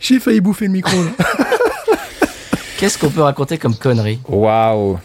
J'ai failli bouffer le micro, là. Qu'est-ce qu'on peut raconter comme connerie? Waouh.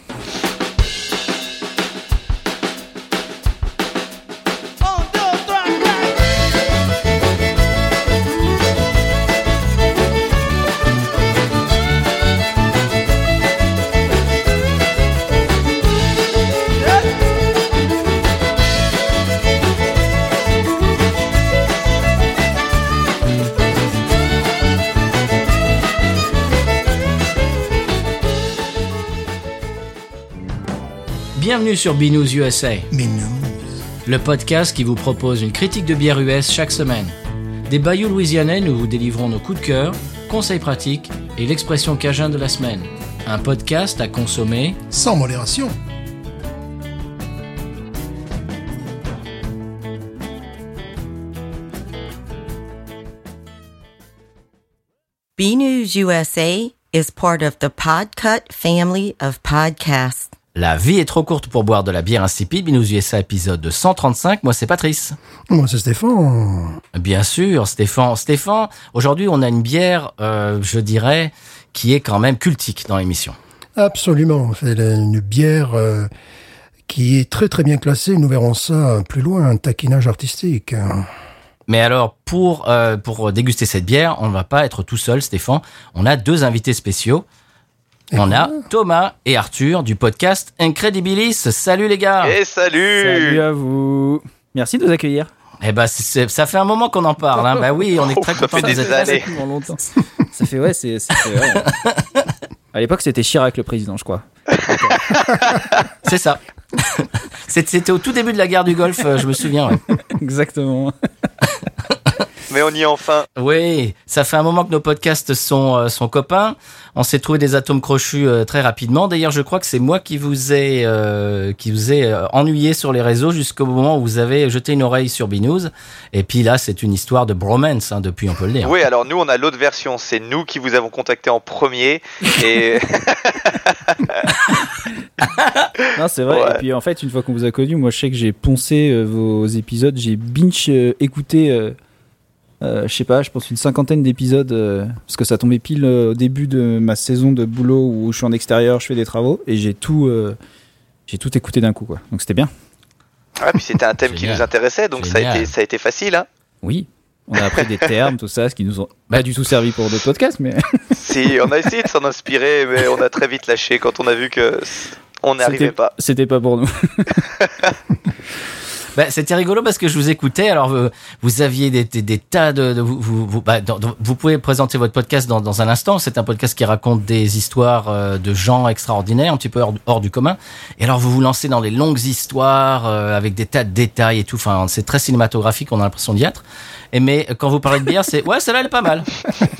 Bienvenue sur Binous USA, Mais non. le podcast qui vous propose une critique de bière US chaque semaine. Des bayous louisianais, nous vous délivrons nos coups de cœur, conseils pratiques et l'expression cajun de la semaine. Un podcast à consommer Sans modération. B-News USA is part of the Podcut family of podcasts. La vie est trop courte pour boire de la bière insipide. Binous USA épisode 135. Moi, c'est Patrice. Moi, c'est Stéphane. Bien sûr, Stéphane. Stéphane, aujourd'hui, on a une bière, je dirais, qui est quand même cultique dans l'émission. Absolument. C'est une bière qui est très très bien classée. Nous verrons ça plus loin, un taquinage artistique. Mais alors, pour déguster cette bière, on ne va pas être tout seul, Stéphane. On a deux invités spéciaux. On a Thomas et Arthur du podcast Incredibilis. Salut les gars. Et salut. Salut à vous. Merci de nous accueillir. Eh ben, ça fait un moment qu'on en parle. Hein. Bah oui, on est très Ça contents fait de des vous être années. Pendant longtemps. Ça fait ouais. À l'époque, c'était Chirac le président, je crois. C'est ça. C'était au tout début de la guerre du Golfe, je me souviens. Ouais. Exactement. Mais on y est enfin. Oui, ça fait un moment que nos podcasts sont copains. On s'est trouvé des atomes crochus très rapidement. D'ailleurs, je crois que c'est moi qui vous ai ennuyé sur les réseaux jusqu'au moment où vous avez jeté une oreille sur Binous. Et puis là, c'est une histoire de bromance, hein, depuis, on peut le dire. Oui, alors nous, on a l'autre version. C'est nous qui vous avons contacté en premier. Et Non, c'est vrai. Ouais. Et puis en fait, une fois qu'on vous a connus, moi, je sais que j'ai poncé vos épisodes, j'ai binge écouté. Je sais pas, je pense une 50aine d'épisodes parce que ça tombait pile au début de ma saison de boulot où je suis en extérieur, je fais des travaux et j'ai tout écouté d'un coup, quoi. Donc c'était bien. ouais, puis c'était un thème qui Génial. nous intéressait, donc Génial. ça a été facile. Hein. Oui, on a appris des termes, tout ça, ce qui nous ont pas du tout servi pour d'autres podcasts, mais Si, on a essayé de s'en inspirer, mais on a très vite lâché quand on a vu que on n'arrivait pas. C'était pas pour nous. Bah, c'était rigolo parce que je vous écoutais. Alors, vous aviez des tas de vous pouvez présenter votre podcast dans un instant. C'est un podcast qui raconte des histoires de gens extraordinaires, un petit peu hors du commun. Et alors, vous vous lancez dans les longues histoires avec des tas de détails et tout. Enfin, c'est très cinématographique. On a l'impression d'y être. Mais quand vous parlez de bière, c'est ouais, celle-là elle est pas mal.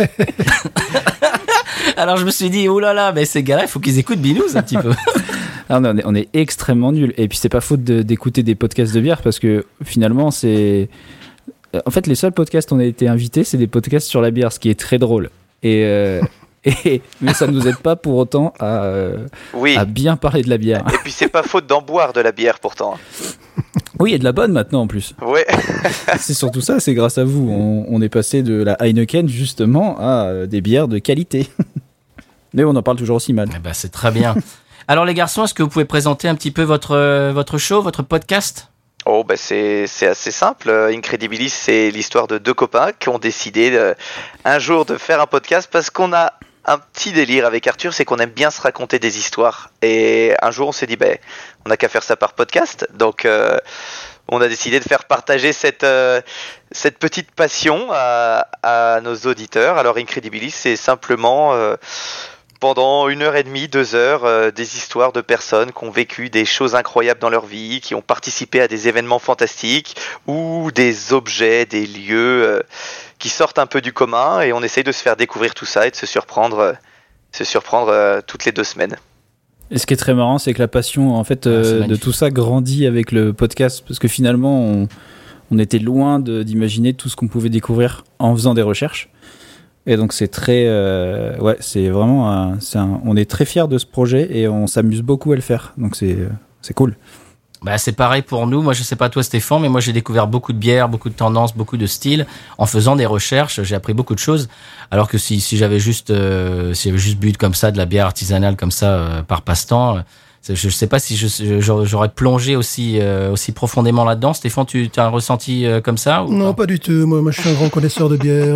Alors, je me suis dit oh là là, mais ces gars-là, il faut qu'ils écoutent Binous un petit peu. Ah, on est extrêmement nuls. Et puis c'est pas faute d'écouter des podcasts de bière parce que finalement c'est... En fait les seuls podcasts où on a été invités c'est des podcasts sur la bière, ce qui est très drôle. Mais ça ne nous aide pas pour autant Oui. à bien parler de la bière. Et puis c'est pas faute d'en boire de la bière pourtant. Oui, et de la bonne maintenant en plus. Ouais. C'est surtout ça, c'est grâce à vous. On est passé de la Heineken justement à des bières de qualité. Mais on en parle toujours aussi mal. Eh ben, c'est très bien. Alors les garçons, est-ce que vous pouvez présenter un petit peu votre show, votre podcast? Oh bah c'est assez simple. Incredibilis, c'est l'histoire de deux copains qui ont décidé un jour de faire un podcast parce qu'on a un petit délire avec Arthur, c'est qu'on aime bien se raconter des histoires. Et un jour on s'est dit on n'a qu'à faire ça par podcast. Donc on a décidé de faire partager cette petite passion à nos auditeurs. Alors Incredibilis, c'est simplement pendant 1h30, 2 heures, des histoires de personnes qui ont vécu des choses incroyables dans leur vie, qui ont participé à des événements fantastiques ou des objets, des lieux qui sortent un peu du commun, et on essaye de se faire découvrir tout ça et de se surprendre toutes les 2 semaines. Et ce qui est très marrant, c'est que la passion en fait de tout ça grandit avec le podcast parce que finalement on était loin d'imaginer tout ce qu'on pouvait découvrir en faisant des recherches. Et donc c'est très, c'est vraiment, on est très fiers de ce projet et on s'amuse beaucoup à le faire. Donc c'est cool. Bah, c'est pareil pour nous. Moi, je sais pas toi, Stéphane, mais moi, j'ai découvert beaucoup de bières, beaucoup de tendances, beaucoup de styles. En faisant des recherches, j'ai appris beaucoup de choses. Alors que si j'avais juste bu comme ça de la bière artisanale comme ça par passe-temps, je sais pas si j'aurais plongé aussi profondément là-dedans. Stéphane, tu as un ressenti comme ça ou Non, pas du tout. Moi, je suis un grand connaisseur de bière.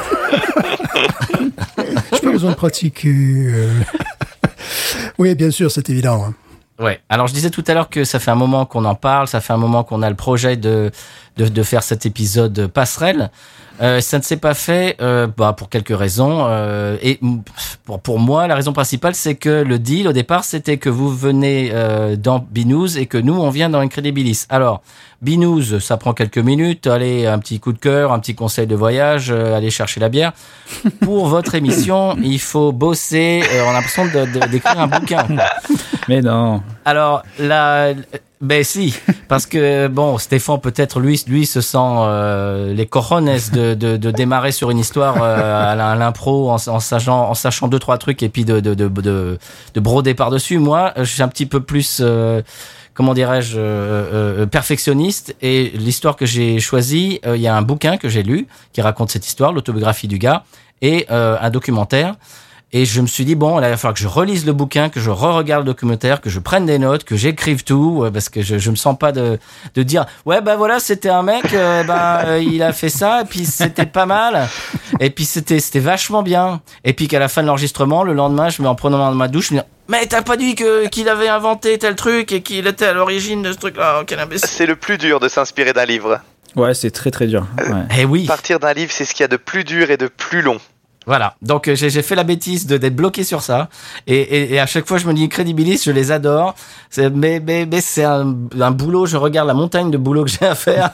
J'ai pas besoin de pratiquer. Oui, bien sûr, c'est évident. Hein. Ouais. Alors je disais tout à l'heure que ça fait un moment qu'on en parle, ça fait un moment qu'on a le projet de faire cet épisode passerelle. Ça ne s'est pas fait pour quelques raisons. Et pour moi, la raison principale, c'est que le deal au départ, c'était que vous venez dans Binous et que nous, on vient dans Incredibilis. Alors, Binous, ça prend quelques minutes. Allez, un petit coup de cœur, un petit conseil de voyage, allez chercher la bière. Pour votre émission, il faut bosser. On a l'impression d'écrire un bouquin. Mais non. Alors, ben si, parce que bon, Stéphane peut-être lui se sent les cojones de démarrer sur une histoire à l'impro en sachant 2-3 trucs et puis de broder par-dessus. Moi, je suis un petit peu plus comment dirais-je perfectionniste, et l'histoire que j'ai choisie, il y a un bouquin que j'ai lu qui raconte cette histoire, l'autobiographie du gars, et un documentaire. Et je me suis dit, bon, là, il va falloir que je relise le bouquin, que je re-regarde le documentaire, que je prenne des notes, que j'écrive tout, parce que je me sens pas de dire, ouais, bah voilà, c'était un mec, il a fait ça, et puis c'était pas mal, et puis c'était vachement bien. Et puis qu'à la fin de l'enregistrement, le lendemain, je me en prenant ma douche, je me dis, mais t'as pas dit qu'il avait inventé tel truc et qu'il était à l'origine de ce truc-là, oh, quel imbécile. C'est le plus dur de s'inspirer d'un livre. Ouais, c'est très très dur. Ouais. Eh oui. Partir d'un livre, c'est ce qu'il y a de plus dur et de plus long. Voilà, donc j'ai fait la bêtise d'être bloqué sur ça, et à chaque fois je me dis Incredibilis, je les adore, mais c'est un boulot, je regarde la montagne de boulot que j'ai à faire.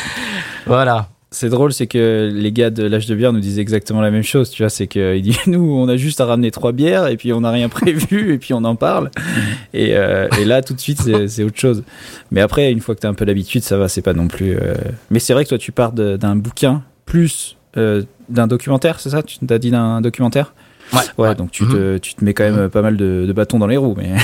Voilà. C'est drôle, c'est que les gars de l'âge de bière nous disent exactement la même chose, tu vois, c'est qu'ils disent, nous, on a juste à ramener 3 bières, et puis on n'a rien prévu, et puis on en parle, et là, tout de suite, c'est autre chose. Mais après, une fois que t'as un peu l'habitude, ça va, c'est pas non plus... Mais c'est vrai que toi, tu pars d'un bouquin, plus d'un documentaire, c'est ça? Tu t'as dit d'un documentaire? Ouais, donc tu te mets quand même pas mal de bâtons dans les roues, mais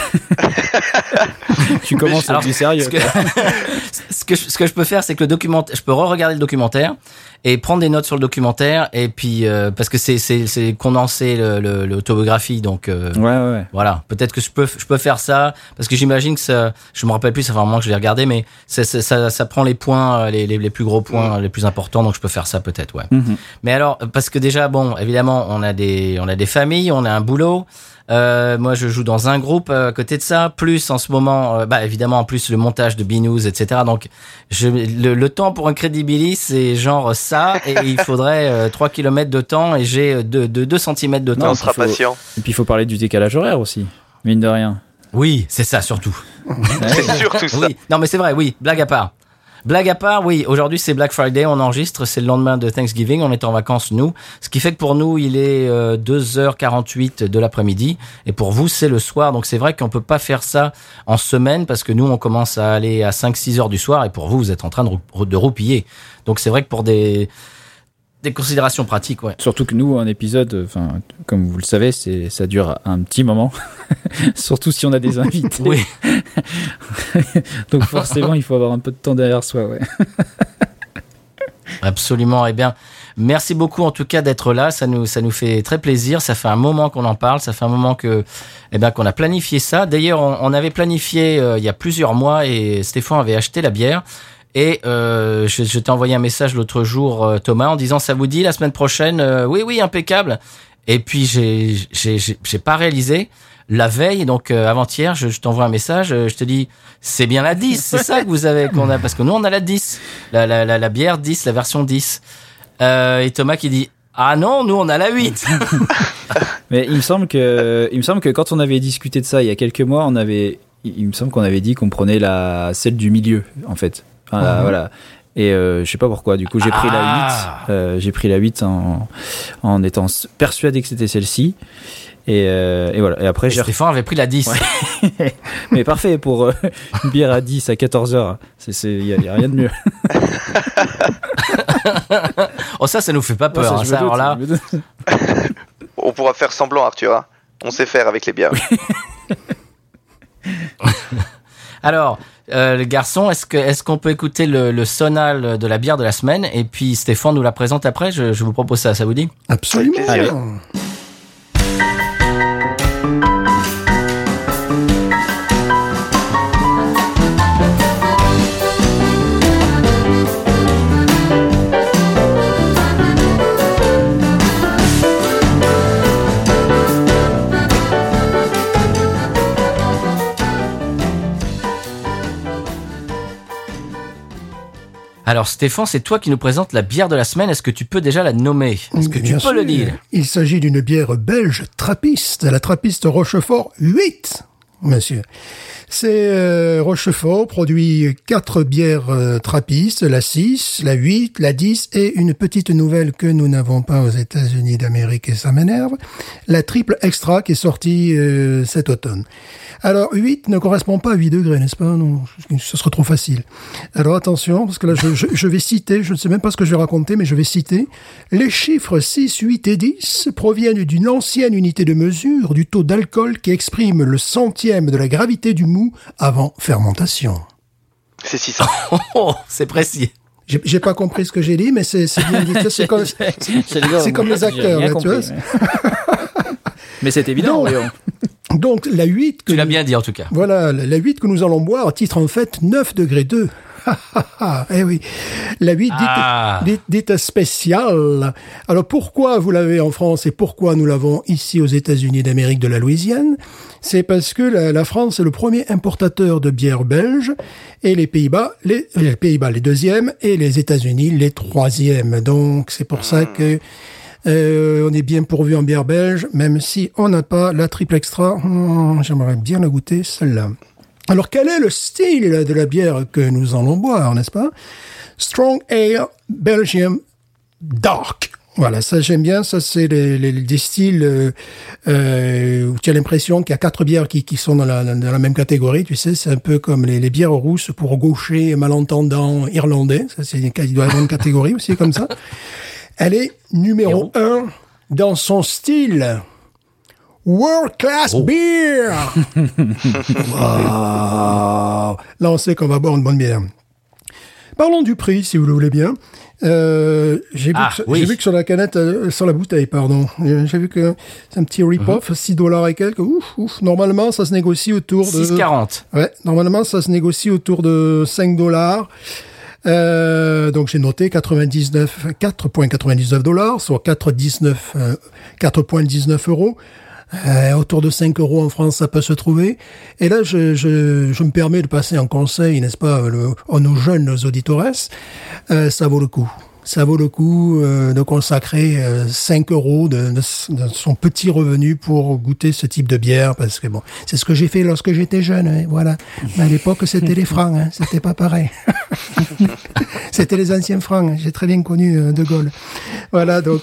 tu commences à être du sérieux. Ce que je peux faire, c'est que le documentaire, je peux re-regarder le documentaire et prendre des notes sur le documentaire, et puis parce que c'est condensé l'autobiographie, donc ouais. Voilà, peut-être que je peux faire ça, parce que j'imagine que ça, je me rappelle plus, ça fait un moment que je l'ai regardé, mais ça prend les points, les plus gros points, les plus importants, donc je peux faire ça peut-être, ouais. Mais alors, parce que déjà, bon, évidemment, on a des familles, on a un boulot. Moi, je joue dans un groupe à côté de ça, plus en ce moment, évidemment, en plus le montage de Binous, etc. Donc, le temps pour Incredibilis, c'est genre ça, et il faudrait 3 km de temps, et j'ai 2 cm de temps. On sera patient. Et puis, il faut parler du décalage horaire aussi, mine de rien. Oui, c'est ça, surtout. C'est surtout ça. Oui. Non, mais c'est vrai, oui, blague à part. Blague à part, oui, aujourd'hui c'est Black Friday, on enregistre, c'est le lendemain de Thanksgiving, on est en vacances nous, ce qui fait que pour nous il est 2h48 de l'après-midi, et pour vous c'est le soir, donc c'est vrai qu'on peut pas faire ça en semaine, parce que nous on commence à aller à 5-6 heures du soir, et pour vous êtes en train de roupiller. Donc c'est vrai que pour des considérations pratiques, ouais. Surtout que nous, un épisode, enfin, comme vous le savez, ça dure un petit moment. Surtout si on a des invités. Oui. Donc forcément, il faut avoir un peu de temps derrière soi, ouais. Absolument. Eh bien, merci beaucoup en tout cas d'être là. Ça nous fait très plaisir. Ça fait un moment qu'on en parle. Ça fait un moment qu'on a planifié ça. D'ailleurs, on avait planifié il y a plusieurs mois, et Stéphane avait acheté la bière. Et je t'ai envoyé un message l'autre jour, Thomas, en disant, ça vous dit la semaine prochaine? Oui, impeccable. Et puis j'ai pas réalisé. La veille, donc avant-hier, je t'envoie un message, je te dis, c'est bien la 10, c'est ça que vous avez, parce que nous on a la 10, la bière 10, la version 10. Et Thomas qui dit, ah non, nous on a la 8. Mais il me semble que quand on avait discuté de ça il y a quelques mois, il me semble qu'on avait dit qu'on prenait celle du milieu, en fait. Enfin, voilà. Et je sais pas pourquoi, du coup j'ai pris la 8. J'ai pris la 8 en étant persuadé que c'était celle-ci. Et voilà. Et après, Stéphane avait pris la 10. Ouais. Mais parfait pour une bière à 10 à 14h. Il y a rien de mieux. Oh, ça nous fait pas peur. Ouais, ça, alors là. On pourra faire semblant, Arthur. Hein. On sait faire avec les bières. Alors, les garçons, est-ce qu'on peut écouter le sonal de la bière de la semaine et puis Stéphane nous la présente après. Je vous propose ça vous dit? Absolument. Allez. Alors Stéphane, c'est toi qui nous présente la bière de la semaine. Est-ce que tu peux déjà la nommer? Est-ce que tu Bien peux le sûr. dire? Il s'agit d'une bière belge trappiste, la trappiste Rochefort 8, monsieur. C'est Rochefort produit 4 bières trappistes, la 6, la 8, la 10 et une petite nouvelle que nous n'avons pas aux États-Unis d'Amérique et ça m'énerve, la triple extra qui est sortie cet automne. Alors 8 ne correspond pas à 8 degrés, n'est-ce pas? Non, ce serait trop facile. Alors attention, parce que là je vais citer, je ne sais même pas ce que je vais raconter, mais je vais citer. Les chiffres 6, 8 et 10 proviennent d'une ancienne unité de mesure du taux d'alcool qui exprime le centième de la gravité du mou avant fermentation. C'est 600. Oh, c'est précis. J'ai pas compris ce que j'ai dit, mais c'est bien dit. C'est comme, c'est comme les acteurs, là, tu vois. Mais c'est évident, Donc, voyons. Donc la 8 que Tu l'as nous- bien dit en tout cas. Voilà, la 8 que nous allons boire titre en fait 9 degrés 2. Eh oui, la 8 dite spéciale. Alors pourquoi vous l'avez en France et pourquoi nous l'avons ici aux États-Unis d'Amérique de la Louisiane? C'est parce que la France est le premier importateur de bière belge et les Pays-Bas les deuxièmes et les États-Unis les troisièmes. Donc c'est pour ça que on est bien pourvu en bière belge, même si on n'a pas la triple extra. J'aimerais bien la goûter, celle-là. Alors, quel est le style de la bière que nous allons boire, n'est-ce pas? Strong Ale Belgium Dark. Voilà, ça j'aime bien. Ça, c'est des styles où tu as l'impression qu'il y a 4 bières qui sont dans la même catégorie. Tu sais, c'est un peu comme les bières rousses pour gauchers, malentendants, irlandais. Ça, il doit y avoir une catégorie aussi comme ça. Elle est numéro 1 dans son style. World Class Beer. Wow. Là, on sait qu'on va boire une bonne bière. Parlons du prix, si vous le voulez bien. J'ai vu que sur la canette, sur la bouteille, pardon, j'ai vu que c'est un petit rip-off, $6 et quelques. Ouf. Normalement, ça se négocie autour de... 6,40. Ouais, normalement, ça se négocie autour de $5. Donc j'ai noté 4,99 $, soit 4,19 euros. Autour de 5 euros en France, ça peut se trouver. Et là, je me permets de passer un conseil, n'est-ce pas, à nos jeunes auditeurs. Ça vaut le coup. Ça vaut le coup de consacrer 5 euros de son petit revenu pour goûter ce type de bière, parce que bon, c'est ce que j'ai fait lorsque j'étais jeune, hein, voilà. Mais à l'époque, c'était les francs, hein, c'était pas pareil. C'était les anciens francs, hein, j'ai très bien connu De Gaulle. Voilà, donc...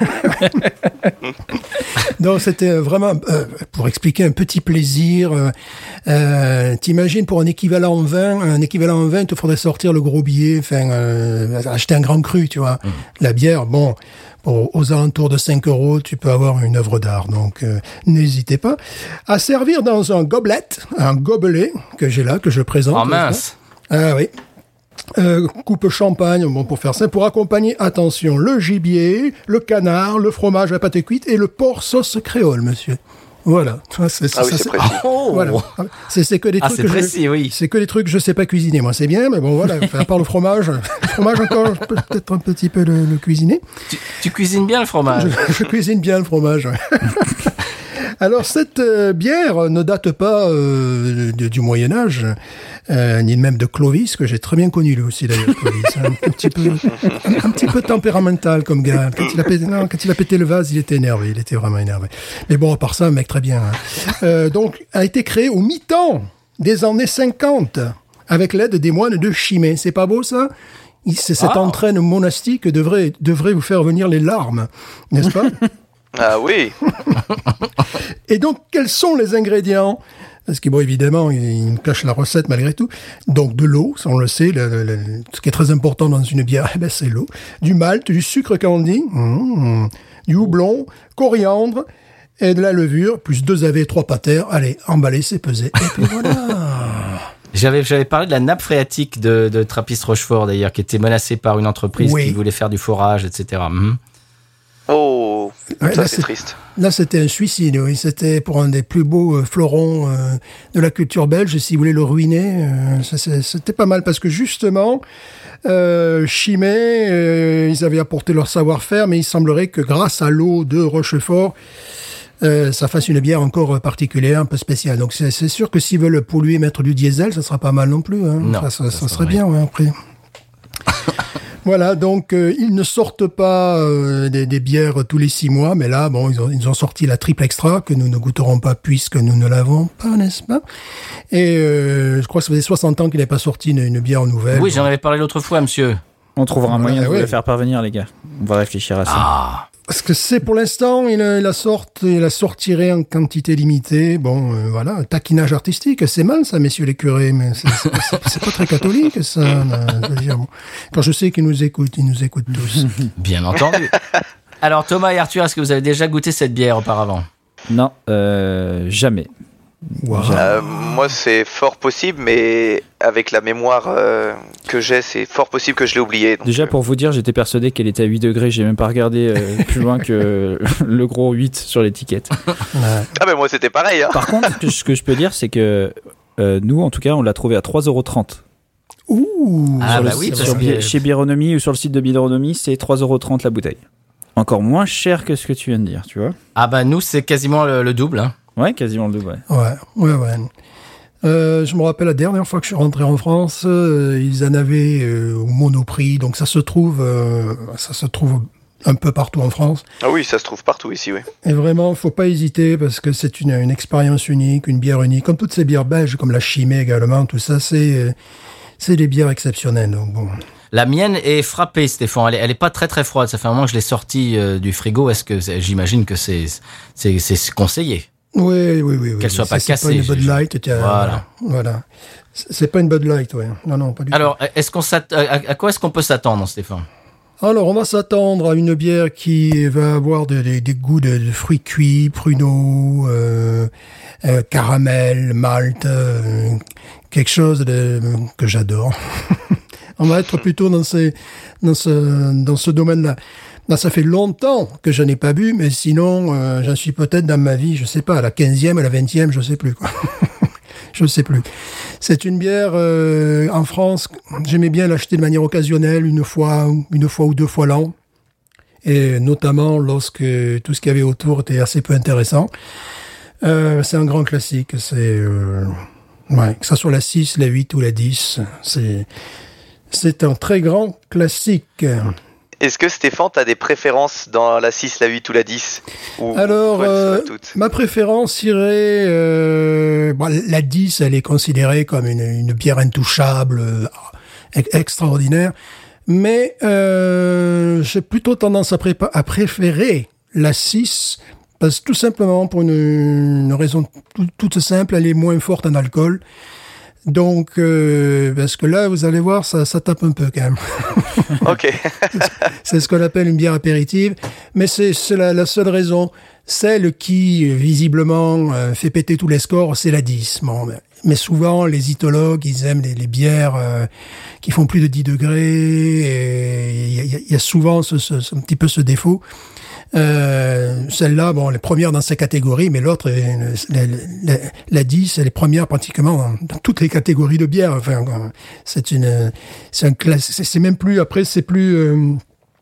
Donc c'était vraiment, pour expliquer un petit plaisir, t'imagines pour un équivalent en vin, il te faudrait sortir le gros billet, acheter un grand cru, tu vois. La bière, bon, aux alentours de 5 euros, tu peux avoir une œuvre d'art. Donc n'hésitez pas à servir dans un gobelet que j'ai là, que je présente. Oh mince. Ah oui. Coupe champagne, bon, pour faire ça, pour accompagner, attention, le gibier, le canard, le fromage à pâte cuite et le porc sauce créole, monsieur. Voilà. C'est précis. Oh. Voilà. C'est que des trucs c'est que précis, oui. c'est que des trucs que je sais pas cuisiner. Moi, c'est bien, mais bon, voilà. Enfin, à part le fromage encore, je peux peut-être un petit peu le cuisiner. Tu cuisines bien le fromage. Je cuisine bien le fromage. Ouais. Alors, cette bière ne date pas du Moyen-Âge, ni même de Clovis, que j'ai très bien connu lui aussi d'ailleurs, Clovis. Un petit peu tempéramental comme gars. Quand il a pété le vase, il était énervé, il était vraiment énervé. Mais bon, à part ça, un mec très bien. Hein. Donc, a été créé au mi-temps des années 50, avec l'aide des moines de Chimay. C'est pas beau, ça? Cette entraîne monastique devrait vous faire venir les larmes, n'est-ce pas? Ah oui. Et donc, quels sont les ingrédients? Parce que, bon, évidemment, il me cache la recette malgré tout. Donc, de l'eau, ça on le sait, ce qui est très important dans une bière, c'est l'eau. Du malt, du sucre candi, du houblon, coriandre, et de la levure, plus 2 AV, 3 patères. Allez, emballez, c'est pesé. Et puis voilà. J'avais parlé de la nappe phréatique de Trappist-Rochefort, d'ailleurs, qui était menacée par une entreprise qui voulait faire du forage, etc. Oh, ouais, ça là, c'est triste. Là, c'était un suicide, oui. C'était pour un des plus beaux fleurons de la culture belge. Et s'ils voulaient le ruiner, c'était pas mal parce que justement, Chimay, ils avaient apporté leur savoir-faire, mais il semblerait que grâce à l'eau de Rochefort, ça fasse une bière encore particulière, un peu spéciale. Donc c'est sûr que s'ils veulent polluer, mettre du diesel, ça sera pas mal non plus. Hein. Non, ça serait bien, ouais, après. Voilà, donc ils ne sortent pas des bières tous les 6 mois, mais là, bon, ils ont sorti la triple extra que nous ne goûterons pas puisque nous ne l'avons pas, n'est-ce pas? Et je crois que ça faisait 60 ans qu'il n'avait pas sorti une bière nouvelle. Oui, j'en avais parlé l'autre fois, monsieur. On trouvera un moyen de vous la faire parvenir, les gars. On va réfléchir à ça. Ah. Parce que c'est pour l'instant, il la sortirait en quantité limitée. Bon, voilà, un taquinage artistique, c'est mal ça, messieurs les curés, mais c'est pas très catholique ça. Je veux dire, bon. Quand je sais qu'ils nous écoutent tous. Bien entendu. Alors Thomas et Arthur, est-ce que vous avez déjà goûté cette bière auparavant? Non, jamais. Wow. Moi, c'est fort possible, mais avec la mémoire que j'ai, c'est fort possible que je l'ai oublié. Donc, déjà, pour vous dire, j'étais persuadé qu'elle était à 8 degrés. J'ai même pas regardé plus loin que le gros 8 sur l'étiquette. Ah, ben moi, c'était pareil. Hein. Par contre, ce que je peux dire, c'est que nous, en tout cas, on l'a trouvé à 3,30 €. Ouh. Ah, bah oui, Chez Bironomie ou sur le site de Bironomie, c'est 3,30 € la bouteille. Encore moins cher que ce que tu viens de dire, tu vois. Ah, bah nous, c'est quasiment le double, hein. Ouais, quasiment le double, Ouais. Je me rappelle la dernière fois que je suis rentré en France, ils en avaient au Monoprix, donc ça se trouve un peu partout en France. Ah oui, ça se trouve partout ici, oui. Et vraiment, faut pas hésiter parce que c'est une expérience unique, une bière unique, comme toutes ces bières belges, comme la Chimay également, tout ça, c'est des bières exceptionnelles. Donc bon. La mienne est frappée, Stéphane. Elle est pas très très froide. Ça fait un moment que je l'ai sortie du frigo. Est-ce que j'imagine que c'est conseillé? Oui. Qu'elle soit pas cassée. C'est pas une Bud Light. Voilà. C'est pas une Bud Light, ouais. Non, pas du tout. Alors, à quoi est-ce qu'on peut s'attendre, Stéphane? Alors, on va s'attendre à une bière qui va avoir des goûts de fruits cuits, pruneaux, caramel, malt, quelque chose que j'adore. On va être plutôt dans ce domaine-là. Là, ça fait longtemps que je n'ai pas bu, mais sinon, j'en suis peut-être dans ma vie, je sais pas, à la 15e, à la 20e, je sais plus, quoi. Je sais plus. C'est une bière, en France, j'aimais bien l'acheter de manière occasionnelle, une fois ou 2 fois l'an. Et notamment lorsque tout ce qu'il y avait autour était assez peu intéressant. C'est un grand classique. C'est, que ça soit la 6, la 8 ou la 10. C'est un très grand classique. Est-ce que Stéphane, tu as des préférences dans la 6, la 8 ou la 10 Alors, ma préférence irait... la 10, elle est considérée comme une bière intouchable, extraordinaire. Mais j'ai plutôt tendance à préférer la 6, parce que tout simplement pour une raison toute simple, elle est moins forte en alcool. Donc, parce que là, vous allez voir, ça tape un peu quand même. Ok. C'est ce qu'on appelle une bière apéritive, mais c'est la seule raison. Celle qui, visiblement, fait péter tous les scores, c'est la 10. Bon, mais souvent, les itologues, ils aiment les bières qui font plus de 10 degrés. Il y a souvent un petit peu ce défaut. Celle-là, bon, les premières dans sa catégorie, mais l'autre, la 10, elle est première pratiquement dans toutes les catégories de bière. Enfin, c'est un classe, c'est même plus, après, c'est plus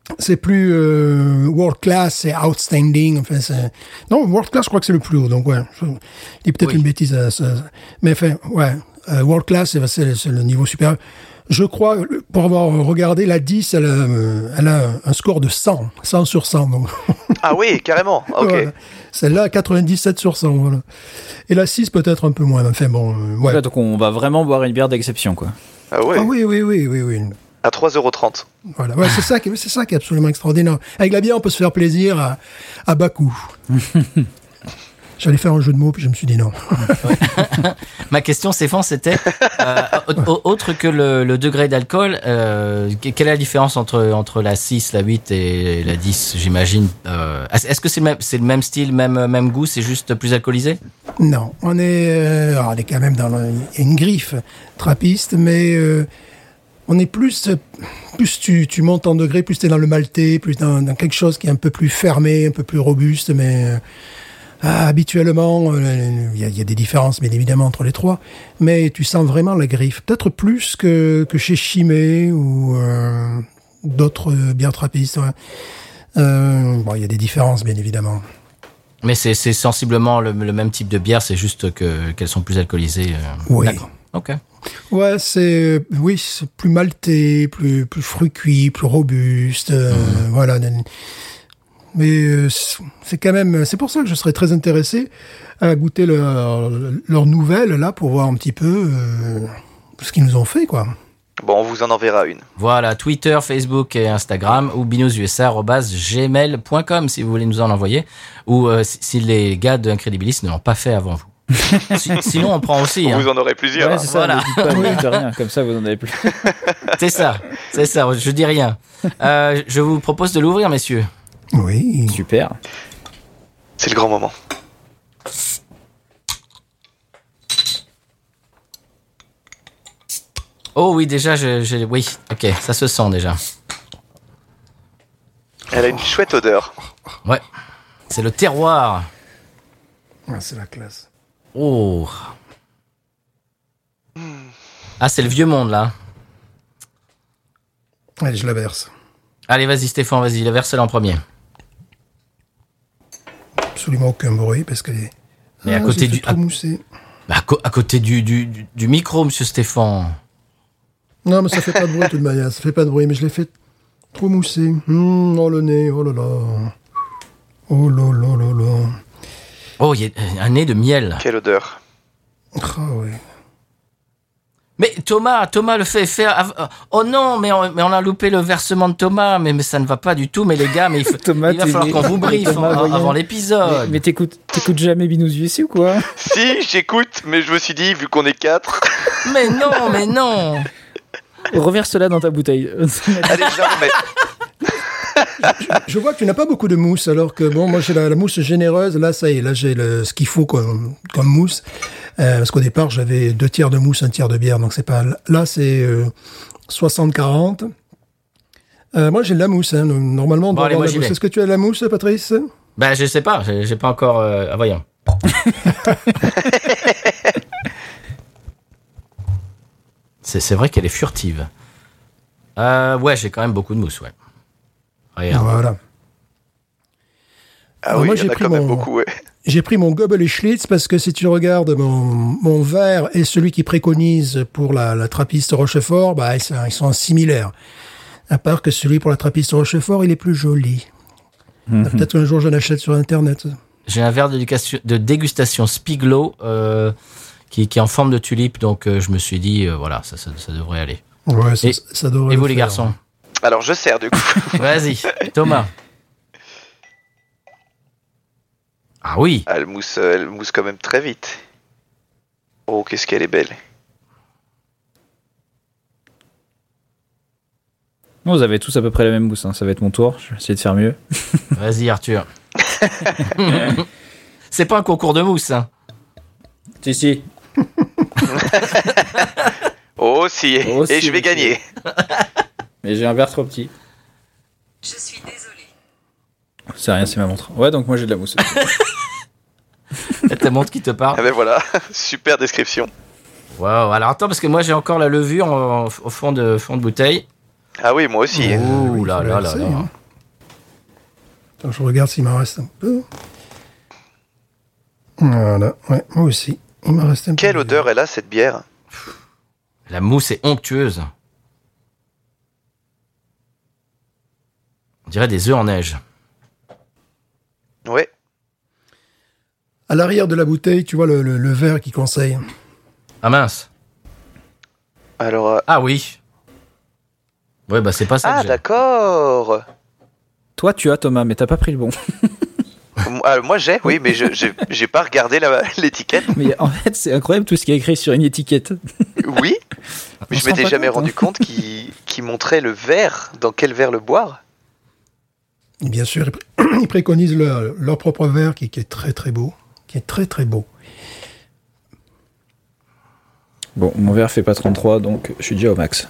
world class, c'est outstanding. Enfin, non, world class, je crois que c'est le plus haut. Donc, ouais, je dis peut-être une bêtise. Mais enfin, ouais, world class, c'est le niveau supérieur. Je crois, pour avoir regardé, la 10, elle a un score de 100 sur 100. Donc. Ah oui, carrément, ok. Voilà. Celle-là, 97 sur 100, voilà. Et la 6, peut-être un peu moins, enfin bon, ouais. Là, donc on va vraiment boire une bière d'exception, quoi. Ah ouais. Ah oui. À 3,30 €. Voilà, ouais, c'est ça qui est absolument extraordinaire. Avec la bière, on peut se faire plaisir à bas coût. J'allais faire un jeu de mots, puis je me suis dit non. Ma question, Stéphane, c'était autre que le degré d'alcool, quelle est la différence entre la 6, la 8 et la 10, j'imagine. Est-ce que c'est le même style, même goût, c'est juste plus alcoolisé? Non, on est quand même dans une griffe trappiste, mais on est plus tu montes en degré, plus tu es dans le maltais, plus dans quelque chose qui est un peu plus fermé, un peu plus robuste, mais habituellement, il y a des différences, bien évidemment, entre les trois, mais tu sens vraiment la griffe. Peut-être plus que chez Chimay ou d'autres bières trappistes. Ouais. Il y a des différences, bien évidemment. Mais c'est sensiblement le même type de bière, c'est juste qu'elles sont plus alcoolisées. Oui. D'accord. Ok. Ouais, c'est plus maltais, plus fruit-cuit, plus robuste. Voilà. Mais c'est quand même, c'est pour ça que je serais très intéressé à goûter leur nouvelle là pour voir un petit peu ce qu'ils nous ont fait, quoi. Bon, on vous en enverra une. Voilà, Twitter, Facebook et Instagram ou binoususa@gmail.com si vous voulez nous en envoyer ou si les gars de Incredibilis ne l'ont pas fait avant vous. Sinon, on prend aussi. Vous en aurez plusieurs. Ouais, c'est ça. Voilà. Vous dites rien, comme ça vous en avez plus. C'est ça. Je dis rien. Je vous propose de l'ouvrir, messieurs. Oui. Super. C'est le grand moment. Oh oui, déjà, oui, ok, ça se sent déjà. Elle a une chouette odeur. Ouais, c'est le terroir. Ah, c'est la classe. Oh. Ah, c'est le vieux monde, là. Allez, je la verse. Allez, vas-y, Stéphane, vas-y, verse-la en premier. Absolument aucun bruit, parce qu'elle est... Mais à côté du... trop moussé. Bah, à côté du micro, monsieur Stéphane. Non, mais ça fait pas de bruit, de toute manière. Ça fait pas de bruit, mais je l'ai fait trop mousser. Oh, le nez, oh là là. Oh là là là là. Oh, il y a un nez de miel. Quelle odeur. Ah ouais. Mais Thomas le fait faire... Oh non, mais on a loupé le versement de Thomas, mais ça ne va pas du tout, mais les gars, mais Thomas, il va falloir qu'on vous briefe avant l'épisode. Mais t'écoutes jamais Binous USA ou quoi? Si, j'écoute, mais je me suis dit, vu qu'on est 4... Mais non. Reverse-la dans ta bouteille. Allez, je la remets. Je vois que tu n'as pas beaucoup de mousse, alors que bon, moi j'ai la mousse généreuse. Là, ça y est, là j'ai ce qu'il faut comme mousse. Parce qu'au départ, j'avais 2 tiers de mousse, 1 tiers de bière, donc c'est pas. Là, c'est 60-40. Moi, j'ai de la mousse. Hein. Normalement, on doit avoir de la mousse. Est-ce que tu as de la mousse, Patrice? Ben, je sais pas. J'ai pas encore. Voyons. C'est vrai qu'elle est furtive. Ouais, j'ai quand même beaucoup de mousse, ouais. Regarde. Voilà. Ah oui, il y en a quand même beaucoup, ouais. J'ai pris mon Gobel et Schlitz parce que si tu regardes mon verre et celui qui préconise pour la trappiste Rochefort, bah, ils sont similaires. À part que celui pour la trappiste Rochefort, il est plus joli. Peut-être un jour je l'achète sur Internet. J'ai un verre de dégustation Spiglo qui est en forme de tulipe, donc je me suis dit, voilà, ça devrait aller. Ouais, ça devrait. Et vous, les garçons? Alors, je sers, du coup. Vas-y, Thomas. Ah oui. Elle mousse quand même très vite. Oh, qu'est-ce qu'elle est belle. Bon, vous avez tous à peu près la même mousse, hein. Ça va être mon tour, je vais essayer de faire mieux. Vas-y, Arthur. C'est pas un concours de mousse, hein. Si. Oh si, et je vais gagner. Mais j'ai un verre trop petit. Je suis désolée. C'est rien, c'est ma montre. Ouais, donc moi j'ai de la mousse. Ta montre qui te parle. Ah ben voilà, super description. Wow, alors attends, parce que moi j'ai encore la levure au fond de bouteille. Ah oui, moi aussi. Ouh là là là. Hein. Attends, je regarde s'il m'en reste un peu. Voilà, ouais, moi aussi. Il m'en reste un peu. Quelle odeur elle a, cette bière? La mousse est onctueuse. On dirait des œufs en neige. Ouais. À l'arrière de la bouteille, tu vois le verre qui conseille. Ah mince. Alors. Ah oui. Ouais, bah c'est pas ça. Ah d'accord. Toi, tu as Thomas, mais t'as pas pris le bon. Moi j'ai, oui, mais j'ai pas regardé l'étiquette. Mais en fait, c'est incroyable tout ce qui est écrit sur une étiquette. Oui, mais je m'étais jamais rendu compte qu'il montrait le verre, dans quel verre le boire. Bien sûr, ils préconisent leur propre verre qui est très très beau, qui est très très beau. Bon, mon verre fait pas 33, donc je suis déjà au max.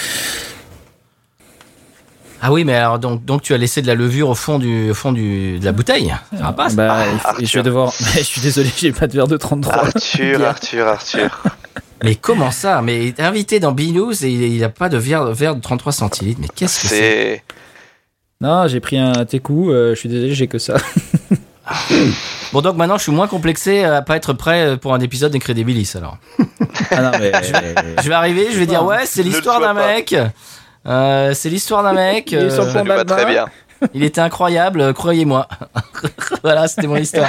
Ah oui, mais alors donc tu as laissé de la levure au fond de la bouteille. Ça va pas. Bah, je vais devoir. Je suis désolé, j'ai pas de verre de 33. Arthur. Mais comment ça? Mais t'es invité dans B-News et il a pas de verre de 33 centilitres. Mais qu'est-ce que c'est? Non, j'ai pris un Teku. Je suis désolé, j'ai que ça. Bon, donc maintenant je suis moins complexé à pas être prêt pour un épisode d'Incredibilis alors. Ah non, mais Je vais arriver, je vais dire ouais, c'est l'histoire d'un mec. C'est l'histoire d'un mec. Ça lui va très bien. Il était incroyable, croyez-moi. Voilà, c'était mon histoire.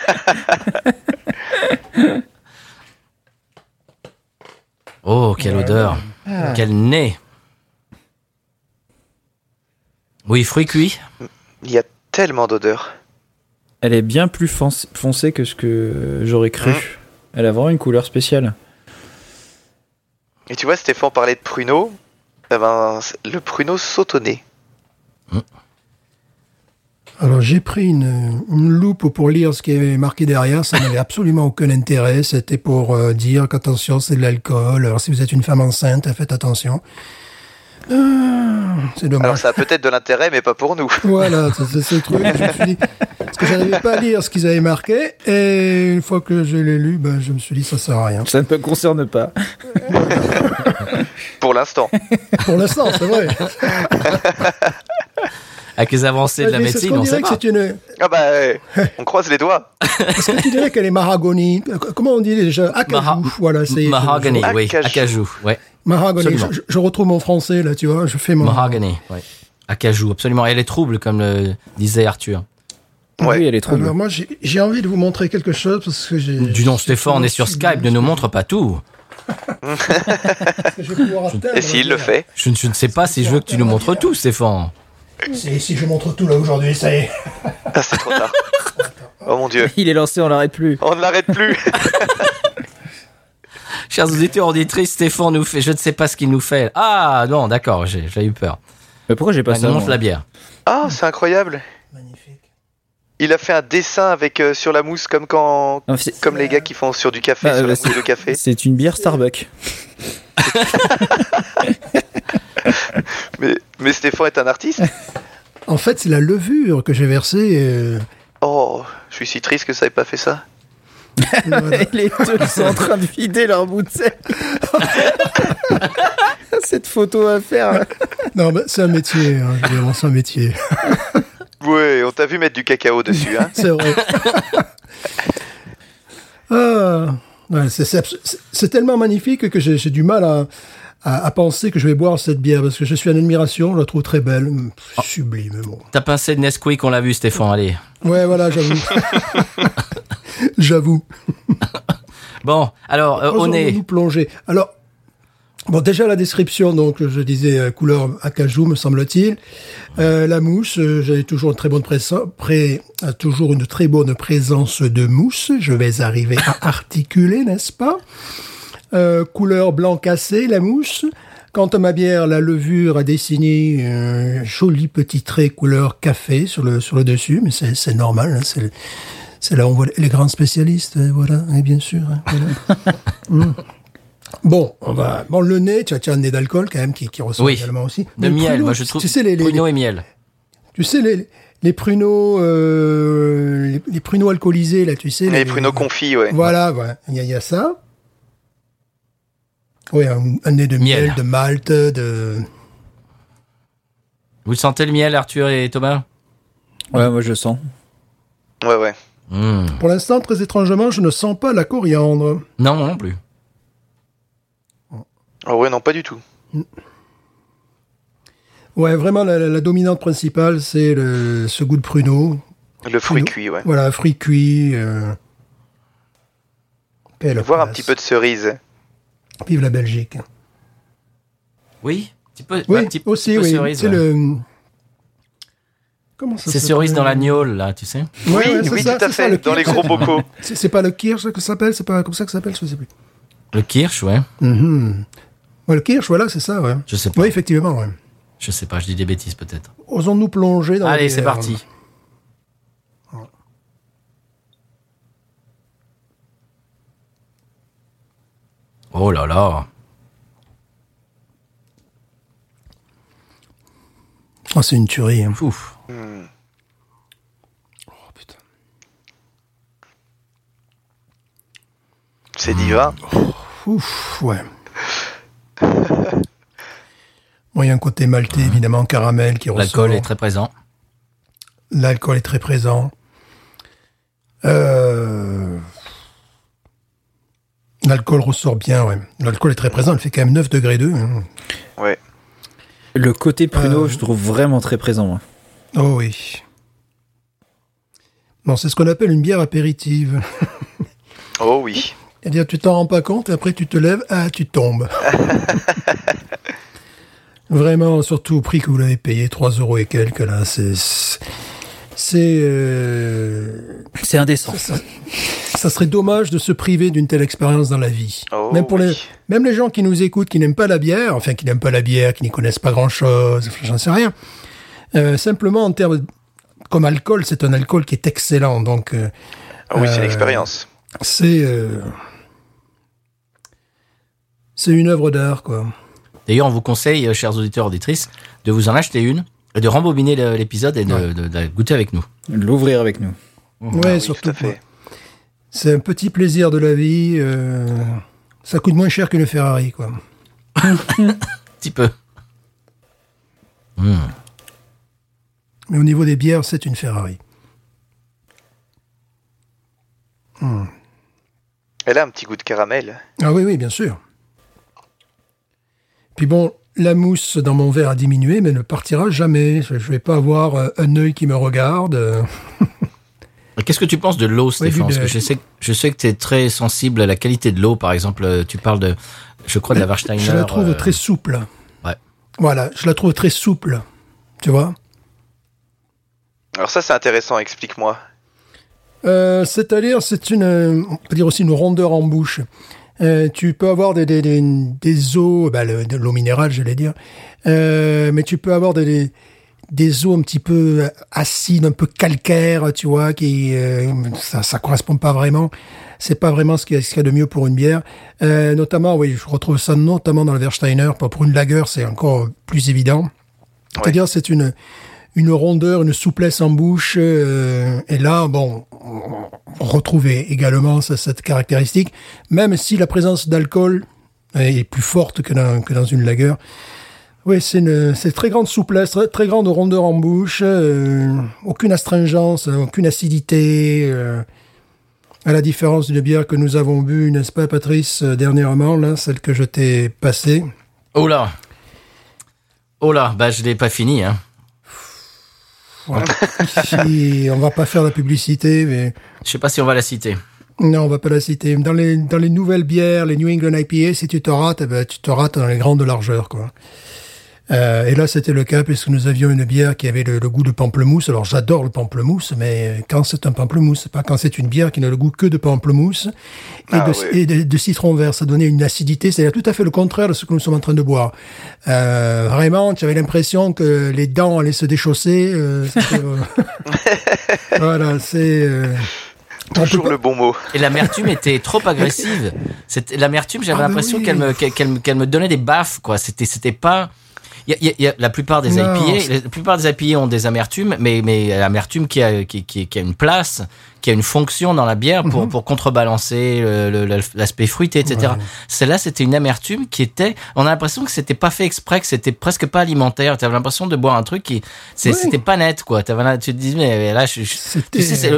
Oh, quelle odeur. Quel nez. Oui, fruits cuits. Il y a tellement d'odeurs. elle est bien plus foncée que ce que j'aurais cru. Elle a vraiment une couleur spéciale. Et tu vois, Stéphane parlait de pruneau. Eh ben, le pruneau sautonnné. Alors j'ai pris une loupe pour lire ce qui est marqué derrière, ça n'avait absolument aucun intérêt, c'était pour dire qu'attention c'est de l'alcool, alors si vous êtes une femme enceinte, faites attention. C'est dommage. Alors ça a peut-être de l'intérêt, mais pas pour nous. Voilà, c'est le truc, je me suis dit, parce que j'arrivais pas à lire ce qu'ils avaient marqué, et une fois que je l'ai lu, ben, je me suis dit ça sert à rien. Ça ne me concerne pas. Pour l'instant. Pour l'instant, c'est vrai. Avec les avancées de la médecine, on sait pas. Ah bah, on croise les doigts. Est-ce que tu dirais qu'elle est mahagoni? Comment on dit déjà? Acajou. Voilà, c'est. Mahogany, oui. Acajou, ouais. Mahagoni. Je retrouve mon français, là, tu vois. Je fais mon. Mahogany, oui. Acajou, absolument. Et elle est trouble, comme le disait Arthur. Ouais. Oui, elle est trouble. Alors, moi, j'ai envie de vous montrer quelque chose parce que j'ai. Du nom, Stéphane, on est sur Skype, ne nous montre pas tout. Et s'il le fait? Je ne sais pas si je veux que tu nous montres tout, Stéphane. Si je montre tout là aujourd'hui, ça y est. Ah, c'est trop tard. Oh mon Dieu. Il est lancé, on l'arrête plus. On ne l'arrête plus. Chers auditeurs, auditrices, Stéphane nous fait, je ne sais pas ce qu'il nous fait. Ah non, d'accord, j'ai eu peur. Mais pourquoi j'ai pas ça? Il montre la bière. Ah, c'est incroyable. Magnifique. Il a fait un dessin avec sur la mousse comme quand, Non, comme les gars qui font sur du café, sur la mousse de café. C'est une bière Starbucks. Mais Stéphane est un artiste. En fait, c'est la levure que j'ai versée. Oh, je suis si triste que ça n'ait pas fait ça. Voilà. Les deux sont en train de vider leur bouteille. Cette photo à faire. Non, bah, c'est un métier. Hein, évidemment, c'est un métier. Ouais, on t'a vu mettre du cacao dessus, hein. C'est vrai. Ouais, c'est tellement magnifique que j'ai du mal à penser que je vais boire cette bière parce que je suis en admiration, je la trouve très belle, sublime. Bon. Ta pincée de Nesquik, on l'a vu, Stéphane, allez. Ouais, voilà, j'avoue. J'avoue. Bon, alors, on est... nous plonger. Alors, bon, déjà la description, donc je disais couleur acajou, me semble-t-il. La mousse, j'avais toujours une très bonne toujours une très bonne présence de mousse. Je vais arriver à articuler, n'est-ce pas? Couleur blanc cassé, la mousse. Quant à ma bière, la levure a dessiné un joli petit trait couleur café sur le dessus, mais c'est normal, hein, c'est là où on voit les grands spécialistes, voilà, et bien sûr. Hein, voilà. Bon, le nez, tu as un nez d'alcool quand même qui ressort également aussi. De miel, pruneaux, moi je trouve. Tu sais, pruneaux et miel. Tu sais, les pruneaux, les pruneaux alcoolisés, là, tu sais. Les pruneaux confits, ouais. Voilà, ouais. Il y a ça. Oui, un nez de miel, de malt, de... Vous sentez le miel, Arthur et Thomas? Ouais, moi je le sens. Ouais. Pour l'instant, très étrangement, je ne sens pas la coriandre. Non, non plus. Oh ouais, non, pas du tout. Ouais, vraiment, la dominante principale, c'est ce goût de pruneau. Le fruit cuit, ouais. Voilà, fruit cuit. Voir un petit peu de cerise. Vive la Belgique. Oui, oui, un petit aussi, peu oui. cerise. C'est le... Comment ça c'est s'appelle? cerise dans la gnôle, là, tu sais. Oui, tout à fait, dans les gros bocaux. C'est pas le kirsch que ça s'appelle? C'est pas comme ça que ça s'appelle? Je sais plus. Le kirsch, ouais. Ouais, le kirsch, voilà, c'est ça, ouais. Je sais pas. Oui, effectivement, ouais. Je sais pas, je dis des bêtises peut-être. Osons-nous plonger dans Allez, c'est parti. Oh là là. Oh, c'est une tuerie. Hein. Ouf. Oh, putain. C'est divin. Ouf, ouais. Bon, il y a un côté maltais, évidemment, caramel qui ressort. L'alcool est très présent. L'alcool est très présent. L'alcool ressort bien, ouais. L'alcool est très présent, il fait quand même 9 degrés 2. Hein. Ouais. Le côté pruneau, je trouve vraiment très présent. Moi. Oh oui. Non, c'est ce qu'on appelle une bière apéritive. Oh oui. C'est-à-dire, tu t'en rends pas compte, et après tu te lèves, tu tombes. Vraiment, surtout au prix que vous l'avez payé, 3 € et quelques, là, c'est indécent. Ça serait dommage de se priver d'une telle expérience dans la vie. Oh, Même les gens qui nous écoutent, qui n'aiment pas la bière, qui n'y connaissent pas grand-chose, j'en sais rien. Simplement, en termes comme alcool, c'est un alcool qui est excellent. Donc, oui, c'est l'expérience. C'est une œuvre d'art, quoi. D'ailleurs, on vous conseille, chers auditeurs, auditrices, de vous en acheter une, de rembobiner l'épisode et de goûter avec nous. De l'ouvrir avec nous. Ouais, oui, surtout. tout à fait. C'est un petit plaisir de la vie. Ça coûte moins cher qu'une Ferrari, quoi. Un petit peu. Mais au niveau des bières, c'est une Ferrari. Elle a un petit goût de caramel. Ah oui, bien sûr. Puis bon, la mousse dans mon verre a diminué, mais ne partira jamais. Je ne vais pas avoir un œil qui me regarde. Qu'est-ce que tu penses de l'eau, Stéphane? Parce que je sais que tu es très sensible à la qualité de l'eau. Par exemple, tu parles de, je crois, de la Warsteiner. Je la trouve très souple. Ouais. Voilà, je la trouve très souple. Tu vois? Alors ça, c'est intéressant. Explique-moi. C'est-à-dire, on peut dire aussi une rondeur en bouche. Tu peux avoir des eaux, de l'eau minérale, j'allais dire, mais tu peux avoir des eaux un petit peu acides, un peu calcaires, tu vois, qui ça correspond pas vraiment. C'est pas vraiment ce qu'il y a de mieux pour une bière. Notamment, oui, je retrouve ça notamment dans le Warsteiner. Pour une lager, c'est encore plus évident. C'est-à-dire, c'est une rondeur, une souplesse en bouche. Et là, bon, on retrouvait également cette caractéristique, même si la présence d'alcool est plus forte que dans une lager. Oui, c'est très grande souplesse, très grande rondeur en bouche, aucune astringence, aucune acidité, à la différence d'une bière que nous avons bu, n'est-ce pas, Patrice, dernièrement, là, celle que je t'ai passée. Oh là, je l'ai pas fini, hein. Ouais. On va pas faire la publicité, mais... Je sais pas si on va la citer. Non, on va pas la citer. Dans les nouvelles bières, les New England IPA, si tu te rates, tu te rates dans les grandes largeurs, quoi. Et là, c'était le cas, puisque nous avions une bière qui avait le goût de pamplemousse. Alors, j'adore le pamplemousse, mais quand c'est un pamplemousse, pas quand c'est une bière qui n'a le goût que de pamplemousse et de citron vert. Ça donnait une acidité, c'est-à-dire tout à fait le contraire de ce que nous sommes en train de boire. Vraiment, tu avais l'impression que les dents allaient se déchausser. Voilà, c'est... Toujours le bon mot. Et l'amertume était trop agressive. L'amertume, j'avais l'impression qu'elle me donnait des baffes, quoi. C'était pas... Il y a la plupart des IPA ont des amertumes, mais l'amertume qui a une place, qui a une fonction dans la bière pour contrebalancer l'aspect fruité, etc. Ouais. Celle-là, c'était une amertume qui était, on a l'impression que c'était pas fait exprès, que c'était presque pas alimentaire. Tu avais l'impression de boire un truc c'était pas net, quoi. Tu te dis, mais là, tu sais, c'est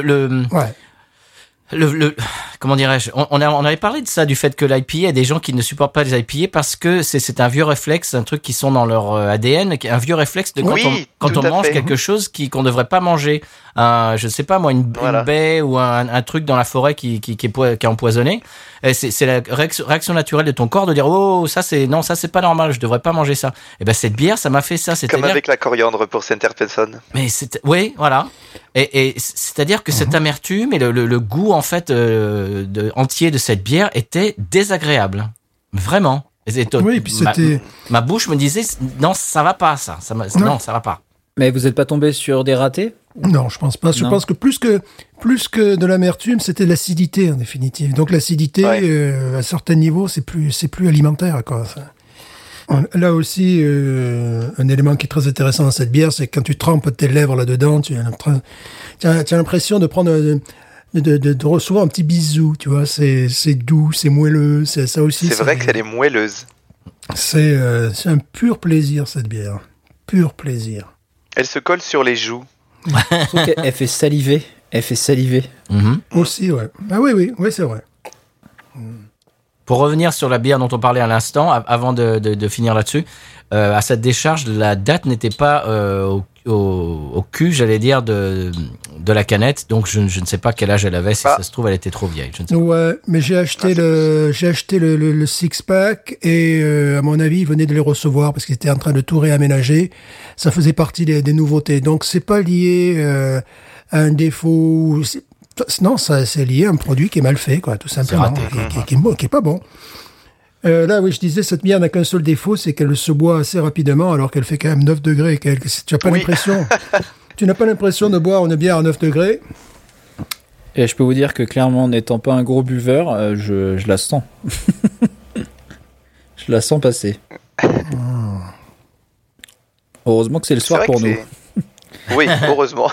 comment dirais-je, on avait parlé de ça, du fait que l'IPA, il y a des gens qui ne supportent pas les IPA parce que c'est un vieux réflexe, un truc qui sont dans leur ADN, un vieux réflexe de quand on mange quelque chose qu'on devrait pas manger. Je sais pas moi, une baie ou un truc dans la forêt qui est empoisonné. C'est la réaction naturelle de ton corps de dire ça c'est pas normal, je devrais pas manger ça. Et ben cette bière, ça m'a fait ça. Comme avec la coriandre pour Centerperson. Mais oui, voilà. Et c'est-à-dire que cette amertume et le goût en fait entier de cette bière était désagréable, vraiment. Oui, puis ma bouche me disait non, ça va pas ça. Non, ça va pas. Mais vous êtes pas tombé sur des ratés? Non, je pense pas. Je pense que plus que de l'amertume, c'était de l'acidité en définitive. Donc l'acidité, à certains niveaux, c'est plus alimentaire, quoi. Là aussi, un élément qui est très intéressant dans cette bière, c'est que quand tu trempes tes lèvres là-dedans, tu as l'impression de prendre de recevoir un petit bisou, tu vois. C'est doux, c'est moelleux, c'est ça aussi. C'est vrai qu'elle est moelleuse. C'est un pur plaisir, cette bière. Pur plaisir. Elle se colle sur les joues. Je trouve qu'elle fait saliver. Aussi, ouais. Ah oui, c'est vrai. Pour revenir sur la bière dont on parlait à l'instant, avant de finir là-dessus, à cette décharge, la date n'était pas au cul, j'allais dire, de la canette. Donc je ne sais pas quel âge elle avait. Si ça se trouve, elle était trop vieille. Je ne sais pas. Ouais, mais j'ai acheté le six-pack et à mon avis, ils venaient de les recevoir parce qu'ils étaient en train de tout réaménager. Ça faisait partie des nouveautés. Donc c'est pas lié à un défaut. Non, c'est lié à un produit qui est mal fait, quoi, tout simplement, raté. qui est pas bon. Là, oui, je disais, cette bière n'a qu'un seul défaut, c'est qu'elle se boit assez rapidement, alors qu'elle fait quand même 9 degrés et quelques. Tu n'as pas l'impression. Tu n'as pas l'impression de boire une bière à 9 degrés. Et je peux vous dire que clairement, n'étant pas un gros buveur, je la sens. Je la sens passer. Heureusement que c'est le soir pour nous. Oui, heureusement.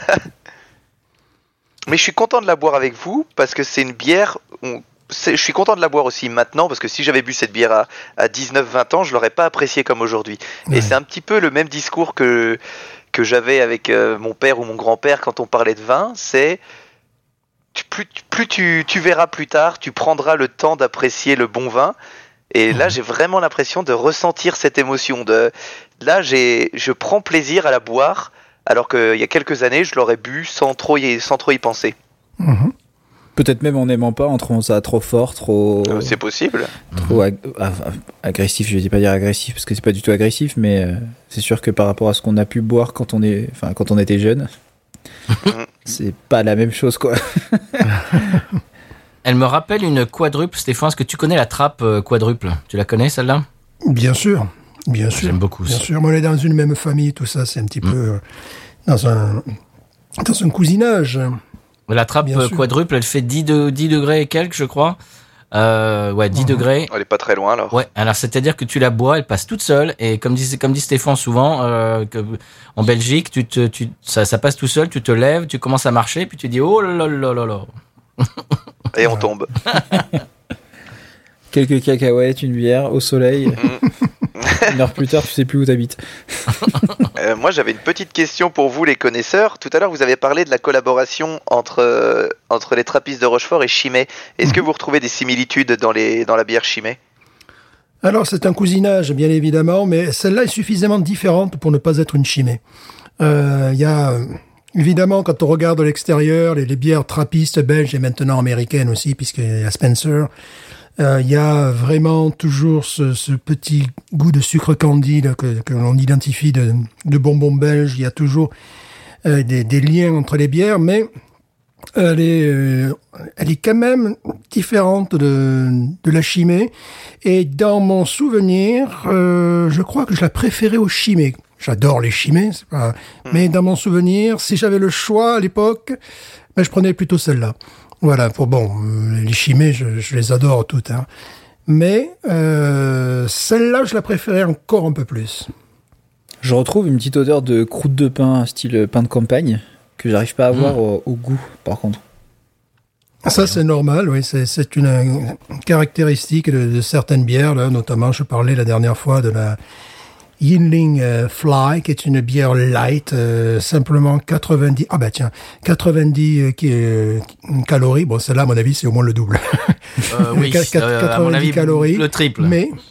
Mais je suis content de la boire avec vous parce que c'est une bière. Je suis content de la boire aussi maintenant parce que si j'avais bu cette bière à 19-20 ans, je l'aurais pas appréciée comme aujourd'hui. Ouais. Et c'est un petit peu le même discours que j'avais avec mon père ou mon grand-père quand on parlait de vin. C'est plus tu verras plus tard, tu prendras le temps d'apprécier le bon vin. Et là, j'ai vraiment l'impression de ressentir cette émotion. Là, je prends plaisir à la boire. Alors qu'il y a quelques années, je l'aurais bu sans trop y penser. Mmh. Peut-être même en n'aimant pas, en trouvant ça trop fort, trop... c'est possible. Trop agressif, je ne vais pas dire agressif, parce que c'est pas du tout agressif, mais c'est sûr que par rapport à ce qu'on a pu boire quand on était jeune, c'est pas la même chose, quoi. Elle me rappelle une quadruple. Stéphane, est-ce que tu connais la trappe quadruple ? Tu la connais, celle-là ? Bien sûr. Bien sûr. J'aime beaucoup. Bien sûr. Moi, on est dans une même famille, tout ça, c'est un petit peu dans un cousinage. La trappe quadruple, elle fait 10 degrés et quelques, je crois. 10 degrés. Elle est pas très loin, alors. Ouais. Alors, c'est-à-dire que tu la bois, elle passe toute seule. Et comme dit Stéphane souvent, en Belgique, ça passe tout seul, tu te lèves, tu commences à marcher, puis tu dis, oh là là là là. Et on tombe. Quelques cacahuètes, une bière, au soleil. Une heure plus tard, tu sais plus où t'habites. Moi, j'avais une petite question pour vous, les connaisseurs. Tout à l'heure, vous avez parlé de la collaboration entre les Trappistes de Rochefort et Chimay. Est-ce que vous retrouvez des similitudes dans la bière Chimay ? Alors, c'est un cousinage, bien évidemment, mais celle-là est suffisamment différente pour ne pas être une Chimay. Il y a... Évidemment, quand on regarde à l'extérieur, les bières trappistes belges et maintenant américaines aussi, puisqu'il y a Spencer, il y a vraiment toujours ce petit goût de sucre candide que l'on identifie de bonbons belges. Il y a toujours des liens entre les bières, mais elle est quand même différente de la Chimay. Et dans mon souvenir, je crois que je la préférais au Chimay. J'adore les Chimay, c'est pas... mais dans mon souvenir, si j'avais le choix à l'époque, je prenais plutôt celle-là. Voilà, les Chimay, je les adore toutes, hein. Mais celle-là, je la préférais encore un peu plus. Je retrouve une petite odeur de croûte de pain, style pain de campagne, que j'arrive pas à avoir au goût, par contre. Ça, c'est normal, oui. C'est une caractéristique de certaines bières, là. Notamment, je parlais la dernière fois de la Yuengling Fly, qui est une bière light, simplement 90 calories. Bon, celle-là, à mon avis, c'est au moins le double. Oui, 90 à mon avis, calories. Le triple.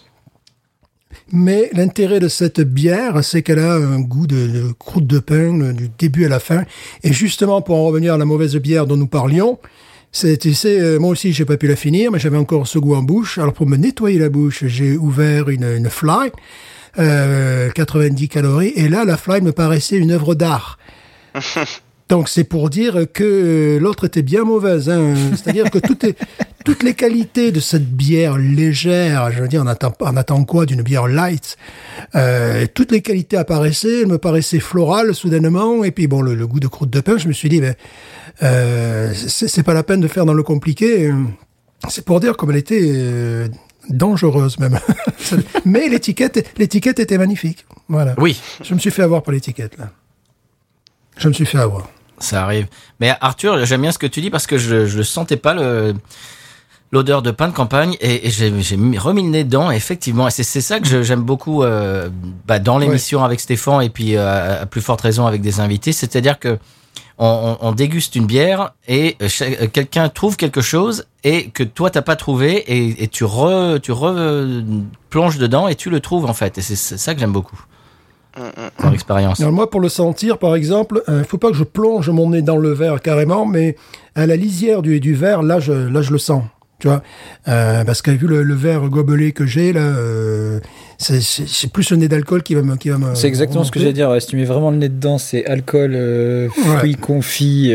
Mais l'intérêt de cette bière, c'est qu'elle a un goût de croûte de pain du début à la fin. Et justement, pour en revenir à la mauvaise bière dont nous parlions, moi aussi, j'ai pas pu la finir, mais j'avais encore ce goût en bouche. Alors, pour me nettoyer la bouche, j'ai ouvert une Fly, 90 calories, et là, la Fly me paraissait une œuvre d'art. Donc, c'est pour dire que l'autre était bien mauvaise, hein. C'est-à-dire que toutes les qualités de cette bière légère, je veux dire, on attend quoi d'une bière light? Toutes les qualités apparaissaient, elles me paraissaient florales soudainement, et puis bon, le goût de croûte de pain, je me suis dit, c'est pas la peine de faire dans le compliqué. C'est pour dire comme elle était dangereuse même. Mais l'étiquette était magnifique. Voilà. Oui. Je me suis fait avoir par l'étiquette là. Je me suis fait avoir. Ça arrive. Mais Arthur, j'aime bien ce que tu dis parce que je sentais pas l'odeur de pain de campagne et j'ai remis le nez dedans. Et effectivement, et c'est ça que j'aime beaucoup dans l'émission avec Stéphane et puis à plus forte raison avec des invités. C'est-à-dire que on déguste une bière et quelqu'un trouve quelque chose et que toi t'as pas trouvé et tu plonges dedans et tu le trouves en fait. Et c'est ça que j'aime beaucoup. Dans l'expérience. Alors moi, pour le sentir, par exemple, il faut pas que je plonge mon nez dans le verre carrément, mais à la lisière du verre, là, je le sens. Tu vois, parce que vu le verre gobelet que j'ai là, c'est plus le nez d'alcool qui va me. C'est exactement ce que j'allais dire. Ouais, si tu mets vraiment le nez dedans, c'est alcool, fruits confits.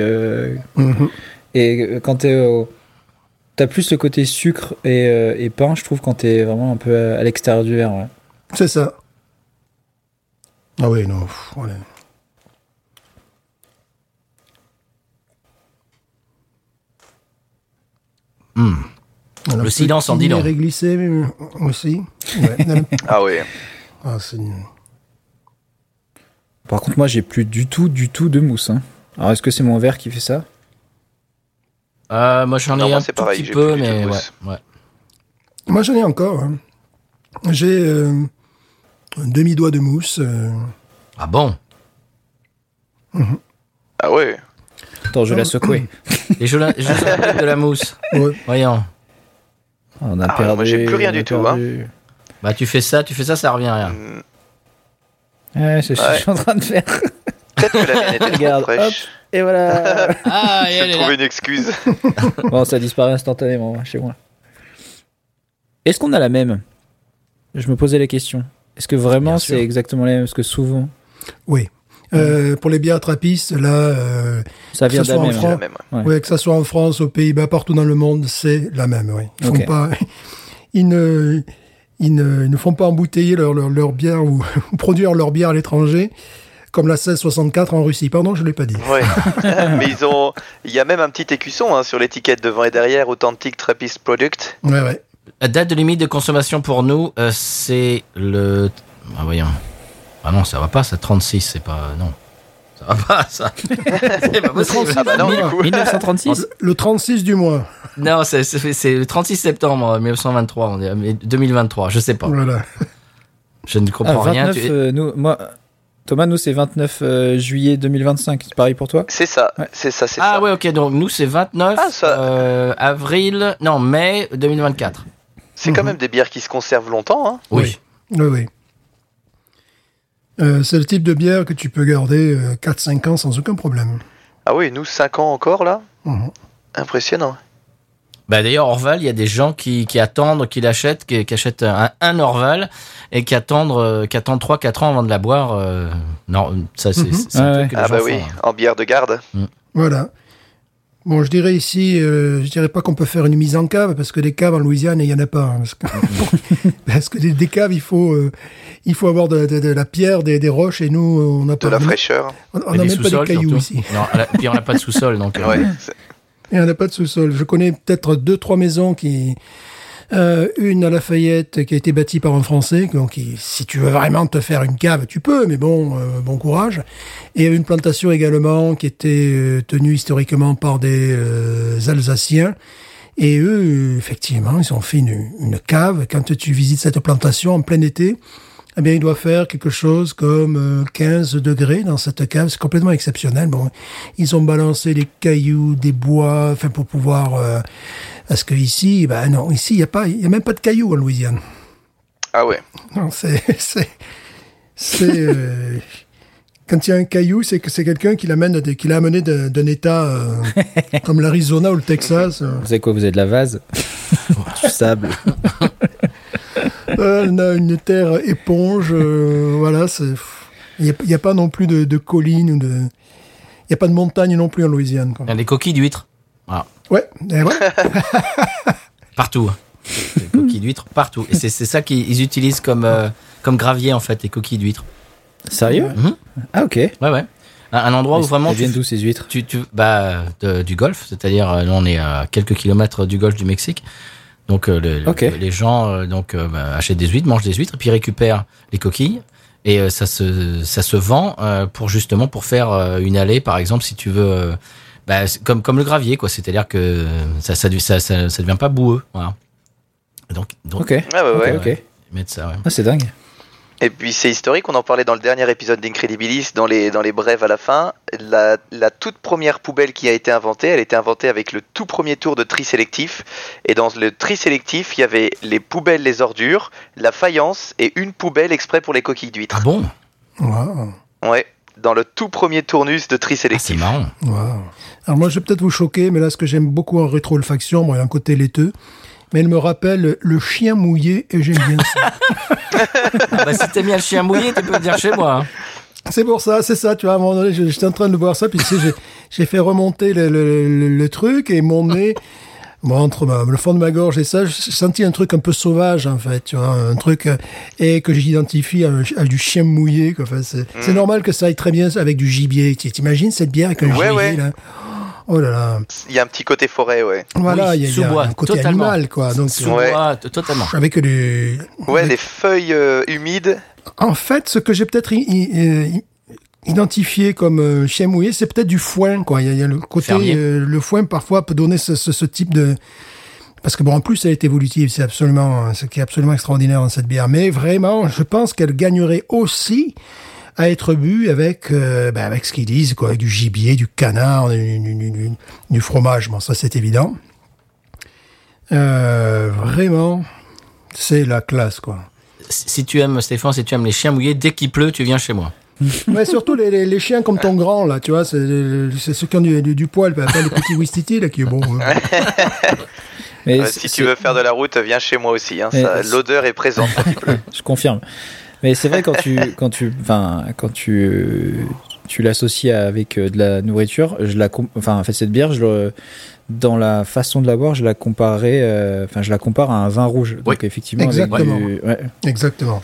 Et quand t'as plus le côté sucre et pain, je trouve, quand t'es vraiment un peu à l'extérieur du verre. Ouais. C'est ça. Ah oui, non. Voilà. Alors, le silence en dit long. Réglissé aussi. Ouais. Ah oui. Ah, c'est... Par contre, moi, j'ai plus du tout de mousse. Hein. Alors, est-ce que c'est mon verre qui fait ça? Moi, j'en ai un tout petit peu, mais ouais. Moi, j'en ai encore. Hein. J'ai un demi-doigt de mousse. Ah bon? Ah ouais. Attends, je la secouer. Et je de la mousse. Ouais. Voyons. On a perdu. Moi, j'ai plus rien du tout. Hein. Bah, tu fais ça, ça revient à rien. Ouais, c'est ce que je suis en train de faire. Peut-être que la mienne était trop fraîche. Et voilà. Ah, J'ai trouvé une excuse. Bon, ça disparaît instantanément chez moi. Est-ce qu'on a la même? Je me posais la question. Est-ce que vraiment c'est exactement la même? Parce que souvent... Oui. Pour les bières trappistes, là... ça vient de la même. Ouais, que ça soit en France, aux Pays-Bas, partout dans le monde, c'est la même, oui. Ils font pas... Ils ne font pas embouteiller leur bière ou produire leur bière à l'étranger, comme la 1664 en Russie. Pardon, je l'ai pas dit. Ouais. Mais il y a même un petit écusson sur l'étiquette devant et derrière, Authentic Trappist Product. Ouais. La date de limite de consommation pour nous, c'est le... Ah, voyons. Ah non, ça va pas, ça 36, c'est pas... Non. Ça va pas, ça. C'est pas possible. Ah bah non, du coup. 1936 Le 36 du mois. Non, c'est le 36 septembre 1923, on dit, 2023, je sais pas. Voilà. Je ne comprends 29, rien. Thomas, nous, c'est 29 juillet 2025. C'est pareil pour toi? C'est ça, ouais. c'est ça. Ah ouais, ok, donc nous, c'est 29 mai 2024. C'est quand même des bières qui se conservent longtemps, hein? Oui. C'est le type de bière que tu peux garder 4-5 ans sans aucun problème. Ah oui, nous, 5 ans encore, là. Impressionnant. Bah d'ailleurs, Orval, il y a des gens qui attendent, qui l'achètent, qui achètent un Orval et qui attendent 3-4 ans avant de la boire. Non, ça, c'est un truc que les gens font, en bière de garde. Voilà. Bon, je dirais ici, je dirais pas qu'on peut faire une mise en cave, parce que des caves en Louisiane, il y en a pas. Hein, parce que des caves, il faut avoir de la pierre, des roches, et nous, on n'a pas... De la fraîcheur. On n'a même pas des cailloux ici. Non, puis on n'a pas de sous-sol, donc... Et on n'a pas de sous-sol. Je connais peut-être 2-3 maisons qui... une à Lafayette qui a été bâtie par un Français, donc si tu veux vraiment te faire une cave, tu peux, mais bon courage. Et une plantation également qui était tenue historiquement par des Alsaciens. Et eux, effectivement, ils ont fait une cave. Quand tu visites cette plantation en plein été, eh bien, il doit faire quelque chose comme 15 degrés dans cette cave. C'est complètement exceptionnel. Bon, ils ont balancé des cailloux, des bois, enfin, pour pouvoir... parce que ici, non, ici, il y a même pas de cailloux en Louisiane. Ah ouais. Non, quand il y a un caillou, c'est que c'est quelqu'un qui l'a amené d'un état comme l'Arizona ou le Texas. Vous savez quoi, vous êtes de la vase? Du sable. On a une terre éponge, voilà. Il n'y a pas non plus de collines ou de... Il n'y a pas de montagne non plus en Louisiane. Il y a des coquilles d'huîtres. Voilà. Ouais. Partout. Les coquilles d'huîtres partout. Et c'est ça qu'ils utilisent comme gravier en fait, les coquilles d'huîtres. Sérieux? Ah ok. Ouais. Un endroit où vraiment elles viennent d'où ces huîtres? Du Golfe, c'est-à-dire nous on est à quelques kilomètres du Golfe du Mexique. Donc les gens achètent des huîtres, mangent des huîtres, et puis récupèrent les coquilles. Et ça se vend pour faire une allée, par exemple, si tu veux, comme le gravier, quoi. C'est-à-dire que ça devient pas boueux, voilà. Donc. Ok. Ils mettent ça. Ouais. Ah, c'est dingue. Et puis c'est historique, on en parlait dans le dernier épisode d'Incredibilis, dans les brèves à la fin. La toute première poubelle qui a été inventée, elle était inventée avec le tout premier tour de tri sélectif. Et dans le tri sélectif, il y avait les poubelles, les ordures, la faïence et une poubelle exprès pour les coquilles d'huîtres. Ah bon? Wow. Ouais, dans le tout premier tournus de tri sélectif. C'est marrant. Wow. Alors moi, je vais peut-être vous choquer, mais là, ce que j'aime beaucoup en rétro-olfaction, il y a un côté laiteux, mais elle me rappelle le chien mouillé, et j'aime bien ça. Si t'aimes bien le chien mouillé, tu peux le dire chez moi. Hein. C'est pour ça, c'est ça, tu vois, à un moment donné, j'étais en train de boire ça, puis tu sais, j'ai fait remonter le truc, et mon nez, entre le fond de ma gorge et ça, j'ai senti un truc un peu sauvage, en fait, tu vois, un truc, et que j'identifie à du chien mouillé, quoi. Enfin, c'est normal que ça aille très bien avec du gibier. T'imagines cette bière avec un gibier, là? Oh là là. Il y a un petit côté forêt, ouais. Voilà, oui, il y a un côté totalement. animal, quoi. Donc, sous-bois, totalement. Avec des... Ouais, des feuilles humides. En fait, ce que j'ai peut-être identifié comme chien mouillé, c'est peut-être du foin, quoi. Il y a le côté... le foin, parfois, peut donner ce type de... Parce que, en plus, elle est évolutive. C'est ce qui est absolument extraordinaire dans cette bière. Mais vraiment, je pense qu'elle gagnerait aussi à être bu avec ce qu'ils disent, quoi, avec du gibier, du canard, du fromage. Bon, ça, c'est évident. Vraiment, c'est la classe, quoi. Si tu aimes, Stéphane, les chiens mouillés, dès qu'il pleut, tu viens chez moi. Mais surtout les chiens comme ton grand, là, tu vois, c'est ceux qui ont du poil, pas les petits Wistiti, là, qui est bon. Mais si tu veux faire de la route, viens chez moi aussi. Hein, l'odeur est présente quand il pleut. Je confirme. Mais c'est vrai, quand tu l'associes avec de la nourriture, en fait, cette bière, dans la façon de la boire, je la compare à un vin rouge. Donc, effectivement, exactement. Exactement.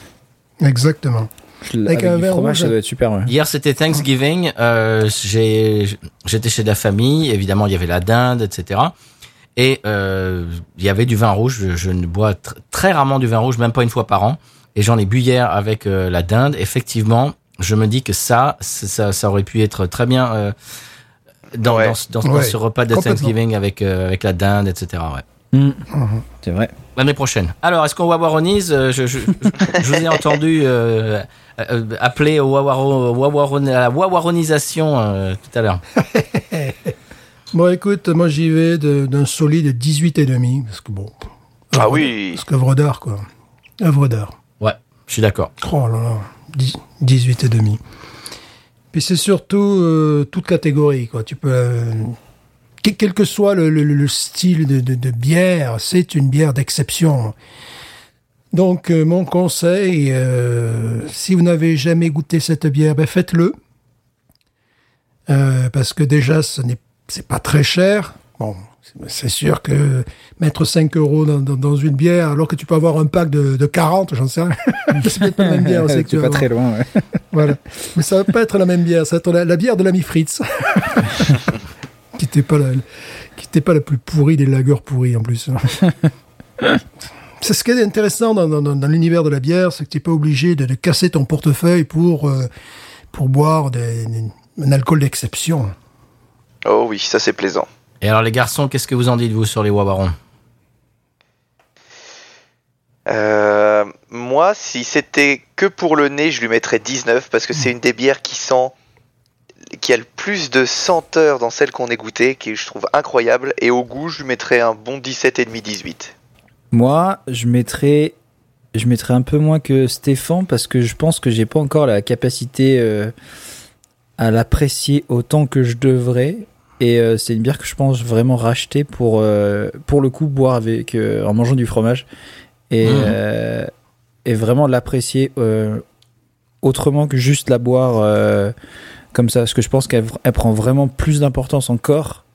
Avec du fromage, ça doit être super. Ouais. Hier, c'était Thanksgiving. J'étais chez la famille. Évidemment, il y avait la dinde, etc. Et il y avait du vin rouge. Je ne bois très rarement du vin rouge, même pas une fois par an. Et j'en ai bu hier avec la dinde. Effectivement, je me dis que ça aurait pu être très bien dans ce repas de Thanksgiving avec la dinde, etc. Ouais. C'est vrai. L'année prochaine. Alors, est-ce qu'on wawaronise? Je vous ai entendu appeler à la wawaronisation tout à l'heure. Bon, écoute, moi j'y vais d'un solide 18,5. Parce que bon. Oui. Parce qu'œuvre d'art, quoi. Œuvre d'art. Ouais, je suis d'accord. Oh là là. 18,5. Puis c'est surtout toute catégorie, quoi. Tu peux. Quel que soit le style de bière, c'est une bière d'exception. Donc, mon conseil, si vous n'avez jamais goûté cette bière, faites-le. Parce que déjà, c'est pas très cher. Bon, c'est sûr que mettre 5 € dans une bière, alors que tu peux avoir un pack de 40, j'en sais rien. C'est peut-être pas la même bière. C'est pas très loin, ouais. Voilà. Mais ça va pas être la même bière. Ça va être la bière de l'ami Fritz. Qui n'était pas la plus pourrie des lagers pourris, en plus. C'est ce qui est intéressant dans l'univers de la bière, c'est que tu n'es pas obligé de casser ton portefeuille pour boire un alcool d'exception. Oh oui, ça c'est plaisant. Et alors les garçons, qu'est-ce que vous en dites, vous, sur les Wawarons? Moi, si c'était que pour le nez, je lui mettrais 19, parce que c'est une des bières qui a le plus de senteur dans celle qu'on ait goûtée, qui je trouve incroyable, et au goût, je lui mettrais un bon 17,5-18. Moi, je mettrais un peu moins que Stéphane, parce que je pense que j'ai pas encore la capacité à l'apprécier autant que je devrais. Et c'est une bière que je pense vraiment racheter pour le coup boire avec en mangeant du fromage et vraiment l'apprécier autrement que juste la boire comme ça, parce que je pense qu'elle prend vraiment plus d'importance encore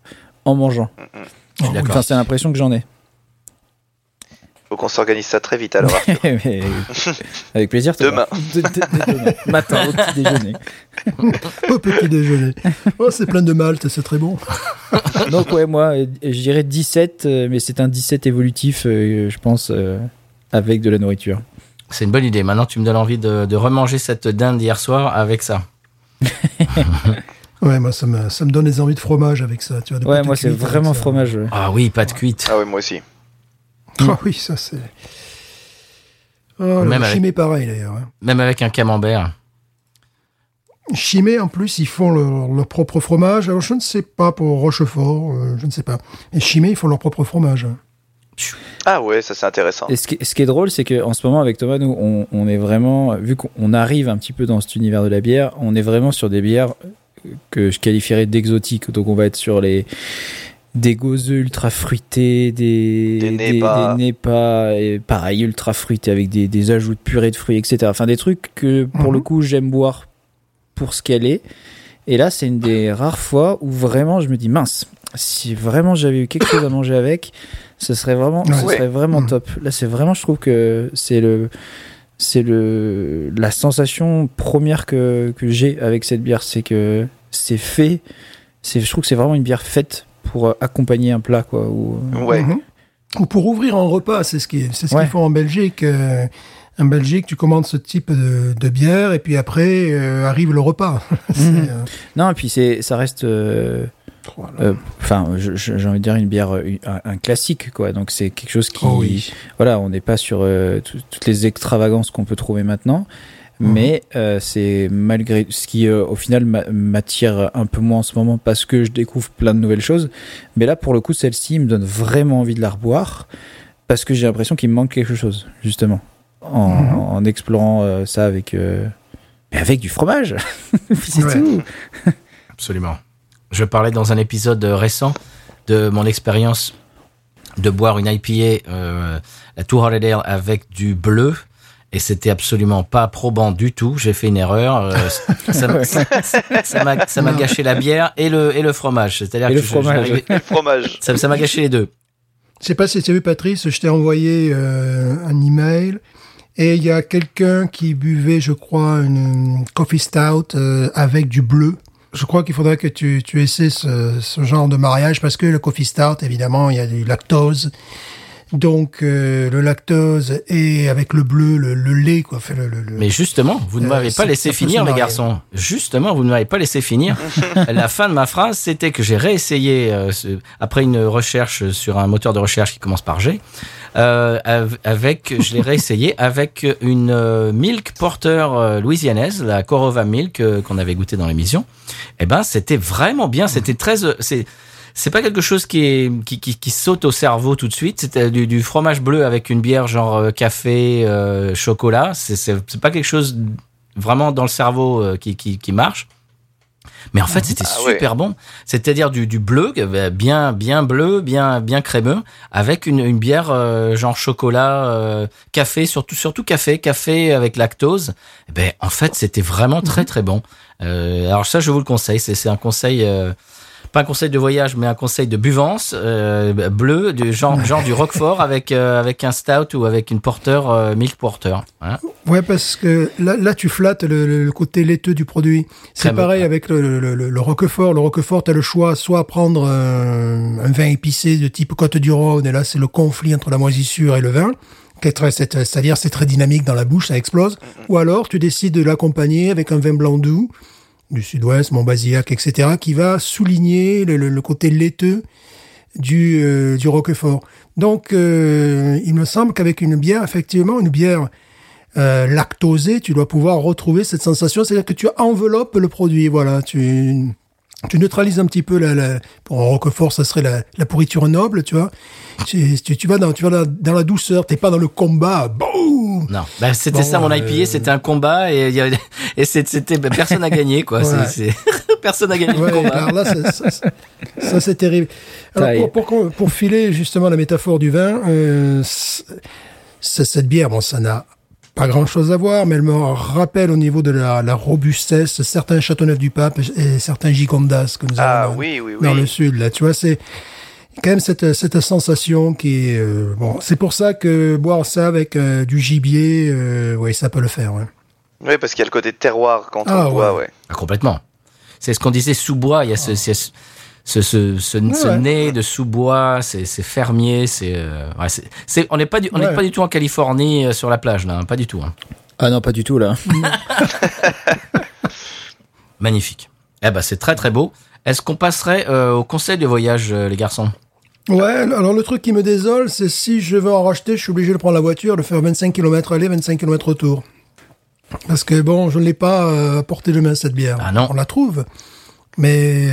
en mangeant. D'accord. Enfin, c'est l'impression que j'en ai. Faut qu'on s'organise ça très vite alors. Arthur. Mais, avec plaisir. Demain. Demain. Matin, au petit déjeuner. Au petit déjeuner. Oh, c'est plein de malt, c'est très bon. Donc ouais, moi, je dirais 17, mais c'est un 17 évolutif, je pense, avec de la nourriture. C'est une bonne idée. Maintenant, tu me donnes envie de remanger cette dinde d'hier soir avec ça. Ouais, moi, ça me donne des envies de fromage avec ça. Tu vois, Ouais, moi, c'est vraiment fromage. Ouais. Ah oui, pâte cuite. Ah oui, moi aussi. Ah oui, ça c'est... Oh, Même le Chimay, pareil, d'ailleurs. Hein. Même avec un camembert. Chimay, en plus, ils font leur propre fromage. Alors, je ne sais pas pour Rochefort, je ne sais pas. Et Chimay, ils font leur propre fromage. Ah ouais, ça c'est intéressant. Et ce qui est drôle, c'est qu'en ce moment, avec Thomas, nous, on est vraiment... Vu qu'on arrive un petit peu dans cet univers de la bière, on est vraiment sur des bières que je qualifierais d'exotiques. Donc, on va être sur des gozeux ultra fruités, des Népas, et pareil, ultra fruités avec des ajouts de purée de fruits, etc. Enfin, des trucs que, pour le coup, j'aime boire pour ce qu'elle est. Et là, c'est une des rares fois où vraiment, je me dis, mince, si vraiment j'avais eu quelque chose à manger avec, ce serait vraiment top. Là, c'est vraiment, je trouve que c'est la sensation première que j'ai avec cette bière, c'est que c'est fait, je trouve que c'est vraiment une bière faite pour accompagner un plat, quoi. Ou pour ouvrir un repas, c'est ce qu'ils font en Belgique. En Belgique, tu commandes ce type de bière et puis après arrive le repas. Non, et puis ça reste... Enfin, j'ai envie de dire une bière, un classique, quoi. Donc c'est quelque chose qui... Voilà, on n'est pas sur toutes les extravagances qu'on peut trouver maintenant. Mais c'est malgré ce qui au final m'attire un peu moins en ce moment parce que je découvre plein de nouvelles choses, mais là pour le coup celle-ci me donne vraiment envie de la reboire parce que j'ai l'impression qu'il me manque quelque chose justement en explorant ça avec du fromage. C'est tout. Absolument. Je parlais dans un épisode récent de mon expérience de boire une IPA, la Two Hearted Ale avec du bleu. Et c'était absolument pas probant du tout. J'ai fait une erreur. Ça m'a gâché la bière et le fromage. C'est-à-dire le fromage. Ça m'a gâché les deux. Je sais pas si tu as vu, Patrice, je t'ai envoyé un email et il y a quelqu'un qui buvait, je crois, une coffee stout avec du bleu. Je crois qu'il faudrait que tu essaies ce genre de mariage parce que le coffee stout, évidemment, il y a du lactose. Donc le lactose et avec le bleu, le lait, quoi. Fait Mais justement, vous ne m'avez pas laissé finir, les garçons. Justement, vous ne m'avez pas laissé finir. La fin de ma phrase, c'était que j'ai réessayé après une recherche sur un moteur de recherche qui commence par G. Je l'ai réessayé avec une Milk Porter louisianaise, la Corova Milk qu'on avait goûté dans l'émission. Eh ben, c'était vraiment bien. C'était c'est pas quelque chose qui saute au cerveau tout de suite. C'était du fromage bleu avec une bière genre café, chocolat. C'est pas quelque chose vraiment dans le cerveau qui marche. Mais en fait, c'était super bon. C'est-à-dire du bleu, bien bleu, bien crémeux, avec une bière genre chocolat, café, surtout café avec lactose. Et ben, en fait, c'était vraiment très très bon. Alors ça, je vous le conseille. C'est un conseil. Pas un conseil de voyage, mais un conseil de buvance bleu, du genre du Roquefort avec un stout ou avec une porter, milk porter. Hein. Ouais, parce que là tu flattes le côté laiteux du produit. C'est pareil avec le Roquefort. Le Roquefort, t'as le choix soit prendre un vin épicé de type Côte du Rhône, et là c'est le conflit entre la moisissure et le vin. C'est-à-dire c'est très dynamique dans la bouche, ça explose. Ou alors tu décides de l'accompagner avec un vin blanc doux du Sud-Ouest, Montbazillac, etc., qui va souligner le côté laiteux du Roquefort. Donc, il me semble qu'avec une bière, effectivement, une bière lactosée, tu dois pouvoir retrouver cette sensation, c'est-à-dire que tu enveloppes le produit, voilà, tu neutralises un petit peu pour un Roquefort, ça serait la pourriture noble, tu vois. Tu vas dans la douceur, t'es pas dans le combat, boum! Non, c'était ça mon IPA, c'était un combat et c'était personne n'a gagné, quoi. Ouais. Personne n'a gagné le combat. Alors là, ça c'est terrible. Alors pour filer justement la métaphore du vin, cette bière, bon, ça n'a pas grand-chose à voir, mais elle me rappelle au niveau de la robustesse certains Châteauneuf-du-Pape et certains Gigondas que nous avons dans le sud. Là, tu vois, c'est quand même cette sensation qui est... bon, c'est pour ça que boire ça avec du gibier, oui, ça peut le faire, ouais. Oui, parce qu'il y a le côté terroir quand on boit, ouais. Ah, complètement. C'est ce qu'on disait sous-bois, il y a ce nez de sous-bois, c'est fermier, on n'est pas du tout en Californie sur la plage, là, hein, pas du tout. Hein. Ah non, pas du tout, là. Magnifique. Eh ben, c'est très très beau. Est-ce qu'on passerait au conseil de voyage, les garçons ? Ouais, alors le truc qui me désole, c'est si je veux en racheter, je suis obligé de prendre la voiture, de faire 25 km aller, 25 km retour. Parce que bon, je ne l'ai pas à portée de main, cette bière. Ah non. On la trouve. Mais,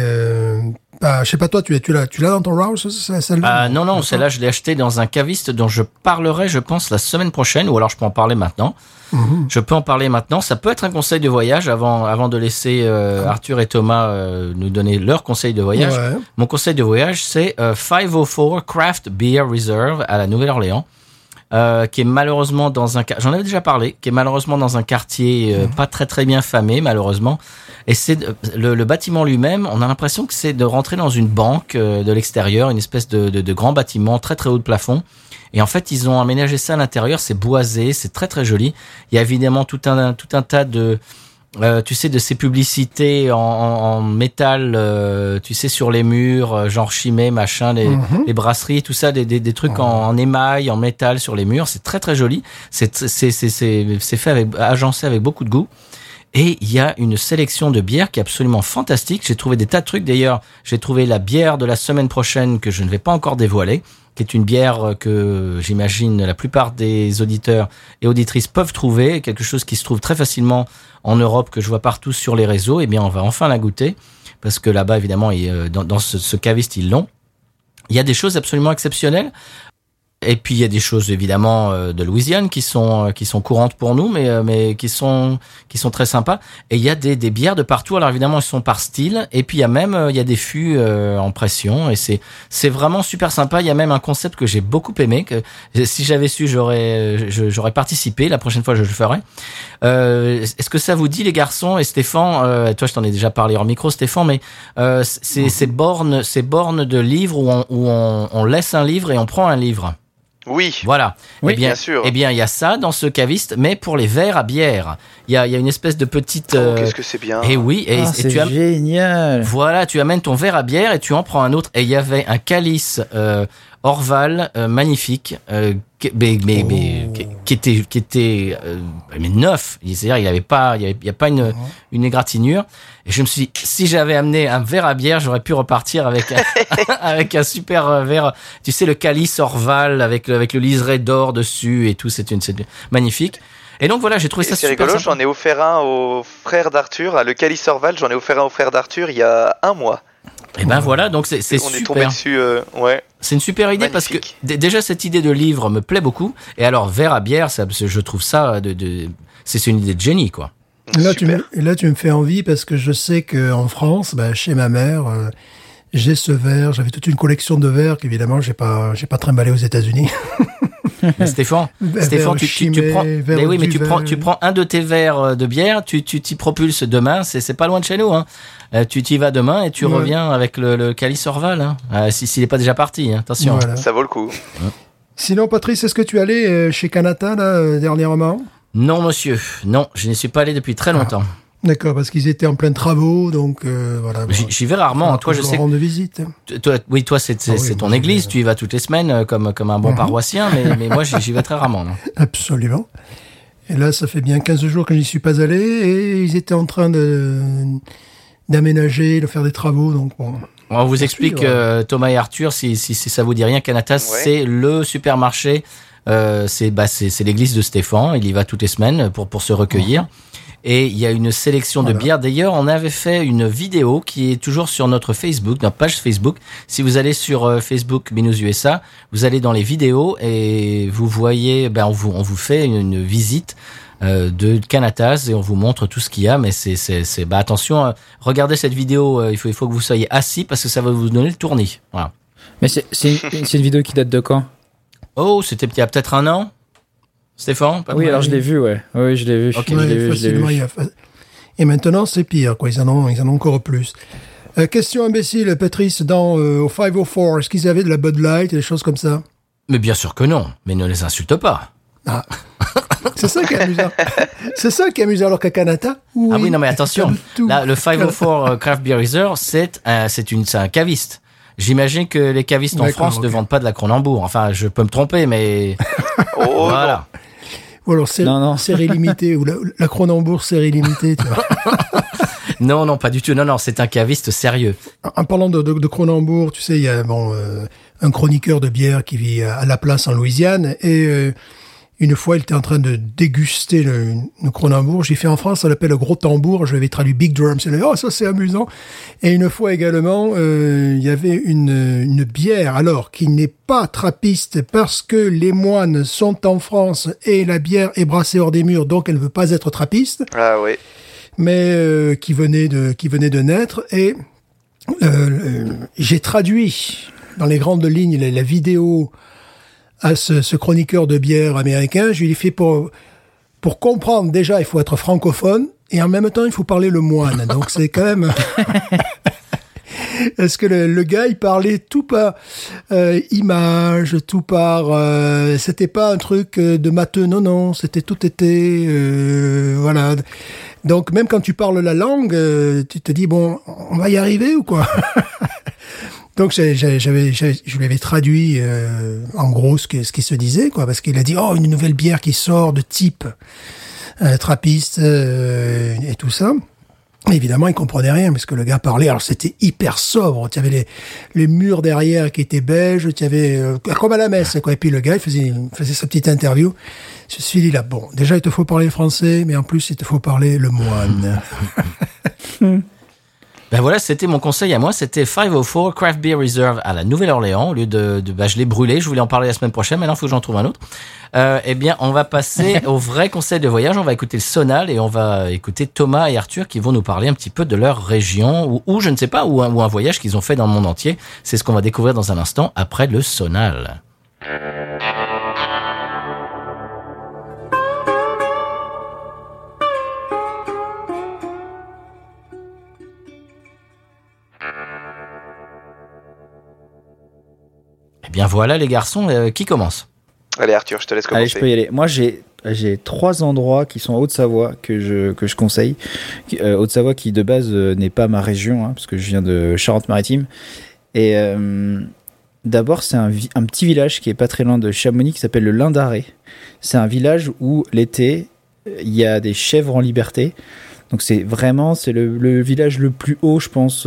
je sais pas, toi, tu l'as dans ton Rouse, celle-là? Non, celle-là, je l'ai achetée dans un caviste dont je parlerai, je pense, la semaine prochaine, ou alors je peux en parler maintenant. Mm-hmm. Je peux en parler maintenant. Ça peut être un conseil de voyage avant de laisser Arthur et Thomas nous donner leur conseil de voyage. Ouais. Mon conseil de voyage, c'est 504 Craft Beer Reserve à la Nouvelle-Orléans. Qui est malheureusement dans un... J'en avais déjà parlé, qui est malheureusement dans un quartier pas très très bien famé, malheureusement. Et c'est le bâtiment lui-même, on a l'impression que c'est de rentrer dans une banque de l'extérieur, une espèce de grand bâtiment très très haut de plafond. Et en fait, ils ont aménagé ça à l'intérieur, c'est boisé, c'est très très joli. Il y a évidemment tout un tas de... tu sais, de ces publicités en métal, tu sais, sur les murs, genre Chimay, machin, les brasseries, tout ça, des trucs en émail, en métal sur les murs. C'est très très joli. C'est fait agencé avec beaucoup de goût. Et il y a une sélection de bières qui est absolument fantastique. J'ai trouvé des tas de trucs. D'ailleurs, j'ai trouvé la bière de la semaine prochaine que je ne vais pas encore dévoiler, qui est une bière que j'imagine la plupart des auditeurs et auditrices peuvent trouver, quelque chose qui se trouve très facilement en Europe, que je vois partout sur les réseaux. Eh bien, on va enfin la goûter, parce que là-bas, évidemment, dans ce caviste, ils l'ont. Il y a des choses absolument exceptionnelles. Et puis il y a des choses évidemment de Louisiane qui sont courantes pour nous, mais qui sont très sympas. Et il y a des bières de partout. Alors évidemment, elles sont par style. Et puis il y a des fûts en pression. Et c'est vraiment super sympa. Il y a même un concept que j'ai beaucoup aimé. Que si j'avais su, j'aurais participé. La prochaine fois, je le ferai. Est-ce que ça vous dit, les garçons et Stéphane? Toi, je t'en ai déjà parlé hors micro, Stéphane. Mais ces bornes de livres où on laisse un livre et on prend un livre. Oui. Voilà. Oui, bien sûr. Eh bien, il y a ça dans ce caviste, mais pour les verres à bière. Il y a une espèce de petite. Qu'est-ce que c'est bien. Et oui. C'est génial. Voilà, tu amènes ton verre à bière et tu en prends un autre. Et il y avait un calice Orval magnifique, qui était mais neuf. C'est-à-dire, il y a pas une égratignure. Et je me suis dit, si j'avais amené un verre à bière, j'aurais pu repartir avec avec un super verre. Tu sais, le calice Orval avec le liseré d'or dessus et tout. C'est magnifique. Et donc voilà, j'ai trouvé ça super rigolo, sympa. J'en ai offert un au frère d'Arthur, le calice Orval, j'en ai offert un au frère d'Arthur il y a un mois. Et ben voilà, donc c'est on super. On est tombé dessus, ouais. C'est une super idée. Magnifique. Parce que déjà cette idée de livre me plaît beaucoup. Et alors verre à bière, je trouve ça c'est une idée de génie, quoi. Là tu me fais envie parce que je sais qu'en France, chez ma mère, j'ai ce verre. J'avais toute une collection de verres qu'évidemment j'ai pas trimballé aux États-Unis. Mais Stéphane, tu prends un de tes verres de bière, tu t'y propulses demain, c'est pas loin de chez nous, hein. Tu t'y vas demain et tu reviens avec le calice Orval, hein. S'il est pas déjà parti, hein. Attention. Voilà. Ça vaut le coup. Sinon, Patrice, est-ce que tu es allé chez Kanata là, dernièrement? Non, monsieur. Non, je n'y suis pas allé depuis très longtemps. D'accord, parce qu'ils étaient en plein travaux, donc voilà. J'y vais rarement. Toi, je sais. Rendre visite. Toi, c'est ton église. Tu y vas toutes les semaines comme un bon paroissien, mais moi, j'y vais très rarement. Non. Absolument. Et là, ça fait bien 15 jours que je n'y suis pas allé, et ils étaient en train d'aménager, de faire des travaux, donc bon. On vous explique, Thomas et Arthur, si ça vous dit rien, Kanata, c'est le supermarché. C'est l'église de Stéphane. Il y va toutes les semaines pour se recueillir. Et il y a une sélection de bières. D'ailleurs, on avait fait une vidéo qui est toujours sur notre Facebook, notre page Facebook. Si vous allez sur Facebook Binous USA, vous allez dans les vidéos et vous voyez, on vous fait une visite de Kanatas et on vous montre tout ce qu'il y a. Mais attention, regardez cette vidéo. Il faut que vous soyez assis parce que ça va vous donner le tournis. Voilà. Mais c'est une vidéo qui date de quand? Oh, c'était il y a peut-être un an. Stéphane? Oui, alors je l'ai vu, ouais. Oui, je l'ai vu. Okay. Ouais, facilement. Et maintenant, c'est pire, quoi. Ils en ont encore plus. Question imbécile, Patrice, au 504, est-ce qu'ils avaient de la Bud Light et des choses comme ça? Mais bien sûr que non, mais ne les insulte pas. Ah. C'est ça qui est amusant. C'est ça qui est amusant, alors qu'à Canada. Oui, ah oui, non, mais attention. Là, le 504 Craft Beer Reserve, c'est un caviste. J'imagine que les cavistes en France ne vendent pas de la Kronenbourg. Enfin, je peux me tromper, mais voilà. Ou alors série limitée, ou la Kronenbourg série limitée, tu vois. Non, pas du tout. Non, c'est un caviste sérieux. En parlant de Kronenbourg, tu sais, il y a un chroniqueur de bière qui vit à La Place en Louisiane, et une fois, il était en train de déguster le Kronenbourg. J'ai fait en France, on l'appelle le gros tambour. Je l'avais traduit Big Drum. C'est ça c'est amusant. Et une fois également, il y avait une bière, alors, qui n'est pas trappiste parce que les moines sont en France et la bière est brassée hors des murs, donc elle ne veut pas être trappiste. Ah oui. Mais qui venait de naître. Et j'ai traduit dans les grandes lignes la vidéo à ce chroniqueur de bière américain. Je lui ai fait pour comprendre, déjà, il faut être francophone, et en même temps, il faut parler le moine. Donc, c'est quand même... Est-ce que le gars, il parlait tout par image, tout par... c'était pas un truc de matheux, non, tout était... voilà. Donc, même quand tu parles la langue, tu te dis, bon, on va y arriver ou quoi? Donc je lui avais traduit en gros ce qui se disait, quoi, parce qu'il a dit une nouvelle bière qui sort de type trappiste et tout ça. Et évidemment, il comprenait rien parce que le gars parlait. Alors c'était hyper sobre. Tu avais les murs derrière qui étaient beiges. Tu avais comme à la messe, quoi. Et puis le gars, il faisait sa petite interview. Je me suis dit là, bon, déjà il te faut parler le français, mais en plus il te faut parler le moine. Ben voilà, c'était mon conseil à moi, c'était 504 Craft Beer Reserve à la Nouvelle-Orléans. Au lieu je l'ai brûlé, je voulais en parler la semaine prochaine, maintenant il faut que j'en trouve un autre. Eh bien, on va passer au vrai conseil de voyage, on va écouter le Sonal et on va écouter Thomas et Arthur qui vont nous parler un petit peu de leur région, ou je ne sais pas, ou un voyage qu'ils ont fait dans le monde entier. C'est ce qu'on va découvrir dans un instant après le Sonal. Eh bien voilà les garçons, qui commence? Allez Arthur, je te laisse commencer. Allez, je peux y aller. Moi j'ai 3 endroits qui sont en Haute-Savoie que je conseille. Haute-Savoie qui de base n'est pas ma région, parce que je viens de Charente-Maritime. Et d'abord c'est un petit village qui est pas très loin de Chamonix qui s'appelle le Lin-d'Arrée. C'est un village où l'été il y a des chèvres en liberté. Donc c'est le village le plus haut, je pense,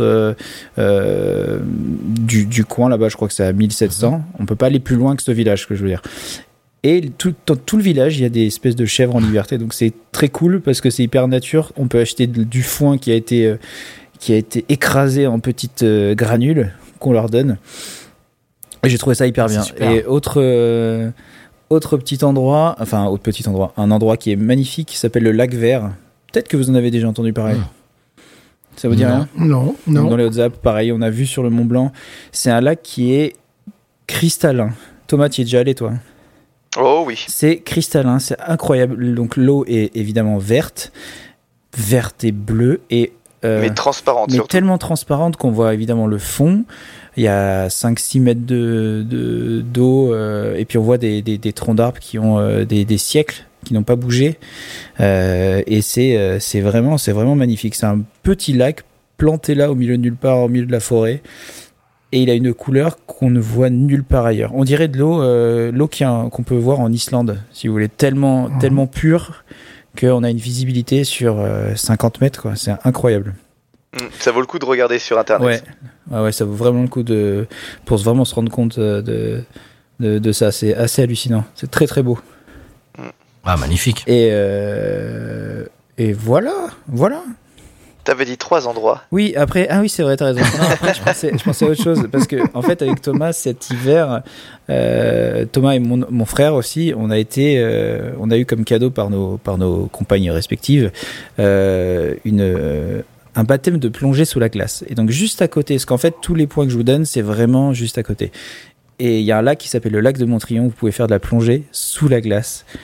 du coin là-bas. Je crois que c'est à 1700. On peut pas aller plus loin que ce village, que je veux dire. Et dans tout le village, il y a des espèces de chèvres en liberté. Donc c'est très cool parce que c'est hyper nature. On peut acheter du foin qui a été écrasé en petites granules qu'on leur donne. Et j'ai trouvé ça hyper bien. Super. Et autre petit endroit, un endroit qui est magnifique, qui s'appelle le Lac Vert. Peut-être que vous en avez déjà entendu parler. Ça vous dit rien ? Non. Dans les Hautes-Alpes, pareil, on a vu sur le Mont Blanc. C'est un lac qui est cristallin. Thomas, tu y es déjà allé, toi ? Oh oui. C'est cristallin, c'est incroyable. Donc l'eau est évidemment verte et bleue. Mais transparente, mais surtout. Tellement transparente qu'on voit évidemment le fond. Il y a 5-6 mètres d'eau. Et puis on voit des troncs d'arbres qui ont des siècles, qui n'ont pas bougé, et c'est vraiment magnifique. C'est un petit lac planté là au milieu de nulle part, au milieu de la forêt, et il a une couleur qu'on ne voit nulle part ailleurs. On dirait de l'eau qu'on peut voir en Islande, si vous voulez, tellement pure qu'on a une visibilité sur 50 mètres, quoi. C'est incroyable. Ça vaut le coup de regarder sur internet. Ouais, ça vaut vraiment le coup pour vraiment se rendre compte de ça. C'est assez hallucinant, c'est très très beau. Ah, magnifique. Et voilà. T'avais dit 3 endroits. Oui, après, oui, c'est vrai, t'as raison. Non, après, je pensais à autre chose, parce que, en fait, avec Thomas, cet hiver, Thomas et mon frère aussi, on a eu comme cadeau par nos compagnes respectives, un baptême de plongée sous la glace. Et donc, juste à côté, parce qu'en fait, tous les points que je vous donne, c'est vraiment juste à côté. Et il y a un lac qui s'appelle le lac de Montrion, où vous pouvez faire de la plongée sous la glace.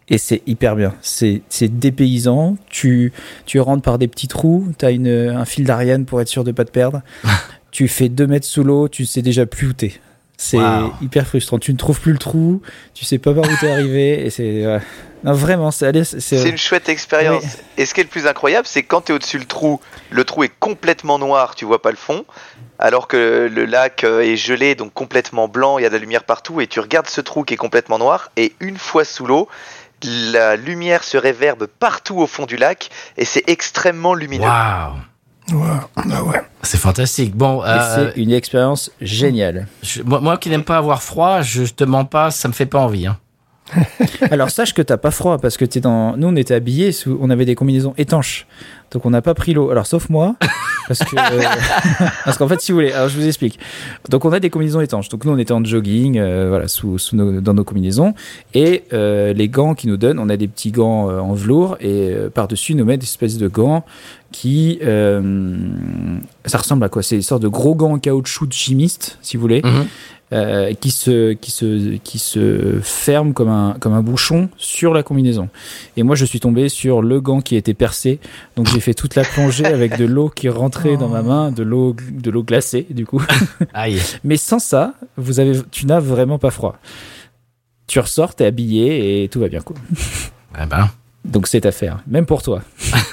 Et c'est hyper bien. C'est dépaysant. Tu rentres par des petits trous. T'as un fil d'Ariane pour être sûr de pas te perdre. Tu fais 2 mètres sous l'eau. Tu sais déjà plus où t'es. C'est hyper frustrant. Tu ne trouves plus le trou. Tu sais pas par où t'es arrivé. Et c'est non, vraiment. C'est une chouette expérience. Oui. Et ce qui est le plus incroyable, c'est quand t'es au-dessus le trou est complètement noir. Tu vois pas le fond. Alors que le lac est gelé, donc complètement blanc. Il y a de la lumière partout. Et tu regardes ce trou qui est complètement noir. Et une fois sous l'eau, la lumière se réverbe partout au fond du lac et c'est extrêmement lumineux. Waouh! Ouais. C'est fantastique. Bon, c'est une expérience géniale. Moi qui n'aime pas avoir froid, je te mens pas, ça me fait pas envie. Hein. Alors sache que t'as pas froid parce que nous on était habillés, on avait des combinaisons étanches, donc on n'a pas pris l'eau. Alors sauf moi, parce qu'en fait si vous voulez, alors je vous explique. Donc on a des combinaisons étanches. Donc nous on était en jogging, voilà, dans nos combinaisons et les gants qu'ils nous donnent, on a des petits gants en velours et par-dessus ils nous mettent des espèces de gants qui ça ressemble à quoi? C'est une sorte de gros gants en caoutchouc de chimiste, si vous voulez. Mm-hmm. Qui se ferme comme un bouchon sur la combinaison. Et moi, je suis tombé sur le gant qui était percé. Donc, j'ai fait toute la plongée avec de l'eau qui rentrait dans ma main, de l'eau glacée, du coup. Aïe. Mais sans ça, tu n'as vraiment pas froid. Tu ressors, t'es habillé et tout va bien, quoi. Eh ben. Donc, c'est à faire, même pour toi.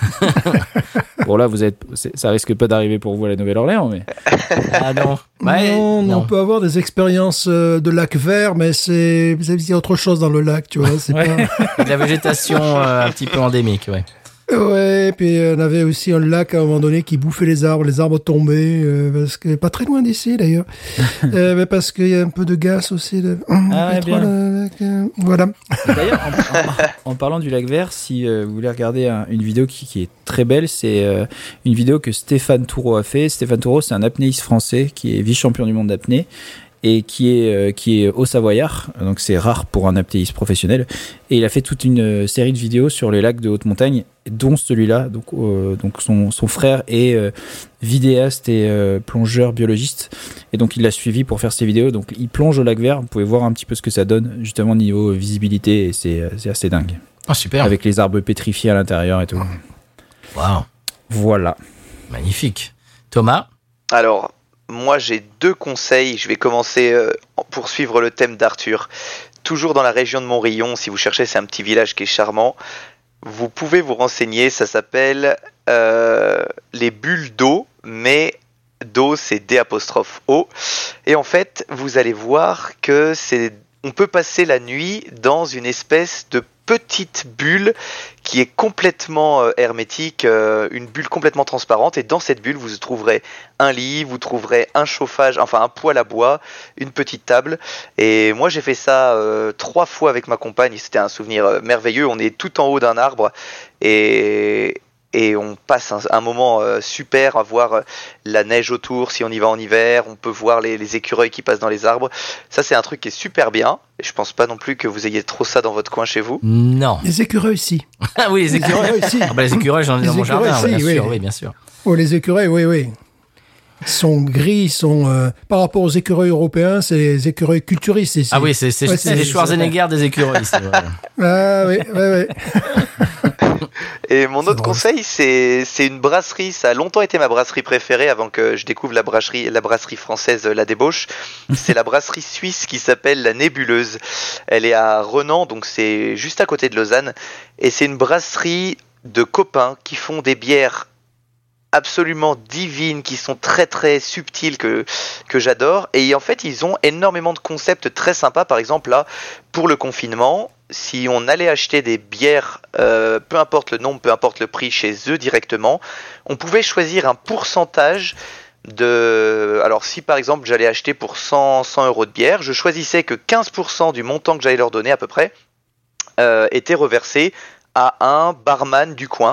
Bon, là, ça risque pas d'arriver pour vous à la Nouvelle-Orléans, mais... Ah non. Ouais, non, on peut avoir des expériences de lac vert, mais vous avez autre chose dans le lac, tu vois. C'est pas... De la végétation un petit peu endémique, ouais. Ouais, puis on avait aussi un lac à un moment donné qui bouffait les arbres tombaient, parce que pas très loin d'ici d'ailleurs, mais parce qu'il y a un peu de gaz aussi. Bien. Voilà. D'ailleurs, en parlant du lac vert, si vous voulez regarder une vidéo qui est très belle, c'est une vidéo que Stéphane Toureau a fait. Stéphane Toureau, c'est un apnéiste français qui est vice-champion du monde d'apnée et qui est au Savoyard, donc c'est rare pour un apnéiste professionnel, et il a fait toute une série de vidéos sur les lacs de haute montagne, dont celui-là. Donc son frère est vidéaste et plongeur biologiste, et donc il l'a suivi pour faire ses vidéos. Donc il plonge au lac vert, vous pouvez voir un petit peu ce que ça donne justement niveau visibilité, et c'est assez dingue. Oh, super. Avec les arbres pétrifiés à l'intérieur et tout. Waouh. Voilà. Magnifique. Thomas? Alors, moi, j'ai 2 conseils. Je vais commencer pour suivre le thème d'Arthur. Toujours dans la région de Montrillon, si vous cherchez, c'est un petit village qui est charmant. Vous pouvez vous renseigner, ça s'appelle les bulles d'eau, mais d'eau, c'est D''O. Et en fait, vous allez voir que on peut passer la nuit dans une espèce de petite bulle qui est complètement hermétique, une bulle complètement transparente, et dans cette bulle vous trouverez un lit, vous trouverez un chauffage, enfin un poêle à bois, une petite table. Et moi j'ai fait ça 3 fois avec ma compagne, c'était un souvenir merveilleux. On est tout en haut d'un arbre et on passe un moment super à voir la neige autour. Si on y va en hiver, on peut voir les écureuils qui passent dans les arbres. Ça, c'est un truc qui est super bien. Et je pense pas non plus que vous ayez trop ça dans votre coin chez vous. Non. Les écureuils, si. Ah oui, les écureuils. Les écureuils, j'en ai dans mon jardin, bien sûr. Oh, les écureuils, oui. Ils sont gris, par rapport aux écureuils européens, c'est les écureuils culturistes ici. Ah oui, c'est les Schwarzenegger des écureuils. C'est vrai. Ah oui. Et mon autre conseil, c'est une brasserie. Ça a longtemps été ma brasserie préférée avant que je découvre la brasserie française La Débauche. C'est la brasserie suisse qui s'appelle La Nébuleuse. Elle est à Renan, donc c'est juste à côté de Lausanne. Et c'est une brasserie de copains qui font des bières absolument divines, qui sont très très subtiles, que j'adore. Et en fait, ils ont énormément de concepts très sympas. Par exemple, là, pour le confinement, si on allait acheter des bières, peu importe le nombre, peu importe le prix, chez eux directement, on pouvait choisir un pourcentage alors si par exemple j'allais acheter pour 100 euros de bière, je choisissais que 15% du montant que j'allais leur donner à peu près était reversé à un barman du coin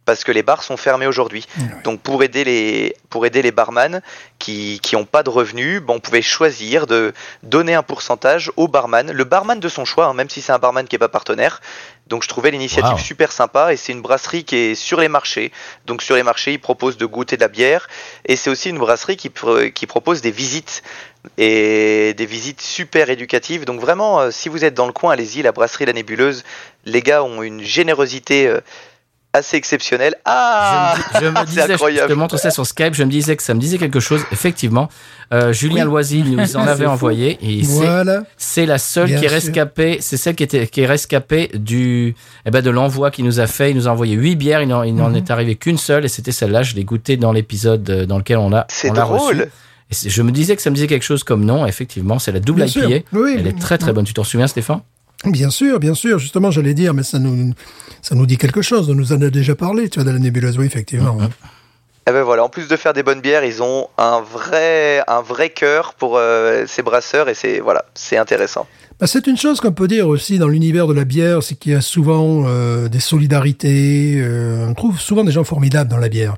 parce que les bars sont fermés aujourd'hui. Donc pour aider les barman qui ont pas de revenus, on pouvait choisir de donner un pourcentage au barman, le barman de son choix, même si c'est un barman qui est pas partenaire. Donc je trouvais l'initiative super sympa, et c'est une brasserie qui est sur les marchés. Donc sur les marchés, ils proposent de goûter de la bière, et c'est aussi une brasserie qui propose des visites, et des visites super éducatives. Donc vraiment, si vous êtes dans le coin, allez-y, la brasserie La Nébuleuse. Les gars ont une générosité assez exceptionnelle. Je me disais, je te montre ça sur Skype, je me disais que ça me disait quelque chose. Effectivement, Julien Loisy nous en avait envoyé, et c'est la seule qui est rescapée. C'est celle qui est rescapée de l'envoi qu'il nous a fait. Il nous a envoyé 8 bières, il n'en est arrivé qu'une seule, et c'était celle-là. Je l'ai goûtée dans l'épisode dans lequel on l'a reçue. Et je me disais que ça me disait quelque chose comme nom. Effectivement, c'est la double IPA. Elle est très très bonne. Tu t'en souviens, Stéphane ? Bien sûr. Justement, j'allais dire, mais ça nous dit quelque chose. On nous en a déjà parlé, tu vois, de La Nébuleuse, oui, effectivement. Et ben voilà, en plus de faire des bonnes bières, ils ont un vrai cœur pour ces brasseurs, et c'est intéressant. C'est une chose qu'on peut dire aussi dans l'univers de la bière, c'est qu'il y a souvent des solidarités. On trouve souvent des gens formidables dans la bière.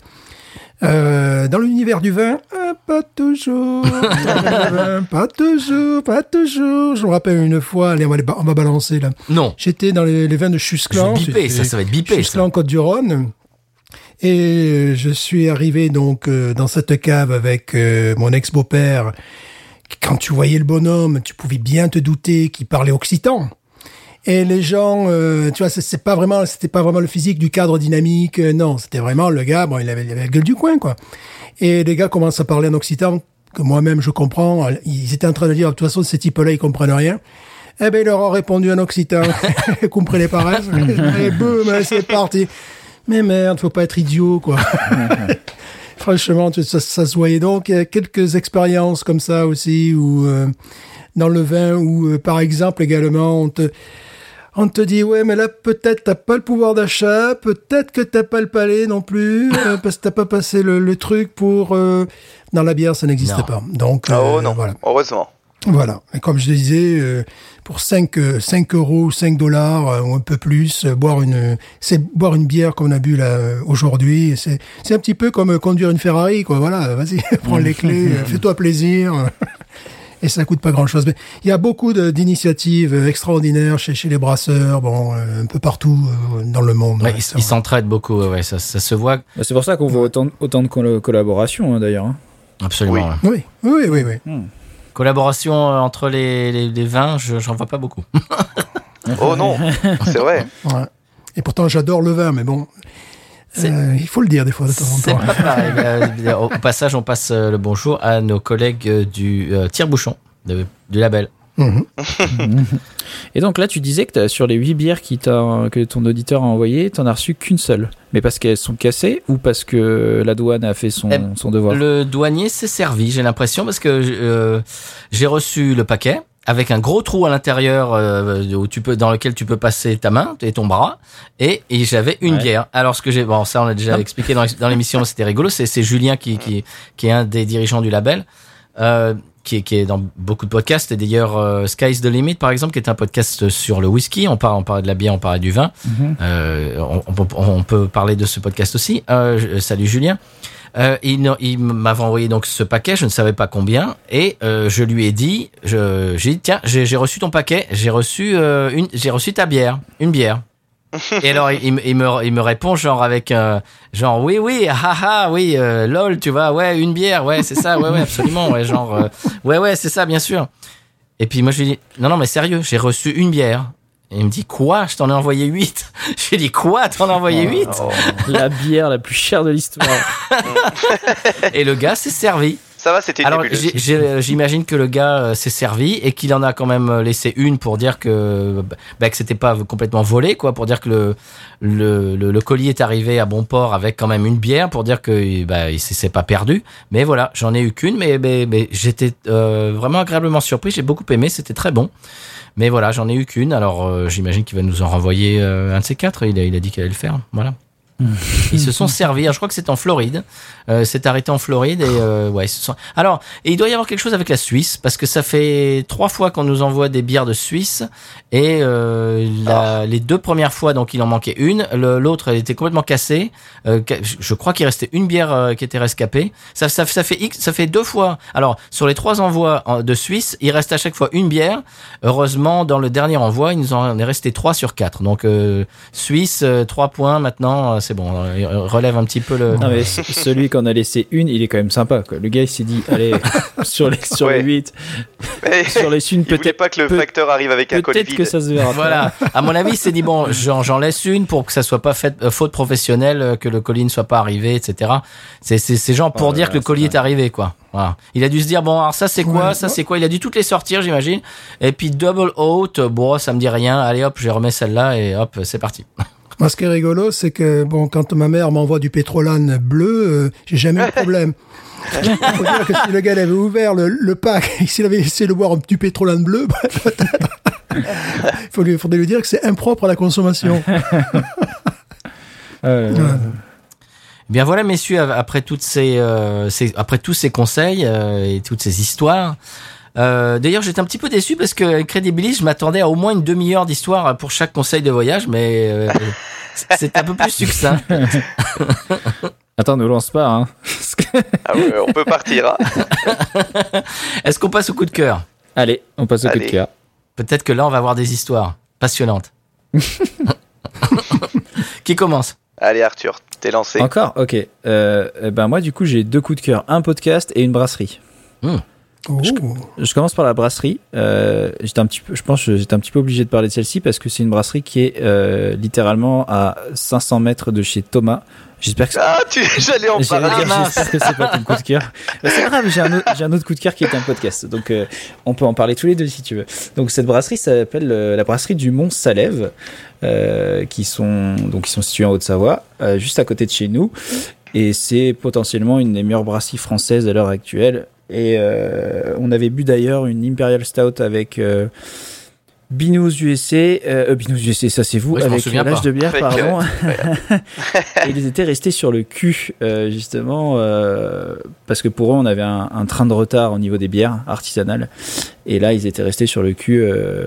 Dans l'univers du vin, pas toujours. Pas toujours. Je me rappelle une fois, allez, on va balancer là. Non. J'étais dans les vins de Chusclan. Ça va être bipé. Chusclan, Côte-du-Rhône. Et je suis arrivé donc dans cette cave avec mon ex-beau-père. Quand tu voyais le bonhomme, tu pouvais bien te douter qu'il parlait occitan. Et les gens, tu vois, c'était pas vraiment le physique du cadre dynamique, non, c'était vraiment le gars, il avait la gueule du coin, quoi. Et les gars commencent à parler en occitan, que moi-même je comprends. Ils étaient en train de dire, de toute façon, ces types-là, ils comprennent rien. Eh ben, ils leur ont répondu en occitan. Comprenez pas, et boum, c'est parti. Mais merde, faut pas être idiot, quoi. Franchement, ça se voyait. Donc, il y a quelques expériences comme ça aussi, où dans le vin, où par exemple également, on te dit, ouais, mais là, peut-être t'as pas le pouvoir d'achat, peut-être que t'as pas le palais non plus, parce que t'as pas passé le truc pour... Dans la bière, ça n'existe pas. Donc, non, voilà. Heureusement. Voilà. Et comme je le disais, pour 5 euros, $5, ou un peu plus, boire une bière qu'on a bu là aujourd'hui, c'est un petit peu comme conduire une Ferrari, quoi. Voilà, vas-y, prends les clés, fais-toi plaisir. Et ça coûte pas grand-chose. Mais il y a beaucoup d'initiatives extraordinaires chez les brasseurs, un peu partout dans le monde. Ouais, ils s'entraident beaucoup, ça se voit. C'est pour ça qu'on voit autant de collaborations, d'ailleurs. Hein. Absolument. Oui. Collaboration entre les vins, j'en vois pas beaucoup. Oh non, c'est vrai. Ouais. Et pourtant, j'adore le vin, mais bon... il faut le dire des fois de temps en temps. C'est pas pareil. Au passage, on passe le bonjour à nos collègues du tire-bouchon du label. Et donc là, tu disais que sur les 8 bières que ton auditeur a envoyées, tu n'en as reçu qu'une seule. Mais parce qu'elles sont cassées ou parce que la douane a fait son devoir ? Le douanier s'est servi, j'ai l'impression, parce que j'ai reçu le paquet avec un gros trou à l'intérieur dans lequel tu peux passer ta main et ton bras, et j'avais une bière. Alors ça on a déjà expliqué dans l'émission, c'était rigolo. C'est Julien qui est un des dirigeants du label, qui est dans beaucoup de podcasts, et d'ailleurs Sky's the Limit par exemple, qui est un podcast sur le whisky. On parlait de la bière, on parlait du vin. On peut parler de ce podcast aussi. Salut Julien. Il m'avait envoyé donc ce paquet, je ne savais pas combien, et je lui ai dit, j'ai dit tiens, j'ai reçu ton paquet, j'ai reçu ta bière, une bière. Et alors il me répond genre avec genre oui lol, tu vois, ouais, une bière, ouais, c'est ça, ouais absolument, ouais, genre ouais c'est ça, bien sûr. Et puis moi je lui dis non mais sérieux, j'ai reçu une bière. Et il me dit quoi, je t'en ai envoyé 8. J'ai dit quoi, t'en as envoyé 8? La bière la plus chère de l'histoire. Et le gars s'est servi. Ça va, c'était alors nébuleux. j'imagine que le gars s'est servi et qu'il en a quand même laissé une pour dire que c'était pas complètement volé, quoi, pour dire que le colis est arrivé à bon port avec quand même une bière, pour dire que il s'est pas perdu. Mais voilà, j'en ai eu qu'une, mais j'étais vraiment agréablement surpris, j'ai beaucoup aimé, c'était très bon. Mais voilà, j'en ai eu qu'une, alors j'imagine qu'il va nous en renvoyer un de ces quatre, il a dit qu'il allait le faire, voilà. Ils se sont servis. Alors, je crois que c'est en Floride. C'est arrêté en Floride et ouais. Alors, et il doit y avoir quelque chose avec la Suisse parce que ça fait 3 fois qu'on nous envoie des bières de Suisse et les 2 premières fois, donc il en manquait une. L'autre, elle était complètement cassée. Je crois qu'il restait une bière qui était rescapée. Ça fait 2 fois. Alors, sur les 3 envois de Suisse, il reste à chaque fois une bière. Heureusement, dans le dernier envoi, il nous en est resté 3 sur 4. Donc, Suisse, 3 points maintenant. C'est bon, il relève un petit peu le... Non mais celui qu'on a laissé une, il est quand même sympa, quoi. Le gars, il s'est dit, allez, sur les 8, sur les une, peut-être... Il voulait pas que le facteur arrive avec un colis vide. Peut-être que ça se verra. Voilà, à mon avis, il s'est dit, bon, j'en laisse une pour que ça soit pas faute professionnelle, que le colis ne soit pas arrivé, etc. C'est genre pour dire que le colis est arrivé, quoi. Voilà. Il a dû se dire, bon, alors ça c'est quoi, ça c'est quoi. Il a dû toutes les sortir, j'imagine. Et puis double out, bon, ça me dit rien. Allez hop, je remets celle-là et hop, c'est parti. Moi, ce qui est rigolo, c'est que bon, quand ma mère m'envoie du pétrolane bleu, j'ai jamais eu de problème. Faut dire que si le gars avait ouvert le pack et s'il avait essayé de boire du pétrolane bleu, peut-être. Il faudrait lui dire que c'est impropre à la consommation. Bien voilà, messieurs, après toutes après tous ces conseils et toutes ces histoires. D'ailleurs, j'étais un petit peu déçu parce que Incredibilis, je m'attendais à au moins une demi-heure d'histoire pour chaque conseil de voyage, mais c'est un peu plus succinct. Attends, ne lance pas, hein. Ah ouais, on peut partir, hein. Est-ce qu'on passe au coup de cœur ? Allez, on passe au coup de cœur. Peut-être que là, on va avoir des histoires passionnantes. Qui commence ? Allez, Arthur, t'es lancé. Encore ? Ok. Moi, du coup, j'ai 2 coups de cœur. Un podcast et une brasserie. Je commence par la brasserie. J'étais un petit peu obligé de parler de celle-ci parce que c'est une brasserie qui est littéralement à 500 mètres de chez Thomas. J'espère que j'allais en parler. J'espère que c'est pas ton coup de cœur. C'est pas grave, j'ai un autre coup de cœur qui est un podcast. Donc on peut en parler tous les deux si tu veux. Donc cette brasserie s'appelle la brasserie du Mont Salève, qui sont situés en Haute-Savoie, juste à côté de chez nous. Et c'est potentiellement une des meilleures brasseries françaises à l'heure actuelle. Et on avait bu d'ailleurs une Imperial Stout avec Binous USA, Binous USA, ça c'est vous, oui, avec l'âge de bière, pardon. Et ils étaient restés sur le cul, justement, parce que pour eux, on avait un train de retard au niveau des bières artisanales. Et là, ils étaient restés sur le cul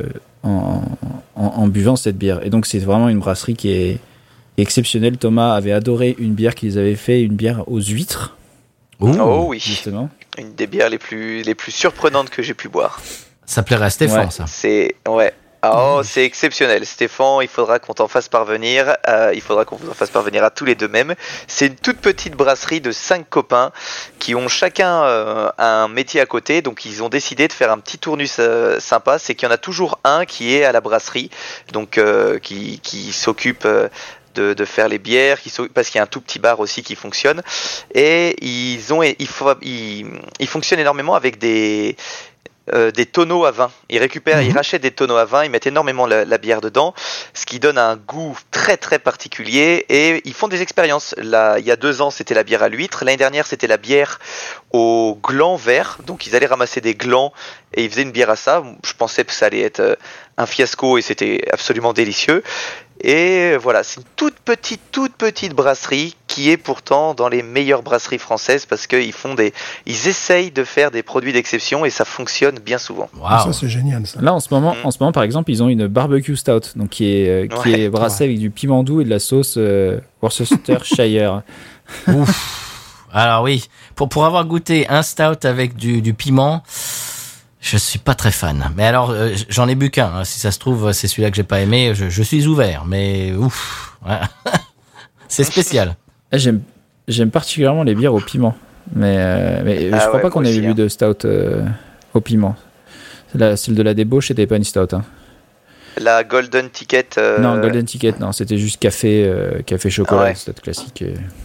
en buvant cette bière. Et donc, c'est vraiment une brasserie qui est exceptionnelle. Thomas avait adoré une bière qu'ils avaient fait, une bière aux huîtres. Oh oui, justement. Une des bières les plus surprenantes que j'ai pu boire. Ça plairait à Stéphane, ça. C'est c'est exceptionnel. Stéphane, il faudra qu'on t'en fasse parvenir. Il faudra qu'on vous en fasse parvenir à tous les deux même. C'est une toute petite brasserie de 5 copains qui ont chacun un métier à côté. Donc ils ont décidé de faire un petit tournus sympa. C'est qu'il y en a toujours un qui est à la brasserie, donc qui s'occupe de faire les bières, parce qu'il y a un tout petit bar aussi qui fonctionne. Et ils fonctionnent énormément avec des tonneaux à vin. Ils rachètent des tonneaux à vin, ils mettent énormément la bière dedans, ce qui donne un goût très très particulier, et ils font des expériences. Là, il y a 2 ans, c'était la bière à l'huître. L'année dernière, c'était la bière au gland vert. Donc, ils allaient ramasser des glands et ils faisaient une bière à ça. Je pensais que ça allait être un fiasco et c'était absolument délicieux. Et voilà, c'est une toute petite brasserie qui est pourtant dans les meilleures brasseries françaises parce qu'ils essayent de faire des produits d'exception et ça fonctionne bien souvent. Wow. Ça, c'est génial, ça. Là, en ce moment, par exemple, ils ont une barbecue stout, donc qui est brassée avec du piment doux et de la sauce Worcestershire. Ouf. Alors oui, pour avoir goûté un stout avec du piment, je suis pas très fan. Mais alors, j'en ai bu qu'un. Hein. Si ça se trouve, c'est celui-là que j'ai pas aimé. Je suis ouvert, mais ouf, ouais. C'est spécial. J'aime particulièrement les bières au piment, mais je crois pas qu'on ait bu de stout au piment. Celle de la débauche, c'était pas une stout. Hein. La Golden Ticket. Non, Golden Ticket, non, c'était juste café chocolat, stout classique.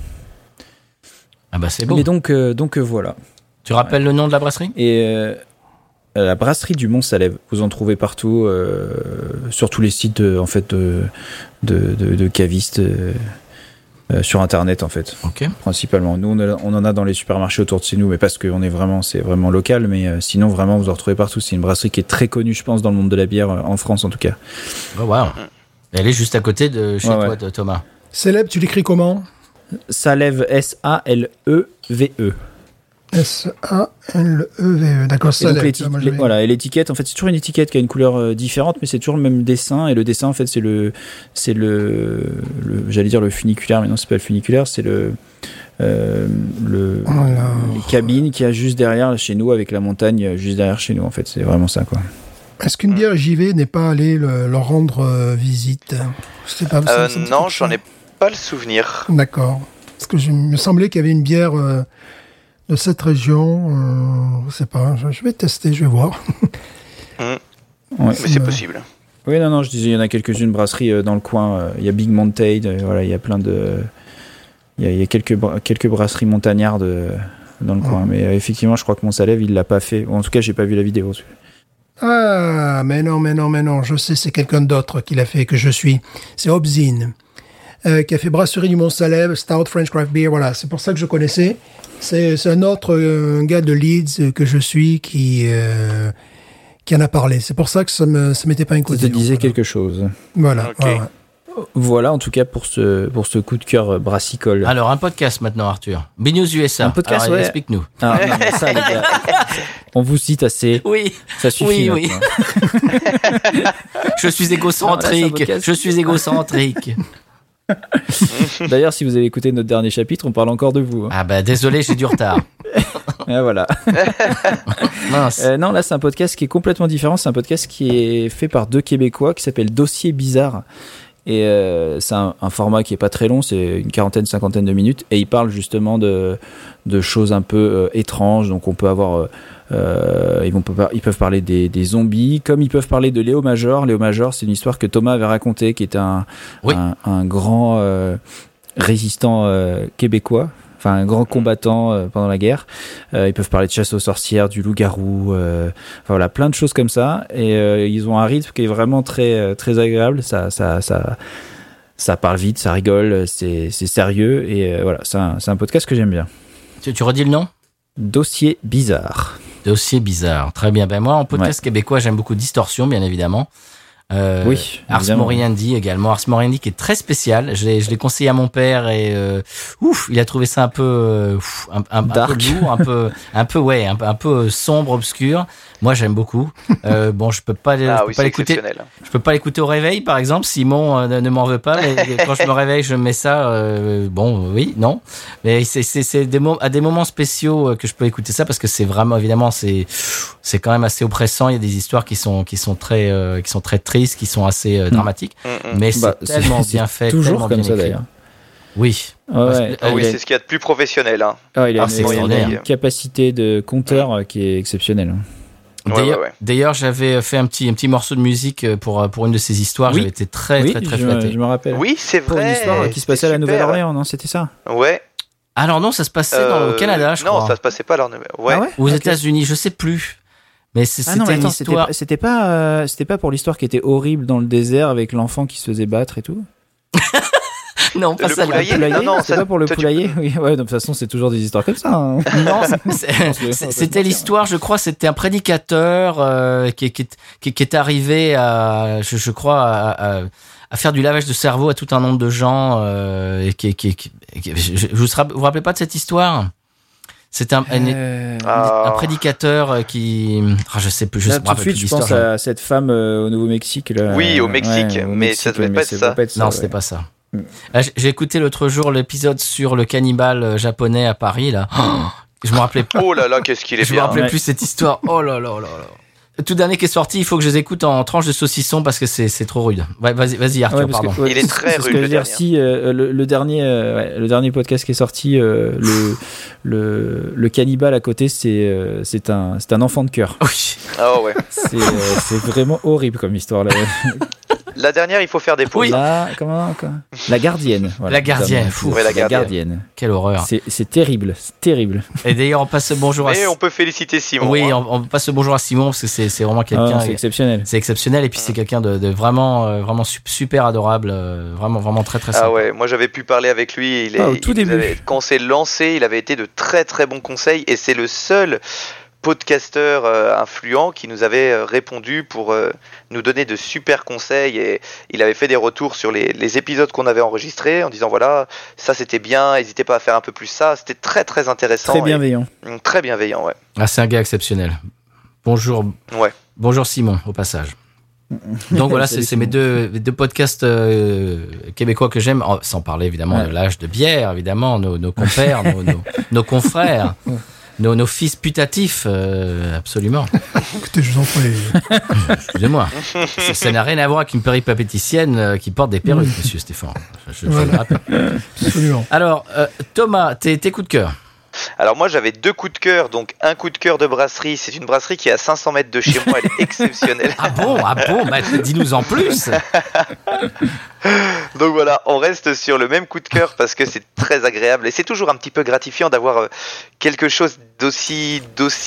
Ah bah c'est beau. Mais donc voilà. Tu rappelles le nom de la brasserie ? Et la brasserie du Mont Salève. Vous en trouvez partout, sur tous les sites de cavistes, sur Internet en fait. Okay. Principalement. Nous, on en a dans les supermarchés autour de chez nous, mais parce que c'est vraiment local. Mais sinon, vraiment, vous en retrouvez partout. C'est une brasserie qui est très connue, je pense, dans le monde de la bière, en France en tout cas. Oh, wow. Elle est juste à côté de chez toi, Thomas. Saleb, tu l'écris comment? Saleve, S-A-L-E-V-E. S-A-L-E-V-E. D'accord, Et donc Saleb. voilà, et l'étiquette, en fait, c'est toujours une étiquette qui a une couleur différente, mais c'est toujours le même dessin. Et le dessin, en fait, c'est le j'allais dire le funiculaire, mais non, c'est pas le funiculaire, c'est les cabines qu'il y a juste derrière chez nous, avec la montagne juste derrière chez nous. En fait, c'est vraiment ça, quoi. Est-ce qu'une bière JV n'est pas allée leur rendre visite? C'est pas ça, non, j'en ai pas le souvenir. D'accord. Parce que il me semblait qu'il y avait une bière de cette région. Je sais pas. Je vais tester, je vais voir. Ouais. Mais c'est possible. Oui, non, je disais, il y en a quelques-unes brasseries dans le coin. Il y a Big Mountain, voilà, il y a plein de... Il y a quelques brasseries montagnardes dans le coin. Mais effectivement, je crois que Montsalève, il l'a pas fait. Ou en tout cas, j'ai pas vu la vidéo. Ah, mais non. Je sais, c'est quelqu'un d'autre qui l'a fait, que je suis. C'est Obzine, qui a fait Brasserie du Mont-Salève, Stout French Craft Beer. Voilà, c'est pour ça que je connaissais. C'est un autre un gars de Leeds que je suis qui en a parlé. C'est pour ça que ça m'était pas inconnu. Ça te disait quelque chose. Voilà. Ok. Ouais. Voilà, en tout cas, pour ce coup de cœur brassicole. Alors, un podcast maintenant, Arthur. BNews USA. Un podcast, alors, ouais. explique-nous. Ah, non, mais ça, les gars, on vous cite assez. Oui. Ça suffit. Oui. Je suis égocentrique. Je suis égocentrique. D'ailleurs, si vous avez écouté notre dernier chapitre, on parle encore de vous. Ah bah désolé, j'ai du retard. Et voilà. Mince. Non, là, c'est un podcast qui est complètement différent. C'est un podcast qui est fait par deux Québécois qui s'appelle Dossier Bizarre. Et c'est un format qui est pas très long, c'est une cinquantaine de minutes. Et ils parlent justement de choses un peu étranges. Donc on peut avoir... ils peuvent parler des zombies, comme ils peuvent parler de Léo Major. Léo Major, c'est une histoire que Thomas avait racontée, qui était un grand résistant québécois, enfin un grand combattant pendant la guerre. Ils peuvent parler de chasse aux sorcières, du loup-garou, voilà, plein de choses comme ça. Et ils ont un rythme qui est vraiment très très agréable. Ça parle vite, ça rigole, c'est sérieux. Et voilà, c'est un podcast que j'aime bien. Tu redis le nom? Dossier Bizarre. Dossier Bizarre. Très bien. Ben moi, en podcast québécois, j'aime beaucoup Distorsion, bien évidemment. Oui, Ars Moriendi également. Ars Moriendi qui est très spécial. Je l'ai conseillé à mon père et il a trouvé ça un peu un peu lourd, un peu sombre, obscur. Moi, j'aime beaucoup. Bon, je peux pas l'écouter. Je peux pas l'écouter au réveil, par exemple. Simon ne m'en veut pas, mais quand je me réveille, je mets ça. Bon, oui, non. Mais c'est à des moments spéciaux que je peux écouter ça parce que c'est vraiment, évidemment, c'est quand même assez oppressant. Il y a des histoires qui sont très tristes, qui sont assez dramatiques. Mais c'est tellement bien fait, toujours comme ça écrit. d'ailleurs. Oui. Oui, c'est ce qu'il y a de plus professionnel. Hein. Il a une capacité de conteur qui est exceptionnelle. D'ailleurs, j'avais fait un petit morceau de musique pour une de ces histoires. J'avais été très flatté. Je me rappelle. Oui, c'est vrai. Pour une histoire qui se passait à la Nouvelle-Orléans, non? C'était ça? Ouais. Alors non, ça se passait au Canada, je crois. Non, ça se passait pas à la Ouais. Aux États-Unis, je sais plus. Mais c'était une histoire. C'était pas pour l'histoire qui était horrible dans le désert avec l'enfant qui se faisait battre et tout. Non, pas ça. Le poulailler. Non, c'est pas pour le poulailler. Oui, ouais, de toute façon, c'est toujours des histoires comme ça. Hein. Non, c'était l'histoire. Je crois, c'était un prédicateur qui est arrivé à, je crois, à faire du lavage de cerveau à tout un nombre de gens. Vous vous rappelez pas de cette histoire? C'est un prédicateur qui... je sais plus, tout de suite, je pense à cette femme au Nouveau-Mexique. Là. Oui, au Mexique, mais ça devait pas être ça. Non, c'était pas ça. J'ai écouté l'autre jour l'épisode sur le cannibale japonais à Paris, là. Je me rappelais pas. Oh là là, qu'est-ce qu'il est bien. Je me rappelais plus cette histoire. Oh là là là là. Le tout dernier qui est sorti, il faut que je les écoute en tranches de saucisson parce que c'est trop rude. Ouais, vas-y Arthur, pardon. Il est très rude. Le dernier podcast qui est sorti, le cannibale à côté, c'est un enfant de cœur. Oui. Ah ouais. C'est vraiment horrible comme histoire là. La dernière, il faut faire des pauses. Oui. La gardienne. Voilà, la gardienne. La gardienne. Quelle horreur. C'est terrible. Et d'ailleurs, on passe le bonjour on peut féliciter Simon. Oui, on passe le bonjour à Simon parce que c'est vraiment quelqu'un. C'est exceptionnel. C'est exceptionnel et puis c'est quelqu'un de vraiment super adorable, vraiment très très sympa. Ah ouais, moi j'avais pu parler avec lui. Au tout début. Quand on s'est lancé, il avait été de très très bons conseils et c'est le seul podcasteur influent qui nous avait répondu pour nous donner de super conseils, et il avait fait des retours sur les épisodes qu'on avait enregistrés en disant voilà, ça c'était bien, n'hésitez pas à faire un peu plus ça. C'était très très intéressant. Très bienveillant. Très bienveillant, ouais. Ah, c'est un gars exceptionnel. Bonjour. Ouais. Bonjour Simon, au passage. Donc voilà, c'est mes deux podcasts québécois que j'aime, sans parler évidemment de l'âge de bière, évidemment, nos compères, nos confrères, nos fils putatifs, absolument. Écoutez, je vous en prie. Excusez-moi, ça n'a rien à voir avec une péripapéticienne qui porte des perruques, monsieur Stéphane. Je le rappelle. Absolument. Alors, Thomas, tes coups de cœur. Alors moi j'avais 2 coups de cœur, donc un coup de cœur de brasserie, c'est une brasserie qui est à 500 mètres de chez moi, elle est exceptionnelle. Ah bon, bah, dis-nous en plus. Donc voilà, on reste sur le même coup de cœur parce que c'est très agréable et c'est toujours un petit peu gratifiant d'avoir quelque chose d'aussi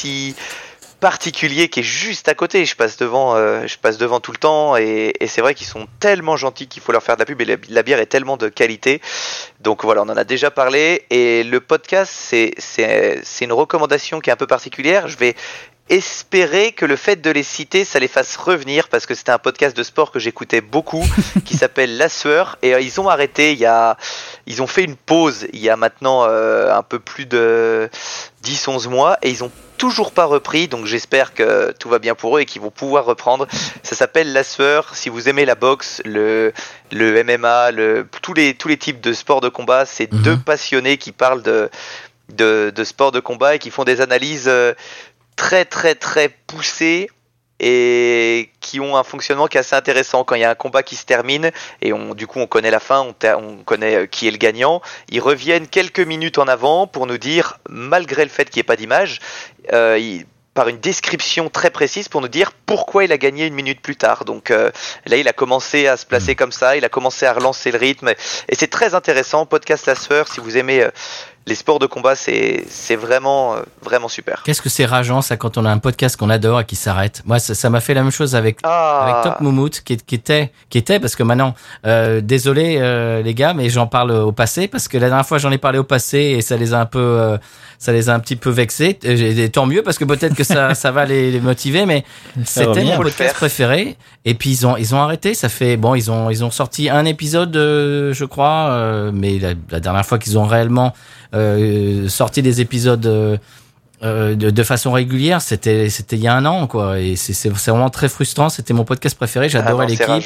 particulier qui est juste à côté. Je passe devant tout le temps et c'est vrai qu'ils sont tellement gentils qu'il faut leur faire de la pub, et la bière est tellement de qualité. Donc voilà, on en a déjà parlé, et le podcast c'est une recommandation qui est un peu particulière. Je vais espérer que le fait de les citer, ça les fasse revenir, parce que c'était un podcast de sport que j'écoutais beaucoup, qui s'appelle La Sueur, et ils ont arrêté, ils ont fait une pause il y a maintenant un peu plus de 10-11 mois, et ils ont toujours pas repris, donc j'espère que tout va bien pour eux et qu'ils vont pouvoir reprendre. Ça s'appelle La Sueur. Si vous aimez la boxe, le MMA, tous les types de sports de combat, c'est 2 passionnés qui parlent de sports de combat et qui font des analyses très très très poussées et qui ont un fonctionnement qui est assez intéressant. Quand il y a un combat qui se termine et du coup on connaît la fin, on connaît qui est le gagnant, ils reviennent quelques minutes en avant pour nous dire, malgré le fait qu'il n'y ait pas d'image, par une description très précise, pour nous dire pourquoi il a gagné une minute plus tard. Donc là il a commencé à se placer comme ça, il a commencé à relancer le rythme, et c'est très intéressant. Podcast La Sueur, si vous aimez les sports de combat, c'est vraiment vraiment super. Qu'est-ce que c'est rageant ça, quand on a un podcast qu'on adore et qui s'arrête. Moi ça m'a fait la même chose avec Top Moumout qui était parce que maintenant désolé les gars, mais j'en parle au passé, parce que la dernière fois j'en ai parlé au passé et ça les a un petit peu vexés, et tant mieux, parce que peut-être que ça va les motiver, mais c'était mon podcast préféré. Et puis ils ont arrêté. Ça fait ils ont sorti un épisode je crois, mais la dernière fois qu'ils ont réellement sorti des épisodes de façon régulière, c'était il y a 1 an, quoi. Et c'est vraiment très frustrant. C'était mon podcast préféré, j'adorais l'équipe.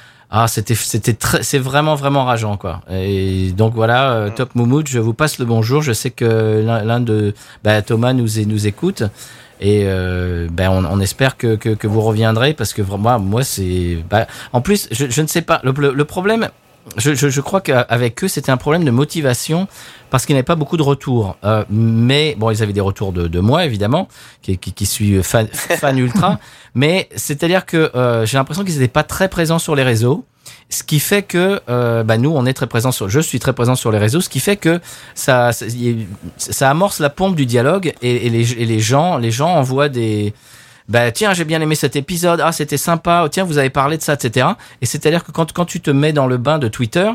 C'est vraiment vraiment rageant, quoi. Et donc voilà, Top Moumout, je vous passe le bonjour. Je sais que l'un de Thomas nous écoute, et on espère que vous reviendrez, parce que vraiment moi c'est en plus je ne sais pas, le problème. Je crois qu'avec eux, c'était un problème de motivation, parce qu'ils n'avaient pas beaucoup de retours. Mais bon, ils avaient des retours de moi, évidemment, qui suis fan ultra. Mais c'est-à-dire que j'ai l'impression qu'ils n'étaient pas très présents sur les réseaux. Ce qui fait que nous, on est très présents je suis très présent sur les réseaux, ce qui fait que ça amorce la pompe du dialogue, et les gens envoient des... tiens, j'ai bien aimé cet épisode, c'était sympa, tiens, vous avez parlé de ça, etc. Et c'est-à-dire que quand tu te mets dans le bain de Twitter,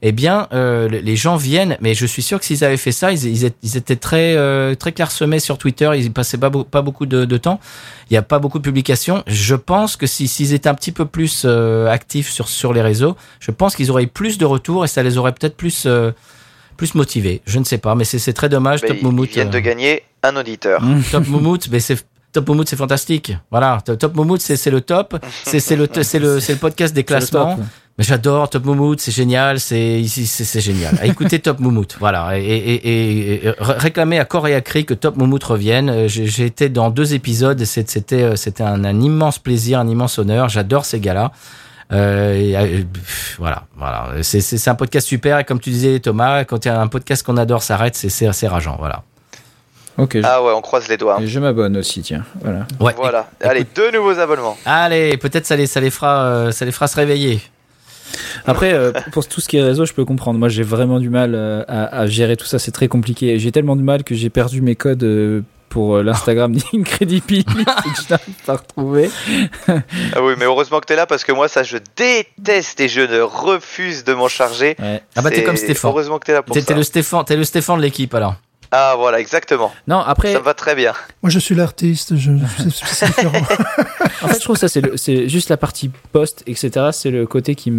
les gens viennent, mais je suis sûr que s'ils avaient fait ça, ils étaient très très clairsemés sur Twitter, ils passaient pas beaucoup de temps, il y a pas beaucoup de publications. Je pense que s'ils étaient un petit peu plus actifs sur les réseaux, je pense qu'ils auraient eu plus de retours, et ça les aurait peut-être plus motivés. Je ne sais pas, mais c'est très dommage. Top Moumout, ils viennent de gagner un auditeur. Top Moumout, Top Moumout, c'est fantastique. Voilà, Top Moumout, c'est le top. C'est le podcast des classements. Mais j'adore Top Moumout, c'est génial, c'est génial. Écoutez Top Moumout, voilà, et réclamer à corps et à cri que Top Moumout revienne. J'ai été dans 2 épisodes, et c'était un immense plaisir, un immense honneur. J'adore ces gars-là. Voilà. C'est un podcast super, et comme tu disais Thomas, quand il y a un podcast qu'on adore s'arrête, c'est rageant, voilà. Ok. On croise les doigts. Et je m'abonne aussi, tiens. Voilà. Ouais. Voilà. Allez, 2 nouveaux abonnements. Allez, peut-être ça les fera se réveiller. Après, pour tout ce qui est réseau, je peux comprendre. Moi, j'ai vraiment du mal à gérer tout ça. C'est très compliqué. J'ai tellement de mal que j'ai perdu mes codes pour l'Instagram d'Incredibilis, que je n'arrive pas à retrouver. Oui, mais heureusement que t'es là, parce que moi, ça, je déteste et je ne refuse de m'en charger. Ouais. T'es comme Stéphane. Heureusement que t'es là pour ça. T'es le Stéphane de l'équipe, alors. Ah voilà, exactement. Non, après, Ça me va très bien. Moi, je suis l'artiste, c'est différent. en fait, je trouve que ça, c'est juste la partie post, etc. C'est le côté qui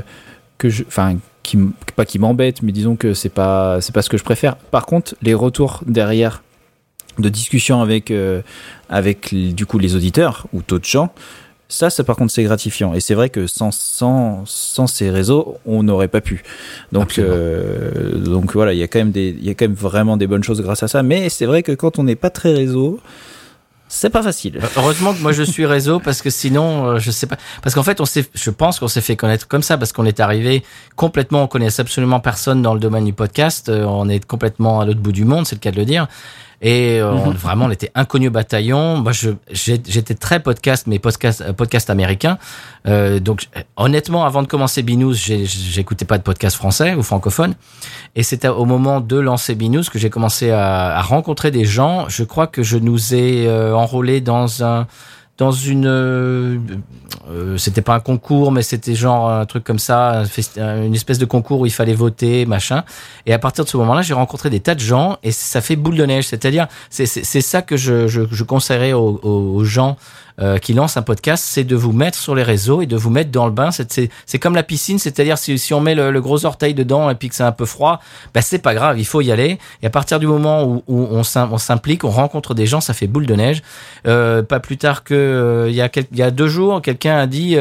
m'embête, mais disons que c'est pas ce que je préfère. Par contre, les retours derrière de discussion avec du coup les auditeurs ou d'autres gens, ça par contre c'est gratifiant, et c'est vrai que sans ces réseaux on n'aurait pas pu, donc voilà, il y a quand même vraiment des bonnes choses grâce à ça, mais c'est vrai que quand on n'est pas très réseau, c'est pas facile. Heureusement que moi je suis réseau, parce que sinon je sais pas, parce qu'en fait je pense qu'on s'est fait connaître comme ça, parce qu'on est arrivé complètement, on connaissait absolument personne dans le domaine du podcast, on est complètement à l'autre bout du monde, c'est le cas de le dire. Et vraiment, on était inconnu au bataillon. Moi, j'étais très podcast, mais podcast américain. Donc, honnêtement, avant de commencer BNews, j'écoutais pas de podcast français ou francophone. Et c'était au moment de lancer BNews que j'ai commencé à rencontrer des gens. Je crois que je nous ai enrôlés dans une c'était pas un concours, mais c'était genre un truc comme ça, une espèce de concours où il fallait voter, machin. Et à partir de ce moment-là, j'ai rencontré des tas de gens, et ça fait boule de neige. C'est-à-dire, c'est ça que je conseillerais aux gens qui lancent un podcast, c'est de vous mettre sur les réseaux et de vous mettre dans le bain. C'est comme la piscine, c'est-à-dire si on met le gros orteil dedans et puis que c'est un peu froid, bah c'est pas grave, il faut y aller. Et à partir du moment où on s'implique, on rencontre des gens, ça fait boule de neige. Pas plus tard que il y a 2 jours, quelqu'un a dit,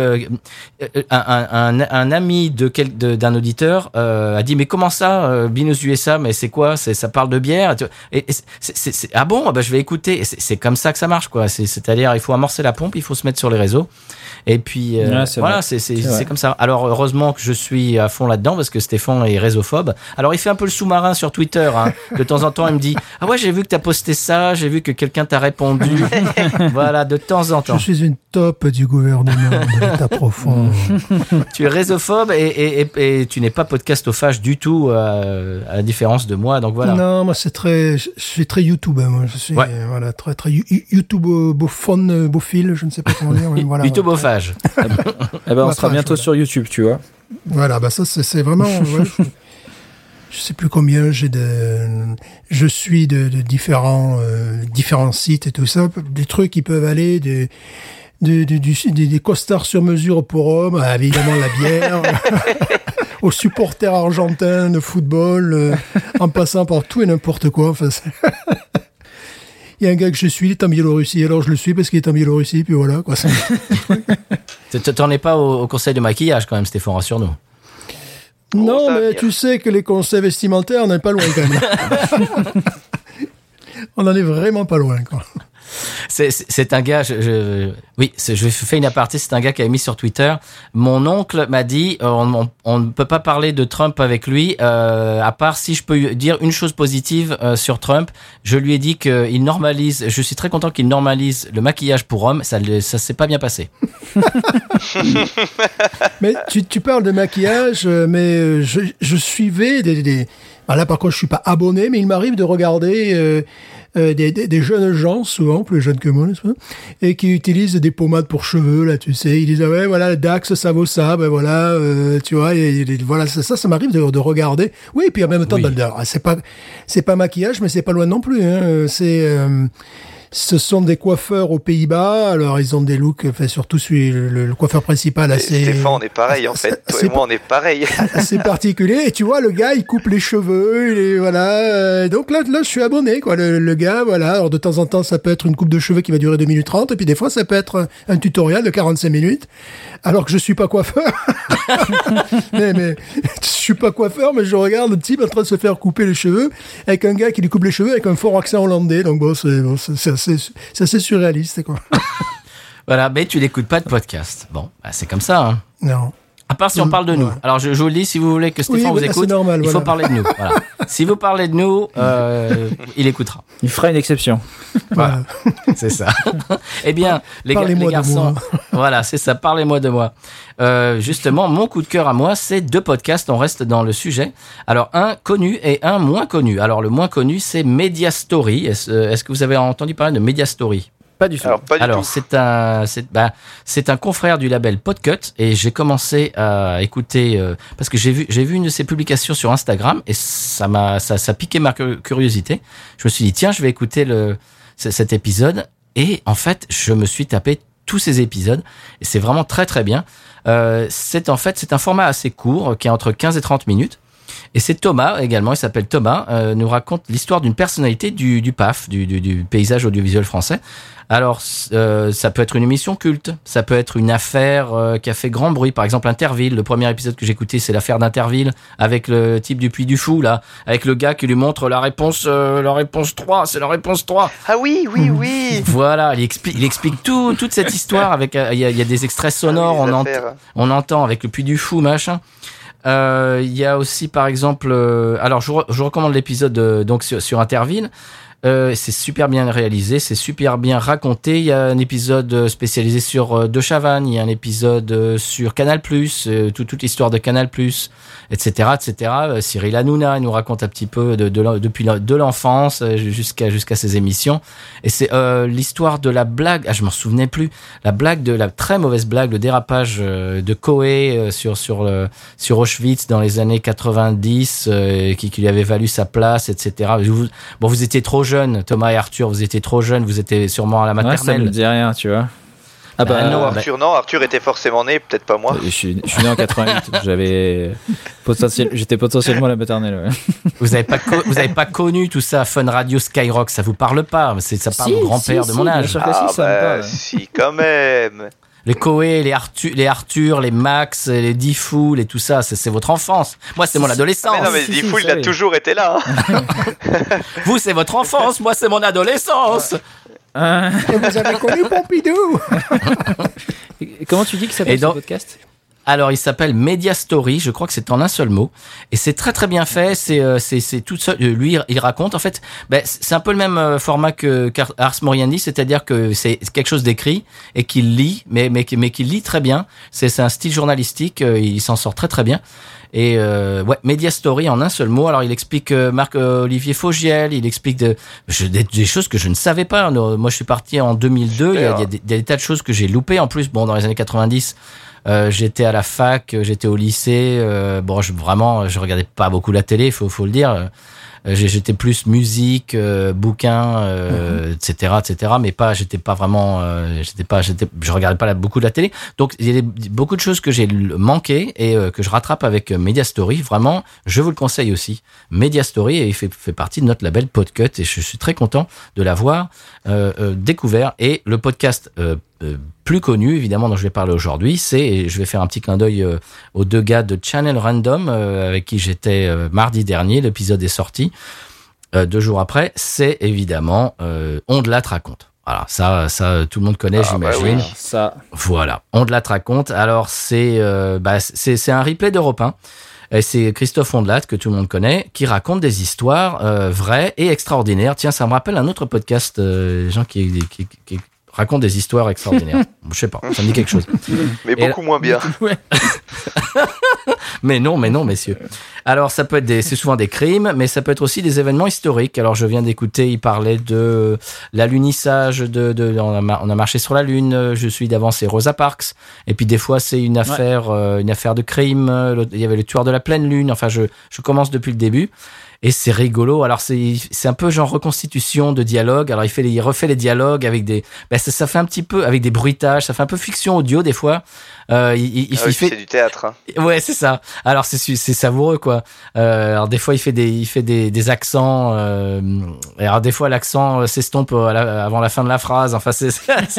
un ami d'un auditeur a dit, mais comment ça, BNews USA, mais c'est quoi, ça parle de bière, et ah bon, bah je vais écouter. C'est comme ça que ça marche, quoi. C'est-à-dire, il faut amorcer la pompe, il faut se mettre sur les réseaux, et puis voilà, c'est comme ça. Alors heureusement que je suis à fond là-dedans, parce que Stéphane est réseauphobe. Alors il fait un peu le sous-marin sur Twitter, hein. De temps en temps il me dit, ah ouais, j'ai vu que t'as posté ça, j'ai vu que quelqu'un t'a répondu. Voilà, de temps en temps. Je suis une top du gouvernement de l'État profond. Tu es réseauphobe et tu n'es pas podcastophage du tout, à la différence de moi, donc voilà. Non, moi je suis très YouTube, moi je suis voilà, très YouTube bophile, je ne sais pas comment dire, mais voilà. YouTubeophage. Eh ben on sera bientôt sur YouTube, tu vois. Voilà, bah ça c'est vraiment je sais plus combien je suis de différents sites et tout ça, des trucs qui peuvent aller des costards sur mesure pour hommes, évidemment la bière, aux supporters argentins de football, en passant par tout et n'importe quoi. Enfin, il y a un gars que je suis, il est en Biélorussie, alors je le suis parce qu'il est en Biélorussie, puis voilà, quoi. T'en es pas au conseil de maquillage quand même, Stéphane, rassure-nous. Non, mais tu sais que les conseils vestimentaires, on n'est pas loin quand même. On en est vraiment pas loin, quoi. C'est un gars, oui, je fais une aparté, c'est un gars qui a mis sur Twitter, mon oncle m'a dit, on ne peut pas parler de Trump avec lui, à part si je peux dire une chose positive sur Trump. Je lui ai dit qu'il normalise, je suis très content qu'il normalise le maquillage pour hommes, ça s'est pas bien passé. Mais tu parles de maquillage, mais je suivais là par contre je suis pas abonné, mais il m'arrive de regarder des jeunes gens, souvent plus jeunes que moi, et qui utilisent des pommades pour cheveux, là, tu sais. Ils disent, ah ouais, voilà, le Dax, ça vaut ça, ben voilà, tu vois, voilà, ça m'arrive de regarder. Oui, et puis en même temps, c'est pas maquillage, mais c'est pas loin non plus, hein. Ce sont des coiffeurs aux Pays-Bas, alors ils ont des looks, enfin surtout le coiffeur principal assez... Stéphane, on est pareil en fait, toi et moi on est pareil. Assez particulier, et tu vois, le gars, il coupe les cheveux, voilà, donc là je suis abonné, quoi, le gars, voilà, alors de temps en temps ça peut être une coupe de cheveux qui va durer 2 minutes 30, et puis des fois ça peut être un tutoriel de 45 minutes, alors que je suis pas coiffeur. mais je suis pas coiffeur, mais je regarde le type en train de se faire couper les cheveux, avec un gars qui lui coupe les cheveux avec un fort accent hollandais, donc bon, c'est assez surréaliste, quoi. Voilà, mais tu n'écoutes pas de podcast. Bon, bah c'est comme ça, hein. Non. À part si on parle de nous. Alors, je vous le dis, si vous voulez que Stéphane vous écoute, normal, il faut parler de nous. Voilà. Si vous parlez de nous, il écoutera. Il fera une exception. Voilà. C'est ça. Eh bien, les garçons, voilà, c'est ça. Parlez-moi de moi. Justement, mon coup de cœur à moi, c'est 2 podcasts. On reste dans le sujet. Alors, un connu et un moins connu. Alors, le moins connu, c'est Media Story. Est-ce que vous avez entendu parler de Media Story ? Pas du tout. Alors c'est un confrère du label Podcut et j'ai commencé à écouter parce que j'ai vu une de ses publications sur Instagram et ça piqué ma curiosité. Je me suis dit tiens, je vais écouter cet épisode et en fait, je me suis tapé tous ces épisodes et c'est vraiment très très bien. C'est un format assez court qui est entre 15 et 30 minutes. Et c'est Thomas également, il s'appelle Thomas, nous raconte l'histoire d'une personnalité du PAF, du paysage audiovisuel français. Alors, ça peut être une émission culte, ça peut être une affaire qui a fait grand bruit, par exemple Interville. Le premier épisode que j'ai écouté, c'est l'affaire d'Interville, avec le type du Puy du Fou, là, avec le gars qui lui montre la réponse 3, c'est la réponse 3. Ah oui. Voilà, il explique toute cette histoire, avec il y a des extraits sonores, on entend avec le Puy du Fou, machin. Il y a aussi par exemple alors je recommande l'épisode donc sur Interville. C'est super bien réalisé, c'est super bien raconté. Il y a un épisode spécialisé sur De Chavannes, il y a un épisode sur Canal+, toute l'histoire de Canal+, etc. Cyril Hanouna nous raconte un petit peu depuis l'enfance jusqu'à ses émissions. Et c'est l'histoire de la blague, je m'en souvenais plus, la très mauvaise blague, le dérapage de Coé sur Auschwitz dans les années 90, qui lui avait valu sa place, etc. Vous étiez trop jeunes, Thomas et Arthur, vous étiez trop jeunes, vous étiez sûrement à la maternelle. Ouais, ça me dit rien, tu vois. Arthur était forcément né, peut-être pas moi. Je suis né en 88, j'étais potentiellement à la maternelle. Ouais. Vous avez pas connu tout ça, Fun Radio, Skyrock, ça vous parle pas, ça parle au grand-père de mon âge. Bien sûr que ça me parle. Si, quand même. Les Coé, les Arthur, les Max, les Diffoul et tout ça, c'est votre enfance. Moi, c'est mon adolescence. Mais non, mais Diffoul, il a toujours été là. Hein. Vous, c'est votre enfance. Moi, c'est mon adolescence. Et vous avez connu Pompidou. Comment tu dis que ça s'appelle ce podcast ? Alors, il s'appelle Media Story. Je crois que c'est en un seul mot. Et c'est très, très bien fait. C'est tout seul. Lui, il raconte. En fait, c'est un peu le même format qu'Ars Moriendi. C'est-à-dire que c'est quelque chose d'écrit et qu'il lit, mais qu'il lit très bien. C'est un style journalistique. Il s'en sort très, très bien. Et Media Story en un seul mot. Alors il explique Marc-Olivier Fogiel, il explique des choses que je ne savais pas. Moi je suis parti en 2002, il y a des tas de choses que j'ai loupées. En plus, dans les années 90, j'étais à la fac, j'étais au lycée. Je regardais pas beaucoup la télé, faut le dire. J'étais plus musique, bouquins, etc., mais j'étais pas vraiment, je regardais pas beaucoup de la télé. Donc, il y a beaucoup de choses que j'ai manqué et que je rattrape avec Media Story. Vraiment, je vous le conseille aussi. Media Story, et il fait partie de notre label Podcut et je suis très content de l'avoir découvert. Et le podcast plus connu, évidemment, dont je vais parler aujourd'hui, et je vais faire un petit clin d'œil aux deux gars de Channel Random avec qui j'étais mardi dernier. L'épisode est sorti 2 jours après. C'est évidemment On de la raconte. Voilà, ça tout le monde connaît, j'imagine. Oui. Ça. Voilà, On de la raconte. Alors c'est un replay d'Europe 1. Et c'est Christophe Ondelat, que tout le monde connaît, qui raconte des histoires vraies et extraordinaires. Tiens, ça me rappelle un autre podcast, gens qui racontent des histoires extraordinaires. Je sais pas, ça me dit quelque chose. Mais beaucoup moins bien. Ouais. Mais non, messieurs. Alors, ça peut être c'est souvent des crimes, mais ça peut être aussi des événements historiques. Alors, je viens d'écouter, il parlait de l'alunissage, on a marché sur la Lune. Je suis d'avant, c'est Rosa Parks. Et puis, des fois, c'est une affaire de crime. Il y avait le tueur de la pleine Lune. Enfin, je commence depuis le début. Et c'est rigolo. Alors c'est un peu genre reconstitution de dialogue. Alors il refait les dialogues avec ça fait un petit peu avec des bruitages. Ça fait un peu fiction audio des fois. Il fait c'est du théâtre. Hein. Ouais, c'est ça. Alors c'est savoureux quoi. Alors des fois il fait des accents. Alors des fois l'accent s'estompe avant la fin de la phrase. Enfin c'est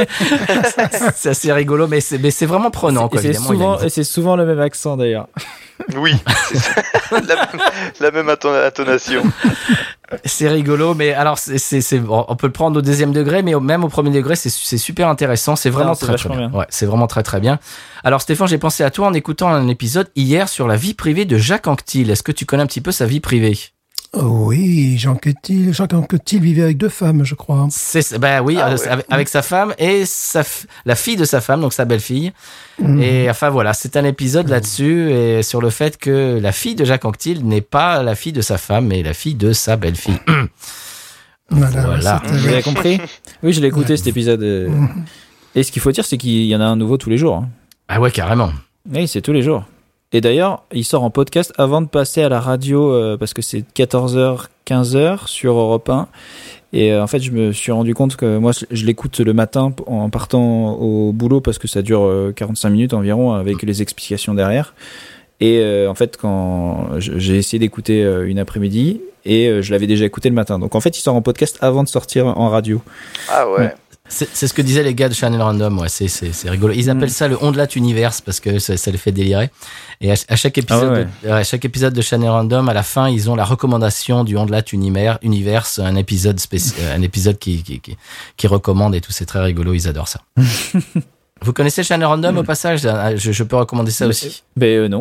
assez rigolo, mais c'est vraiment prenant quoi. Et c'est souvent le même accent d'ailleurs. Oui, c'est ça. la même intonation. C'est rigolo, mais alors on peut le prendre au 2e degré, mais même au 1er degré, c'est super intéressant. C'est vraiment très bien. Ouais, c'est vraiment très très bien. Alors Stéphane, j'ai pensé à toi en écoutant un épisode hier sur la vie privée de Jacques Anquetil. Est-ce que tu connais un petit peu sa vie privée? Oui, Jacques Anquetil vivait avec 2 femmes, je crois. Avec sa femme et la fille de sa femme, donc sa belle-fille. Et enfin voilà, c'est un épisode là-dessus et sur le fait que la fille de Jacques Anquetil n'est pas la fille de sa femme, mais la fille de sa belle-fille. Voilà. Vous avez compris ? Oui, je l'ai écouté cet épisode. Et ce qu'il faut dire, c'est qu'il y en a un nouveau tous les jours. Hein. Ah ouais, carrément. Oui, c'est tous les jours. Et d'ailleurs, il sort en podcast avant de passer à la radio, parce que c'est 14h, 15h sur Europe 1. Et en fait, je me suis rendu compte que moi, je l'écoute le matin en partant au boulot, parce que ça dure 45 minutes environ, avec les explications derrière. Et en fait, quand j'ai essayé d'écouter une après-midi, et je l'avais déjà écouté le matin. Donc en fait, il sort en podcast avant de sortir en radio. Ah ouais. C'est ce que disaient les gars de Channel Random, ouais, c'est rigolo. Ils appellent ça le Ondelat Universe parce que ça les fait délirer. Et à chaque épisode, chaque épisode de Channel Random, à la fin, ils ont la recommandation du Ondelat Universe, un épisode spécial, un épisode qui recommande et tout. C'est très rigolo, ils adorent ça. Vous connaissez Channel Random au passage? Je peux recommander ça aussi. Non.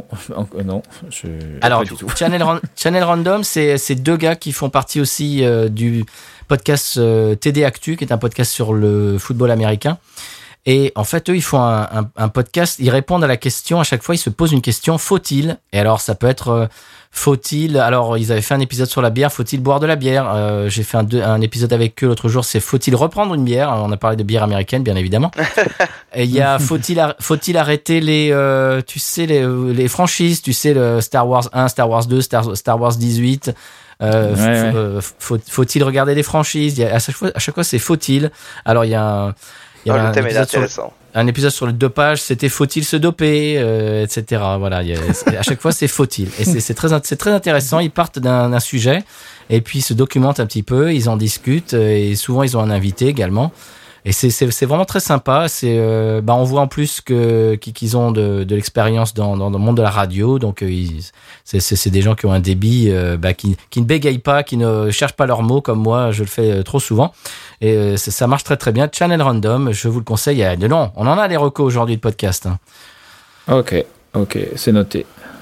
Alors, Channel Random, c'est deux gars qui font partie aussi du podcast TD Actu, qui est un podcast sur le football américain. Et en fait, eux, ils font un podcast, ils répondent à la question, à chaque fois, ils se posent une question, faut-il? Et alors, ça peut être, faut-il... Alors, ils avaient fait un épisode sur la bière, faut-il boire de la bière? J'ai fait un épisode avec eux l'autre jour, c'est faut-il reprendre une bière? On a parlé de bière américaine, bien évidemment. Et il y a faut-il arrêter les franchises, tu sais, le Star Wars 1, Star Wars 2, Star Wars 18... faut-il regarder les franchises? À chaque fois, c'est faut-il. Alors, il y a le thème est intéressant. Un épisode sur le dopage, c'était faut-il se doper, etc. Voilà, à chaque fois, c'est faut-il. Et c'est très intéressant. Ils partent d'un sujet et puis ils se documentent un petit peu, ils en discutent et souvent, ils ont un invité également. Et c'est vraiment très sympa. On voit en plus qu'ils ont de l'expérience dans le monde de la radio. Donc, c'est des gens qui ont un débit, qui ne bégayent pas, qui ne cherchent pas leurs mots comme moi, je le fais trop souvent. Et ça marche très très bien. Channel Random, je vous le conseille. On en a des recos aujourd'hui de podcast. Hein. Ok, c'est noté.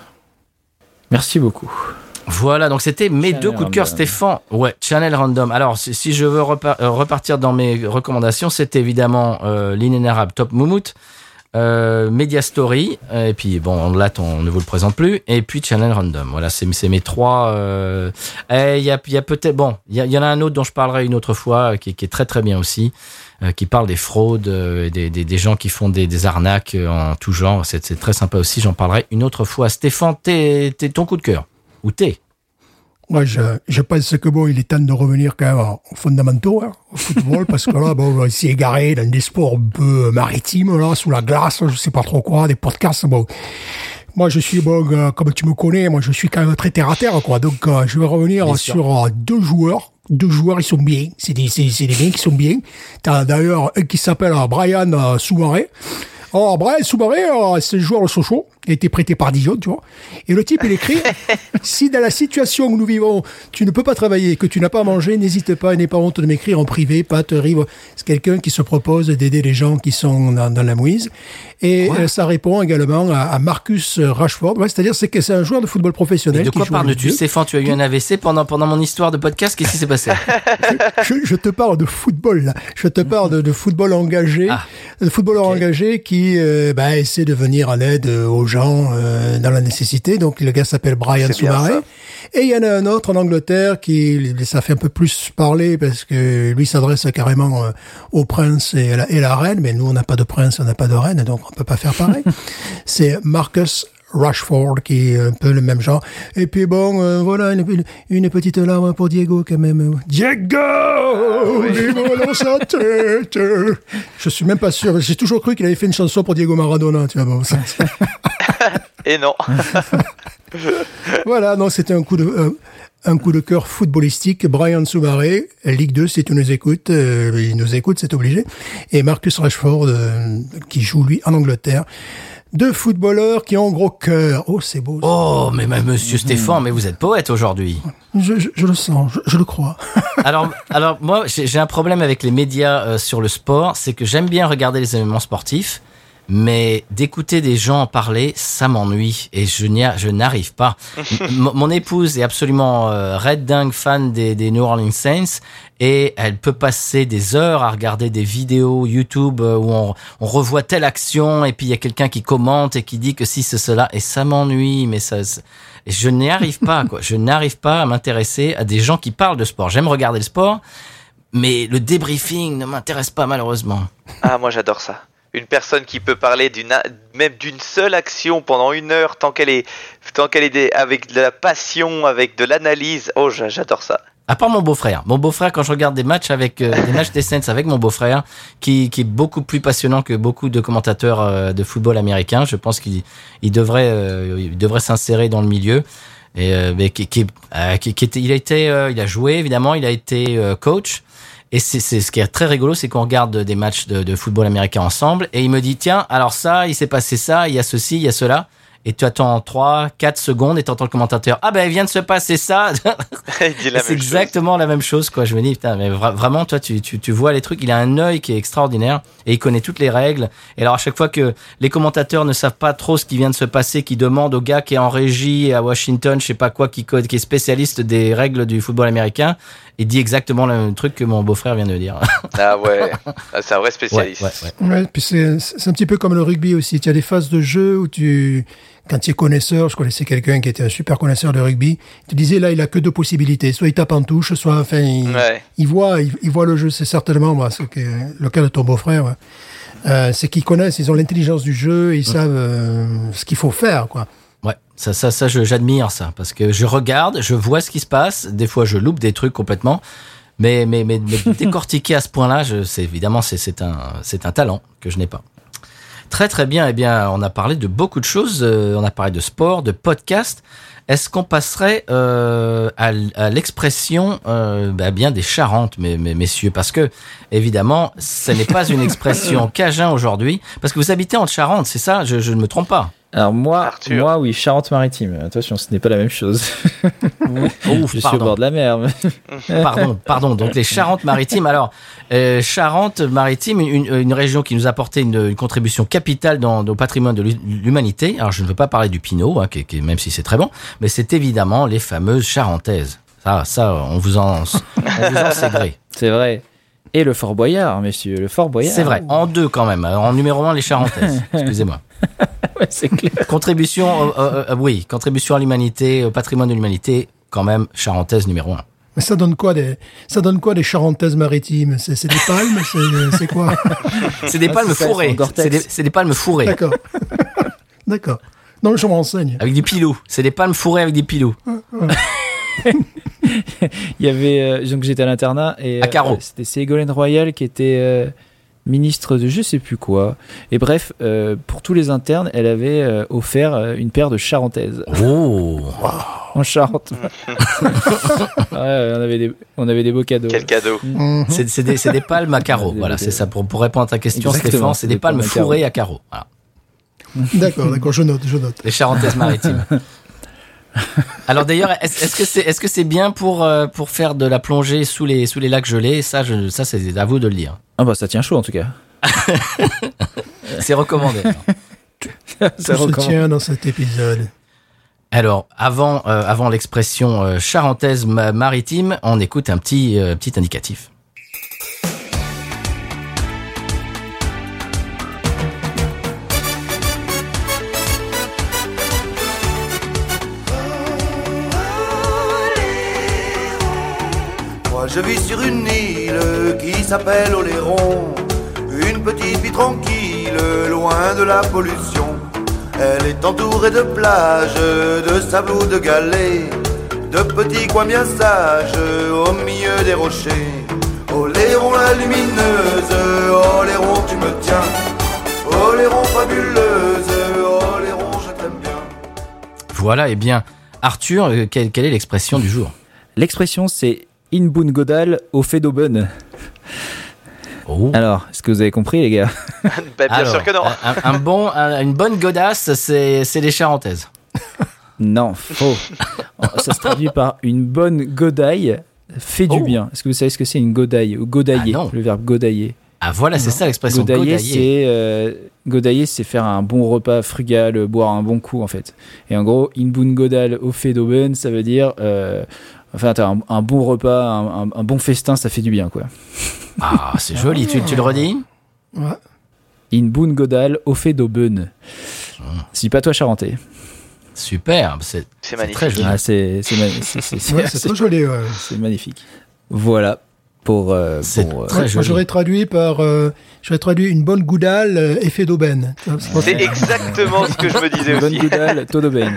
Merci beaucoup. Voilà, donc c'était mes Channel deux coups de cœur, Stéphane. Ouais, Channel Random. Alors, si je veux repartir dans mes recommandations, c'était évidemment l'inénarrable Top Moumout, Media Story, et puis bon, là, on ne vous le présente plus, et puis Channel Random. Voilà, c'est mes trois. Il y a peut-être, il y en a un autre dont je parlerai une autre fois, qui est très très bien aussi, qui parle des fraudes, des gens qui font des arnaques en tout genre. C'est très sympa aussi. J'en parlerai une autre fois. Stéphane, t'es ton coup de cœur. Où t'es? Moi, je pense que il est temps de revenir quand même aux fondamentaux, hein, au football, parce que là, on s'est égaré dans des sports un peu maritimes, là, sous la glace, je sais pas trop quoi, des podcasts, Moi, je suis, comme tu me connais, moi, je suis quand même très terre à terre, quoi. Donc, je vais revenir sur deux joueurs. Deux joueurs, ils sont bien. C'est des mecs qui sont bien. T'as d'ailleurs un qui s'appelle Brian Soumaré. Alors, Brian Soumaré, c'est le joueur de Sochaux. Il a été prêté par Dijon, tu vois. Et le type, il écrit, si dans la situation où nous vivons, tu ne peux pas travailler, que tu n'as pas à manger, n'hésite pas, n'aie pas honte de m'écrire en privé, Pat Rive. C'est quelqu'un qui se propose d'aider les gens qui sont dans la mouise. Et ça répond également à Marcus Rashford. Ouais, c'est-à-dire, c'est que c'est un joueur de football professionnel. Et de quoi parles-tu, Stéphane? Tu as eu un AVC pendant mon histoire de podcast? Qu'est-ce qui s'est passé? je te parle de football, là. Je te parle de football engagé. De footballeur engagé qui, essaie de venir en aide aux gens dans la nécessité. Donc le gars s'appelle Brian Soumaré. Et il y en a un autre en Angleterre ça fait un peu plus parler parce que lui s'adresse carrément au prince et la reine. Mais nous, on n'a pas de prince, on n'a pas de reine, donc on peut pas faire pareil. C'est Marcus Rashford qui est un peu le même genre. Et puis voilà, une petite larme pour Diego quand même. Diego! Diego dans sa tête! Je suis même pas sûr. J'ai toujours cru qu'il avait fait une chanson pour Diego Maradona, tu vois. Et non. Voilà, non, c'était un coup de cœur footballistique. Brian Soumaré, Ligue 2, si tu nous écoutes, il nous écoute, c'est obligé. Et Marcus Rashford, qui joue lui en Angleterre. Deux footballeurs qui ont gros cœur. Oh, c'est beau. Ça. Oh, mais monsieur Stéphane, mais vous êtes poète aujourd'hui. Je le sens, je le crois. Alors moi, j'ai un problème avec les médias sur le sport, c'est que j'aime bien regarder les événements sportifs, mais d'écouter des gens en parler, ça m'ennuie et je n'arrive pas. Mon épouse est absolument red dingue fan des New Orleans Saints et elle peut passer des heures à regarder des vidéos YouTube où on revoit telle action et puis il y a quelqu'un qui commente et qui dit que si c'est cela et ça m'ennuie, mais je n'y arrive pas, quoi. Je n'arrive pas à m'intéresser à des gens qui parlent de sport. J'aime regarder le sport, mais le débriefing ne m'intéresse pas malheureusement. Ah, moi j'adore ça. Une personne qui peut parler même d'une seule action pendant 1 heure tant qu'elle est avec de la passion, avec de l'analyse. Oh, j'adore ça. À part mon beau-frère. Mon beau-frère, quand je regarde des matchs des matchs des Saints avec mon beau-frère, qui est beaucoup plus passionnant que beaucoup de commentateurs de football américain, je pense qu'il devrait s'insérer dans le milieu. Et mais il a joué évidemment, il a été coach. Et c'est ce qui est très rigolo, c'est qu'on regarde des matchs de football américain ensemble, et il me dit tiens, alors ça, il s'est passé ça, il y a ceci, il y a cela. Et tu attends 3-4 secondes et t'entends le commentateur. Ah ben il vient de se passer ça. C'est exactement la même chose, quoi. Je me dis putain, mais vraiment toi tu vois les trucs. Il a un œil qui est extraordinaire et il connaît toutes les règles. Et alors à chaque fois que les commentateurs ne savent pas trop ce qui vient de se passer, qui demandent au gars qui est en régie à Washington, je sais pas quoi, qui est spécialiste des règles du football américain, il dit exactement le même truc que mon beau-frère vient de dire. Ah ouais, c'est un vrai spécialiste. Ouais, puis c'est un petit peu comme le rugby aussi. Tu as des phases de jeu où quand tu es connaisseur, je connaissais quelqu'un qui était un super connaisseur de rugby, il te disait là, il a que 2 possibilités. Soit il tape en touche, soit enfin, il voit le jeu. C'est certainement le cas de ton beau-frère. Ouais. C'est qu'ils connaissent, ils ont l'intelligence du jeu, ils savent ce qu'il faut faire, quoi. Ouais, ça, j'admire ça, parce que je regarde, je vois ce qui se passe. Des fois, je loupe des trucs complètement, mais décortiquer à ce point-là, c'est un talent que je n'ai pas. Très très bien. Eh bien, on a parlé de beaucoup de choses. On a parlé de sport, de podcast. Est-ce qu'on passerait à l'expression bien des Charentes, messieurs, parce que évidemment, ce n'est pas une expression cajun aujourd'hui, parce que vous habitez en Charente, c'est ça? Je ne me trompe pas. Alors moi, oui, Charente-Maritime. Attention, ce n'est pas la même chose. Je suis au bord de la mer. Pardon. Donc les Charentes-Maritimes. Alors, Charente-Maritime, une région qui nous a apporté une contribution capitale au patrimoine de l'humanité. Alors, je ne veux pas parler du Pinot, même si c'est très bon, mais c'est évidemment les fameuses Charentaises. Ça, on vous en sait gré. C'est vrai. Et le Fort Boyard, messieurs, le Fort Boyard. C'est vrai, en 2 quand même. En numéro 1, les Charentaises. Excusez-moi. Ouais, c'est clair. Contribution à l'humanité, au patrimoine de l'humanité, quand même, Charentaise numéro 1. Mais ça donne quoi des Charentaises maritimes? C'est des palmes? C'est quoi? C'est des palmes fourrées. C'est des palmes fourrées. D'accord. D'accord. Non, je me renseigne. Avec du pilou. C'est des palmes fourrées avec des pilous. Il y avait donc j'étais à l'internat et à Carreau. C'était Ségolène Royal qui était ministre de je sais plus quoi. Et bref, pour tous les internes, elle avait offert une paire de Charentaises. Oh, en Charente. Ouais, on avait des beaux cadeaux. Quel cadeau. C'est des palmes à carreaux. Voilà, c'est ça. Pour répondre à ta question, Stéphane, c'est des palmes fourrées à carreaux. Voilà. D'accord, je note. Les Charentaises maritimes. Alors d'ailleurs, est-ce que c'est bien pour faire de la plongée sous les lacs gelés? Ça c'est à vous de le dire. Ah bah ça tient chaud en tout cas. C'est recommandé. Tout se tient dans cet épisode. Alors avant l'expression charentaise maritime, on écoute un petit indicatif. Je vis sur une île qui s'appelle Oléron, une petite vie tranquille, loin de la pollution. Elle est entourée de plages, de sable ou de galets, de petits coins bien sages, au milieu des rochers. Oléron la lumineuse, Oléron tu me tiens, Oléron fabuleuse, Oléron je t'aime bien. Voilà, et bien, Arthur, quelle est l'expression du jour? L'expression c'est In Boon Godal au fait d'Aubonne. Oh. Alors, est-ce que vous avez compris, les gars? Bien sûr que non. Une bonne godasse, c'est les Charentaises. Non, faux. Ça se traduit par une bonne godaille fait du bien. Est-ce que vous savez ce que c'est une godaille ou godailler? Le verbe godailler. Ah voilà, c'est ça l'expression. Godailler, c'est faire un bon repas frugal, boire un bon coup en fait. Et en gros, In Boon Godal au fait d'Aubonne, ça veut dire... t'as un bon repas, un bon festin, ça fait du bien, quoi. Ah, c'est joli. Tu le redis? Ouais. In Boon Godal au fait d'Aubonne. Si pas toi, Charentais. Super. C'est magnifique. Très joli. Ah, c'est trop joli, ouais. C'est magnifique. Voilà. Très joli. Moi, j'aurais traduit une bonne goudale, effet d'aubaine. C'est exactement ce que je me disais aussi. Bonne goudale, taux d'aubaine.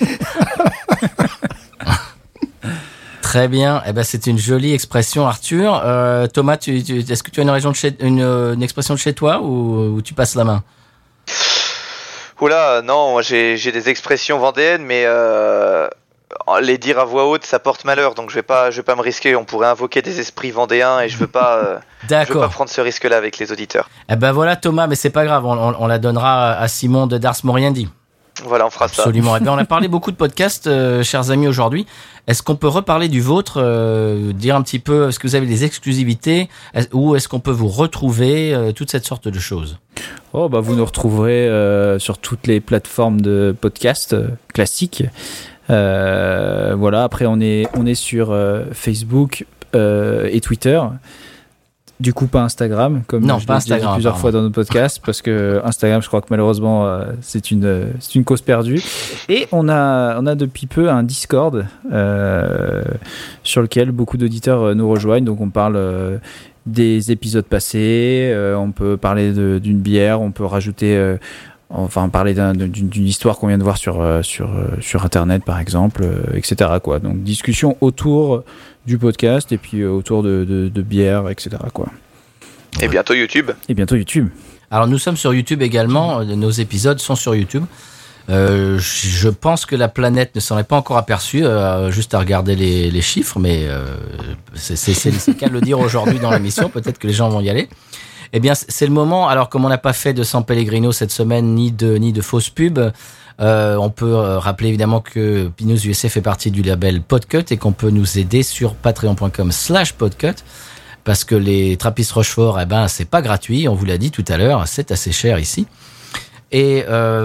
Très bien. Eh ben, c'est une jolie expression, Arthur. Thomas, est-ce que tu as une expression de chez toi ou tu passes la main? Oula, non, moi j'ai des expressions vendéennes, mais les dire à voix haute, ça porte malheur, donc je vais pas me risquer. On pourrait invoquer des esprits vendéens et je veux pas prendre ce risque-là avec les auditeurs. Eh ben voilà, Thomas, mais c'est pas grave, on la donnera à Simon de Dars Moriendi. Voilà, on fera ça. Absolument. Eh bien, on a parlé beaucoup de podcasts, chers amis, aujourd'hui. Est-ce qu'on peut reparler du vôtre, dire un petit peu, est-ce que vous avez des exclusivités, ou est-ce qu'on peut vous retrouver, toute cette sorte de choses? Oh, bah, vous nous retrouverez sur toutes les plateformes de podcasts classiques. Voilà. Après, on est sur Facebook et Twitter. Du coup, pas Instagram, comme je l'ai dit plusieurs fois dans nos podcasts, parce que Instagram, je crois que malheureusement, c'est une cause perdue. Et on a depuis peu un Discord sur lequel beaucoup d'auditeurs nous rejoignent. Donc, on parle des épisodes passés, on peut parler d'une bière, on peut rajouter... parler d'une histoire qu'on vient de voir sur Internet, par exemple, etc., quoi. Donc, discussion autour du podcast et puis autour de bière, etc., quoi. Et bientôt YouTube. Alors, nous sommes sur YouTube également. Nos épisodes sont sur YouTube. Je pense que la planète ne s'en est pas encore aperçue, juste à regarder les chiffres, mais c'est qu'à le dire aujourd'hui dans l'émission. Peut-être que les gens vont y aller. Eh bien, c'est le moment. Alors, comme on n'a pas fait de San Pellegrino cette semaine, ni de fausses pubs, on peut rappeler évidemment que Binous USA fait partie du label Podcut et qu'on peut nous aider sur patreon.com/podcut, parce que les Trappist Rochefort, c'est pas gratuit. On vous l'a dit tout à l'heure, c'est assez cher ici. Et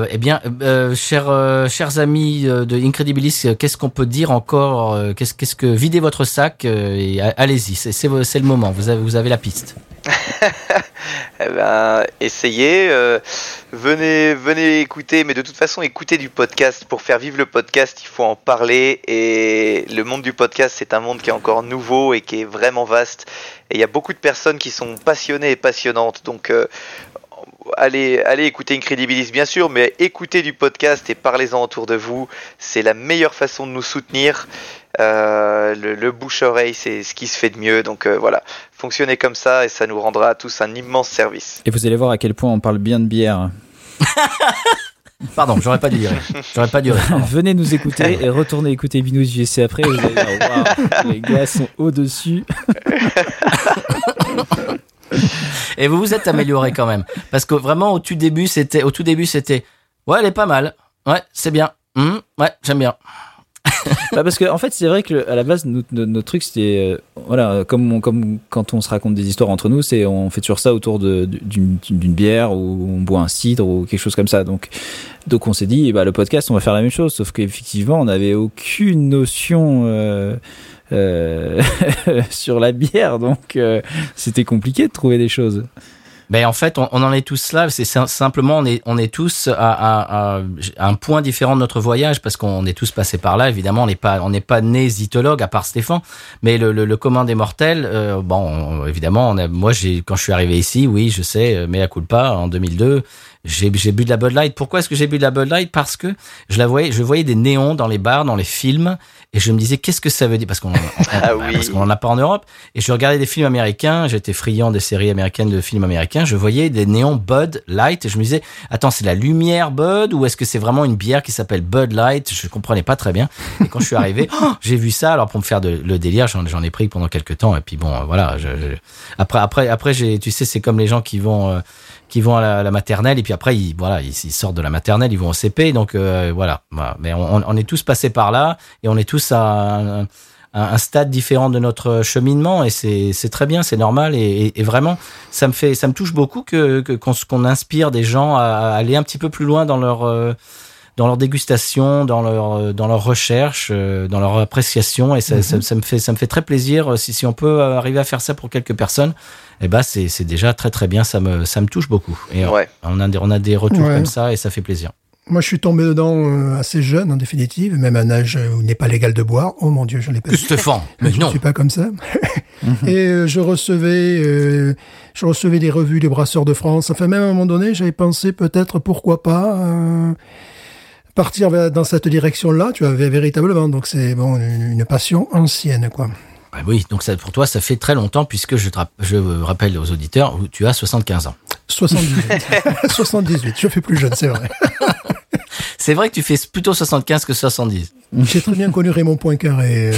chers amis de Incredibilis, qu'est-ce qu'on peut dire encore? Qu'est-ce que videz votre sac et allez-y, c'est le moment. Vous avez la piste. Essayez, venez écouter, mais de toute façon, écoutez du podcast. Pour faire vivre le podcast, il faut en parler, et le monde du podcast, c'est un monde qui est encore nouveau et qui est vraiment vaste, et il y a beaucoup de personnes qui sont passionnées et passionnantes, donc allez écouter Incredibilis, bien sûr, mais écoutez du podcast et parlez-en autour de vous. C'est la meilleure façon de nous soutenir. Le bouche-oreille, c'est ce qui se fait de mieux. Donc voilà, fonctionnez comme ça et ça nous rendra à tous un immense service. Et vous allez voir à quel point on parle bien de bière. Pardon, j'aurais pas dû rire. Venez nous écouter et retournez écouter Binous USA après. Vous allez dire, waouh, les gars sont au-dessus. Et vous vous êtes amélioré quand même, parce que vraiment au tout début c'était ouais, elle est pas mal, ouais, c'est bien, ouais, j'aime bien. Parce que en fait c'est vrai que à la base notre truc c'était voilà, comme quand on se raconte des histoires entre nous, c'est on fait toujours ça autour d'une bière, ou on boit un cidre ou quelque chose comme ça, donc on s'est dit le podcast on va faire la même chose, sauf qu'effectivement on n'avait aucune notion sur la bière, donc c'était compliqué de trouver des choses. Ben en fait, on en est tous là. C'est simplement on est tous à un point différent de notre voyage, parce qu'on est tous passés par là. Évidemment, on n'est pas nés zytologues, à part Stéphane. Mais le commun des mortels, évidemment, moi quand je suis arrivé ici, oui, je sais, mea culpa, en 2002. J'ai bu de la Bud Light. Pourquoi est-ce que j'ai bu de la Bud Light? Parce que je voyais des néons dans les bars, dans les films, et je me disais qu'est-ce que ça veut dire, parce qu'on en a pas en Europe. Et je regardais des films américains, j'étais friand des séries américaines, de films américains, je voyais des néons Bud Light, et je me disais attends, c'est la lumière Bud ou est-ce que c'est vraiment une bière qui s'appelle Bud Light? Je comprenais pas très bien. Et quand je suis arrivé, j'ai vu ça. Alors pour me faire le délire, j'en ai pris pendant quelques temps, et puis bon, voilà. Après, tu sais, c'est comme les gens qui vont à la maternelle, et puis après ils sortent de la maternelle, ils vont au CP, donc voilà. Mais on est tous passés par là, et on est tous à un stade différent de notre cheminement, et c'est très bien, c'est normal, et vraiment ça me touche beaucoup qu'on inspire des gens à aller un petit peu plus loin dans leur dégustation, dans leur recherche, dans leur appréciation, et ça me fait très plaisir si on peut arriver à faire ça pour quelques personnes. C'est déjà très très bien, ça me touche beaucoup, et ouais. on a des retours comme ça, et ça fait plaisir. Moi, je suis tombé dedans assez jeune, en définitive, même à un âge où il n'est pas légal de boire. Oh mon Dieu, je l'ai pas dit. Stéphane, mais Je non. ne suis pas comme ça. Et je recevais des revues des Brasseurs de France. Enfin, même à un moment donné, j'avais pensé peut-être, pourquoi pas, partir dans cette direction-là. Tu avais véritablement. Donc, c'est bon, une passion ancienne, quoi. Ah oui, donc ça, pour toi, ça fait très longtemps, puisque je rappelle aux auditeurs, tu as 75 ans. 78. 78. Je fais plus jeune, c'est vrai. C'est vrai que tu fais plutôt 75 que 70. J'ai très bien connu Raymond Poincaré.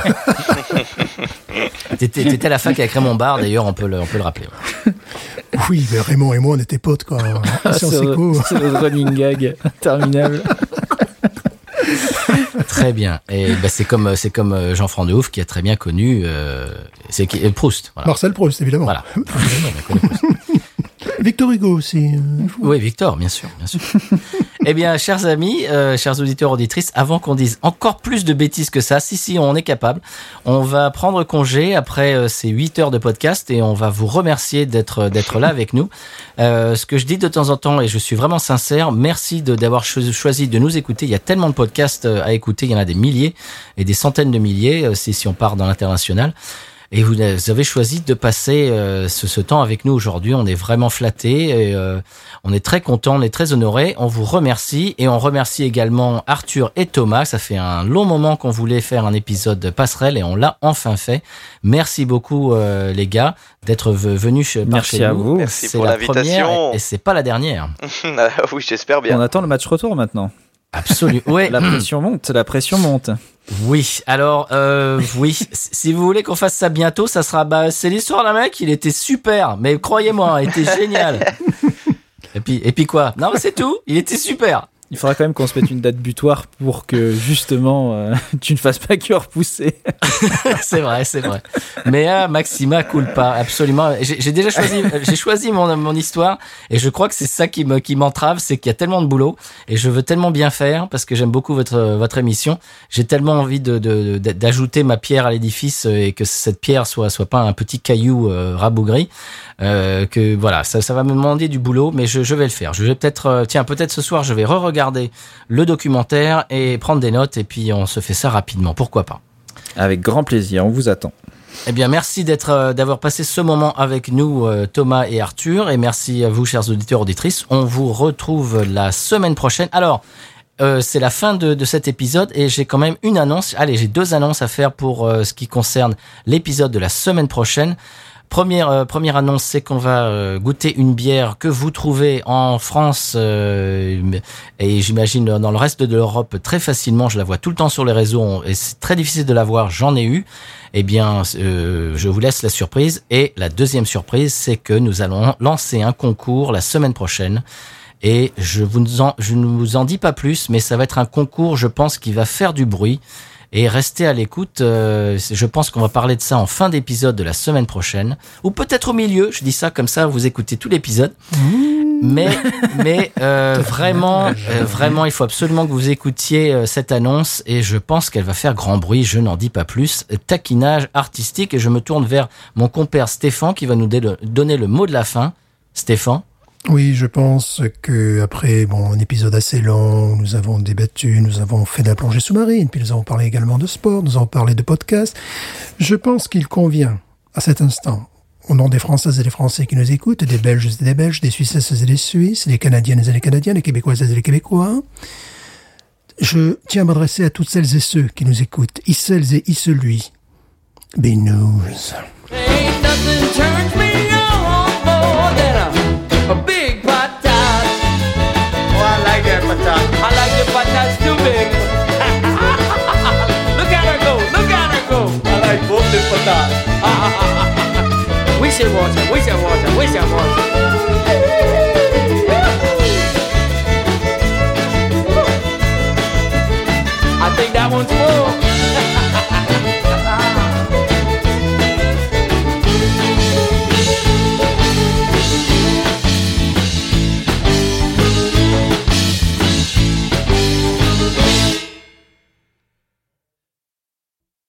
T'étais à la fac avec Raymond Barre, d'ailleurs, on peut le rappeler. Ouais. Oui, mais Raymond et moi, on était potes, quoi. Sciences Éco. C'est le running gag interminable. Très bien. Et ben, c'est comme Jean-Franc Dehouf qui a très bien connu Proust. Voilà. Marcel Proust, évidemment. Voilà. Évidemment, on connaît Proust. Victor Hugo aussi. Oui, Victor, bien sûr, bien sûr. Eh bien, chers amis, chers auditeurs, auditrices, avant qu'on dise encore plus de bêtises que ça, si, on est capable, on va prendre congé après ces 8 heures de podcast et on va vous remercier d'être là avec nous. Ce que je dis de temps en temps, et je suis vraiment sincère, merci d'avoir choisi de nous écouter. Il y a tellement de podcasts à écouter, il y en a des milliers et des centaines de milliers, si on part dans l'international. Et vous avez choisi de passer ce temps avec nous aujourd'hui. On est vraiment flattés. Et, on est très contents, on est très honorés. On vous remercie. Et on remercie également Arthur et Thomas. Ça fait un long moment qu'on voulait faire un épisode passerelle et on l'a enfin fait. Merci beaucoup les gars d'être venus par chez nous. Merci à vous. Merci C'est pour la l'invitation. première et c'est pas la dernière. Oui, j'espère bien. On attend le match retour maintenant. Absolument. Ouais. La pression monte. Oui, alors oui, si vous voulez qu'on fasse ça bientôt, ça sera c'est l'histoire d'un mec, il était super, mais croyez-moi, il était génial. Et puis quoi? Non, mais c'est tout, il était super. Il faudra quand même qu'on se mette une date butoir pour que justement tu ne fasses pas que repousser. C'est vrai. Mais Maxima culpa, absolument. J'ai déjà choisi mon histoire et je crois que c'est ça qui m'entrave, c'est qu'il y a tellement de boulot et je veux tellement bien faire parce que j'aime beaucoup votre émission. J'ai tellement envie d'ajouter ma pierre à l'édifice et que cette pierre soit pas un petit caillou rabougri. Que voilà, ça va me demander du boulot, mais je vais le faire. Je vais peut-être ce soir, je vais re-regarder le documentaire et prendre des notes et puis on se fait ça rapidement. Pourquoi pas? Avec grand plaisir, on vous attend. Eh bien, merci d'avoir passé ce moment avec nous, Thomas et Arthur, et merci à vous, chers auditeurs, auditrices. On vous retrouve la semaine prochaine. Alors, c'est la fin de cet épisode et j'ai quand même une annonce. Allez, j'ai 2 annonces à faire pour ce qui concerne l'épisode de la semaine prochaine. Première annonce, c'est qu'on va goûter une bière que vous trouvez en France et j'imagine dans le reste de l'Europe très facilement. Je la vois tout le temps sur les réseaux et c'est très difficile de la voir. J'en ai eu. Eh bien, je vous laisse la surprise. Et la deuxième surprise, c'est que nous allons lancer un concours la semaine prochaine. Et je ne vous en dis pas plus, mais ça va être un concours, je pense, qui va faire du bruit. Et restez à l'écoute, je pense qu'on va parler de ça en fin d'épisode de la semaine prochaine, ou peut-être au milieu, je dis ça comme ça, vous écoutez tout l'épisode. Mais vraiment, il faut absolument que vous écoutiez cette annonce, et je pense qu'elle va faire grand bruit, je n'en dis pas plus. Taquinage artistique, et je me tourne vers mon compère Stéphane, qui va nous donner le mot de la fin. Stéphane? Oui, je pense que après un épisode assez long, nous avons débattu, nous avons fait de la plongée sous-marine, puis nous avons parlé également de sport, nous avons parlé de podcast. Je pense qu'il convient, à cet instant, au nom des Françaises et des Français qui nous écoutent, des Belges et des Belges, des Suissesses et des Suisses, des Canadiennes et des Canadiens, des Québécoises et des Québécois, je tiens à m'adresser à toutes celles et ceux qui nous écoutent, celles et celui. Binous. Ain't nothing turns me on more than a big patat. Oh, I like that patat. I like the patats too big. Look at her go, look at her go. I like both the patats. We should watch her, we should watch her, we should watch her.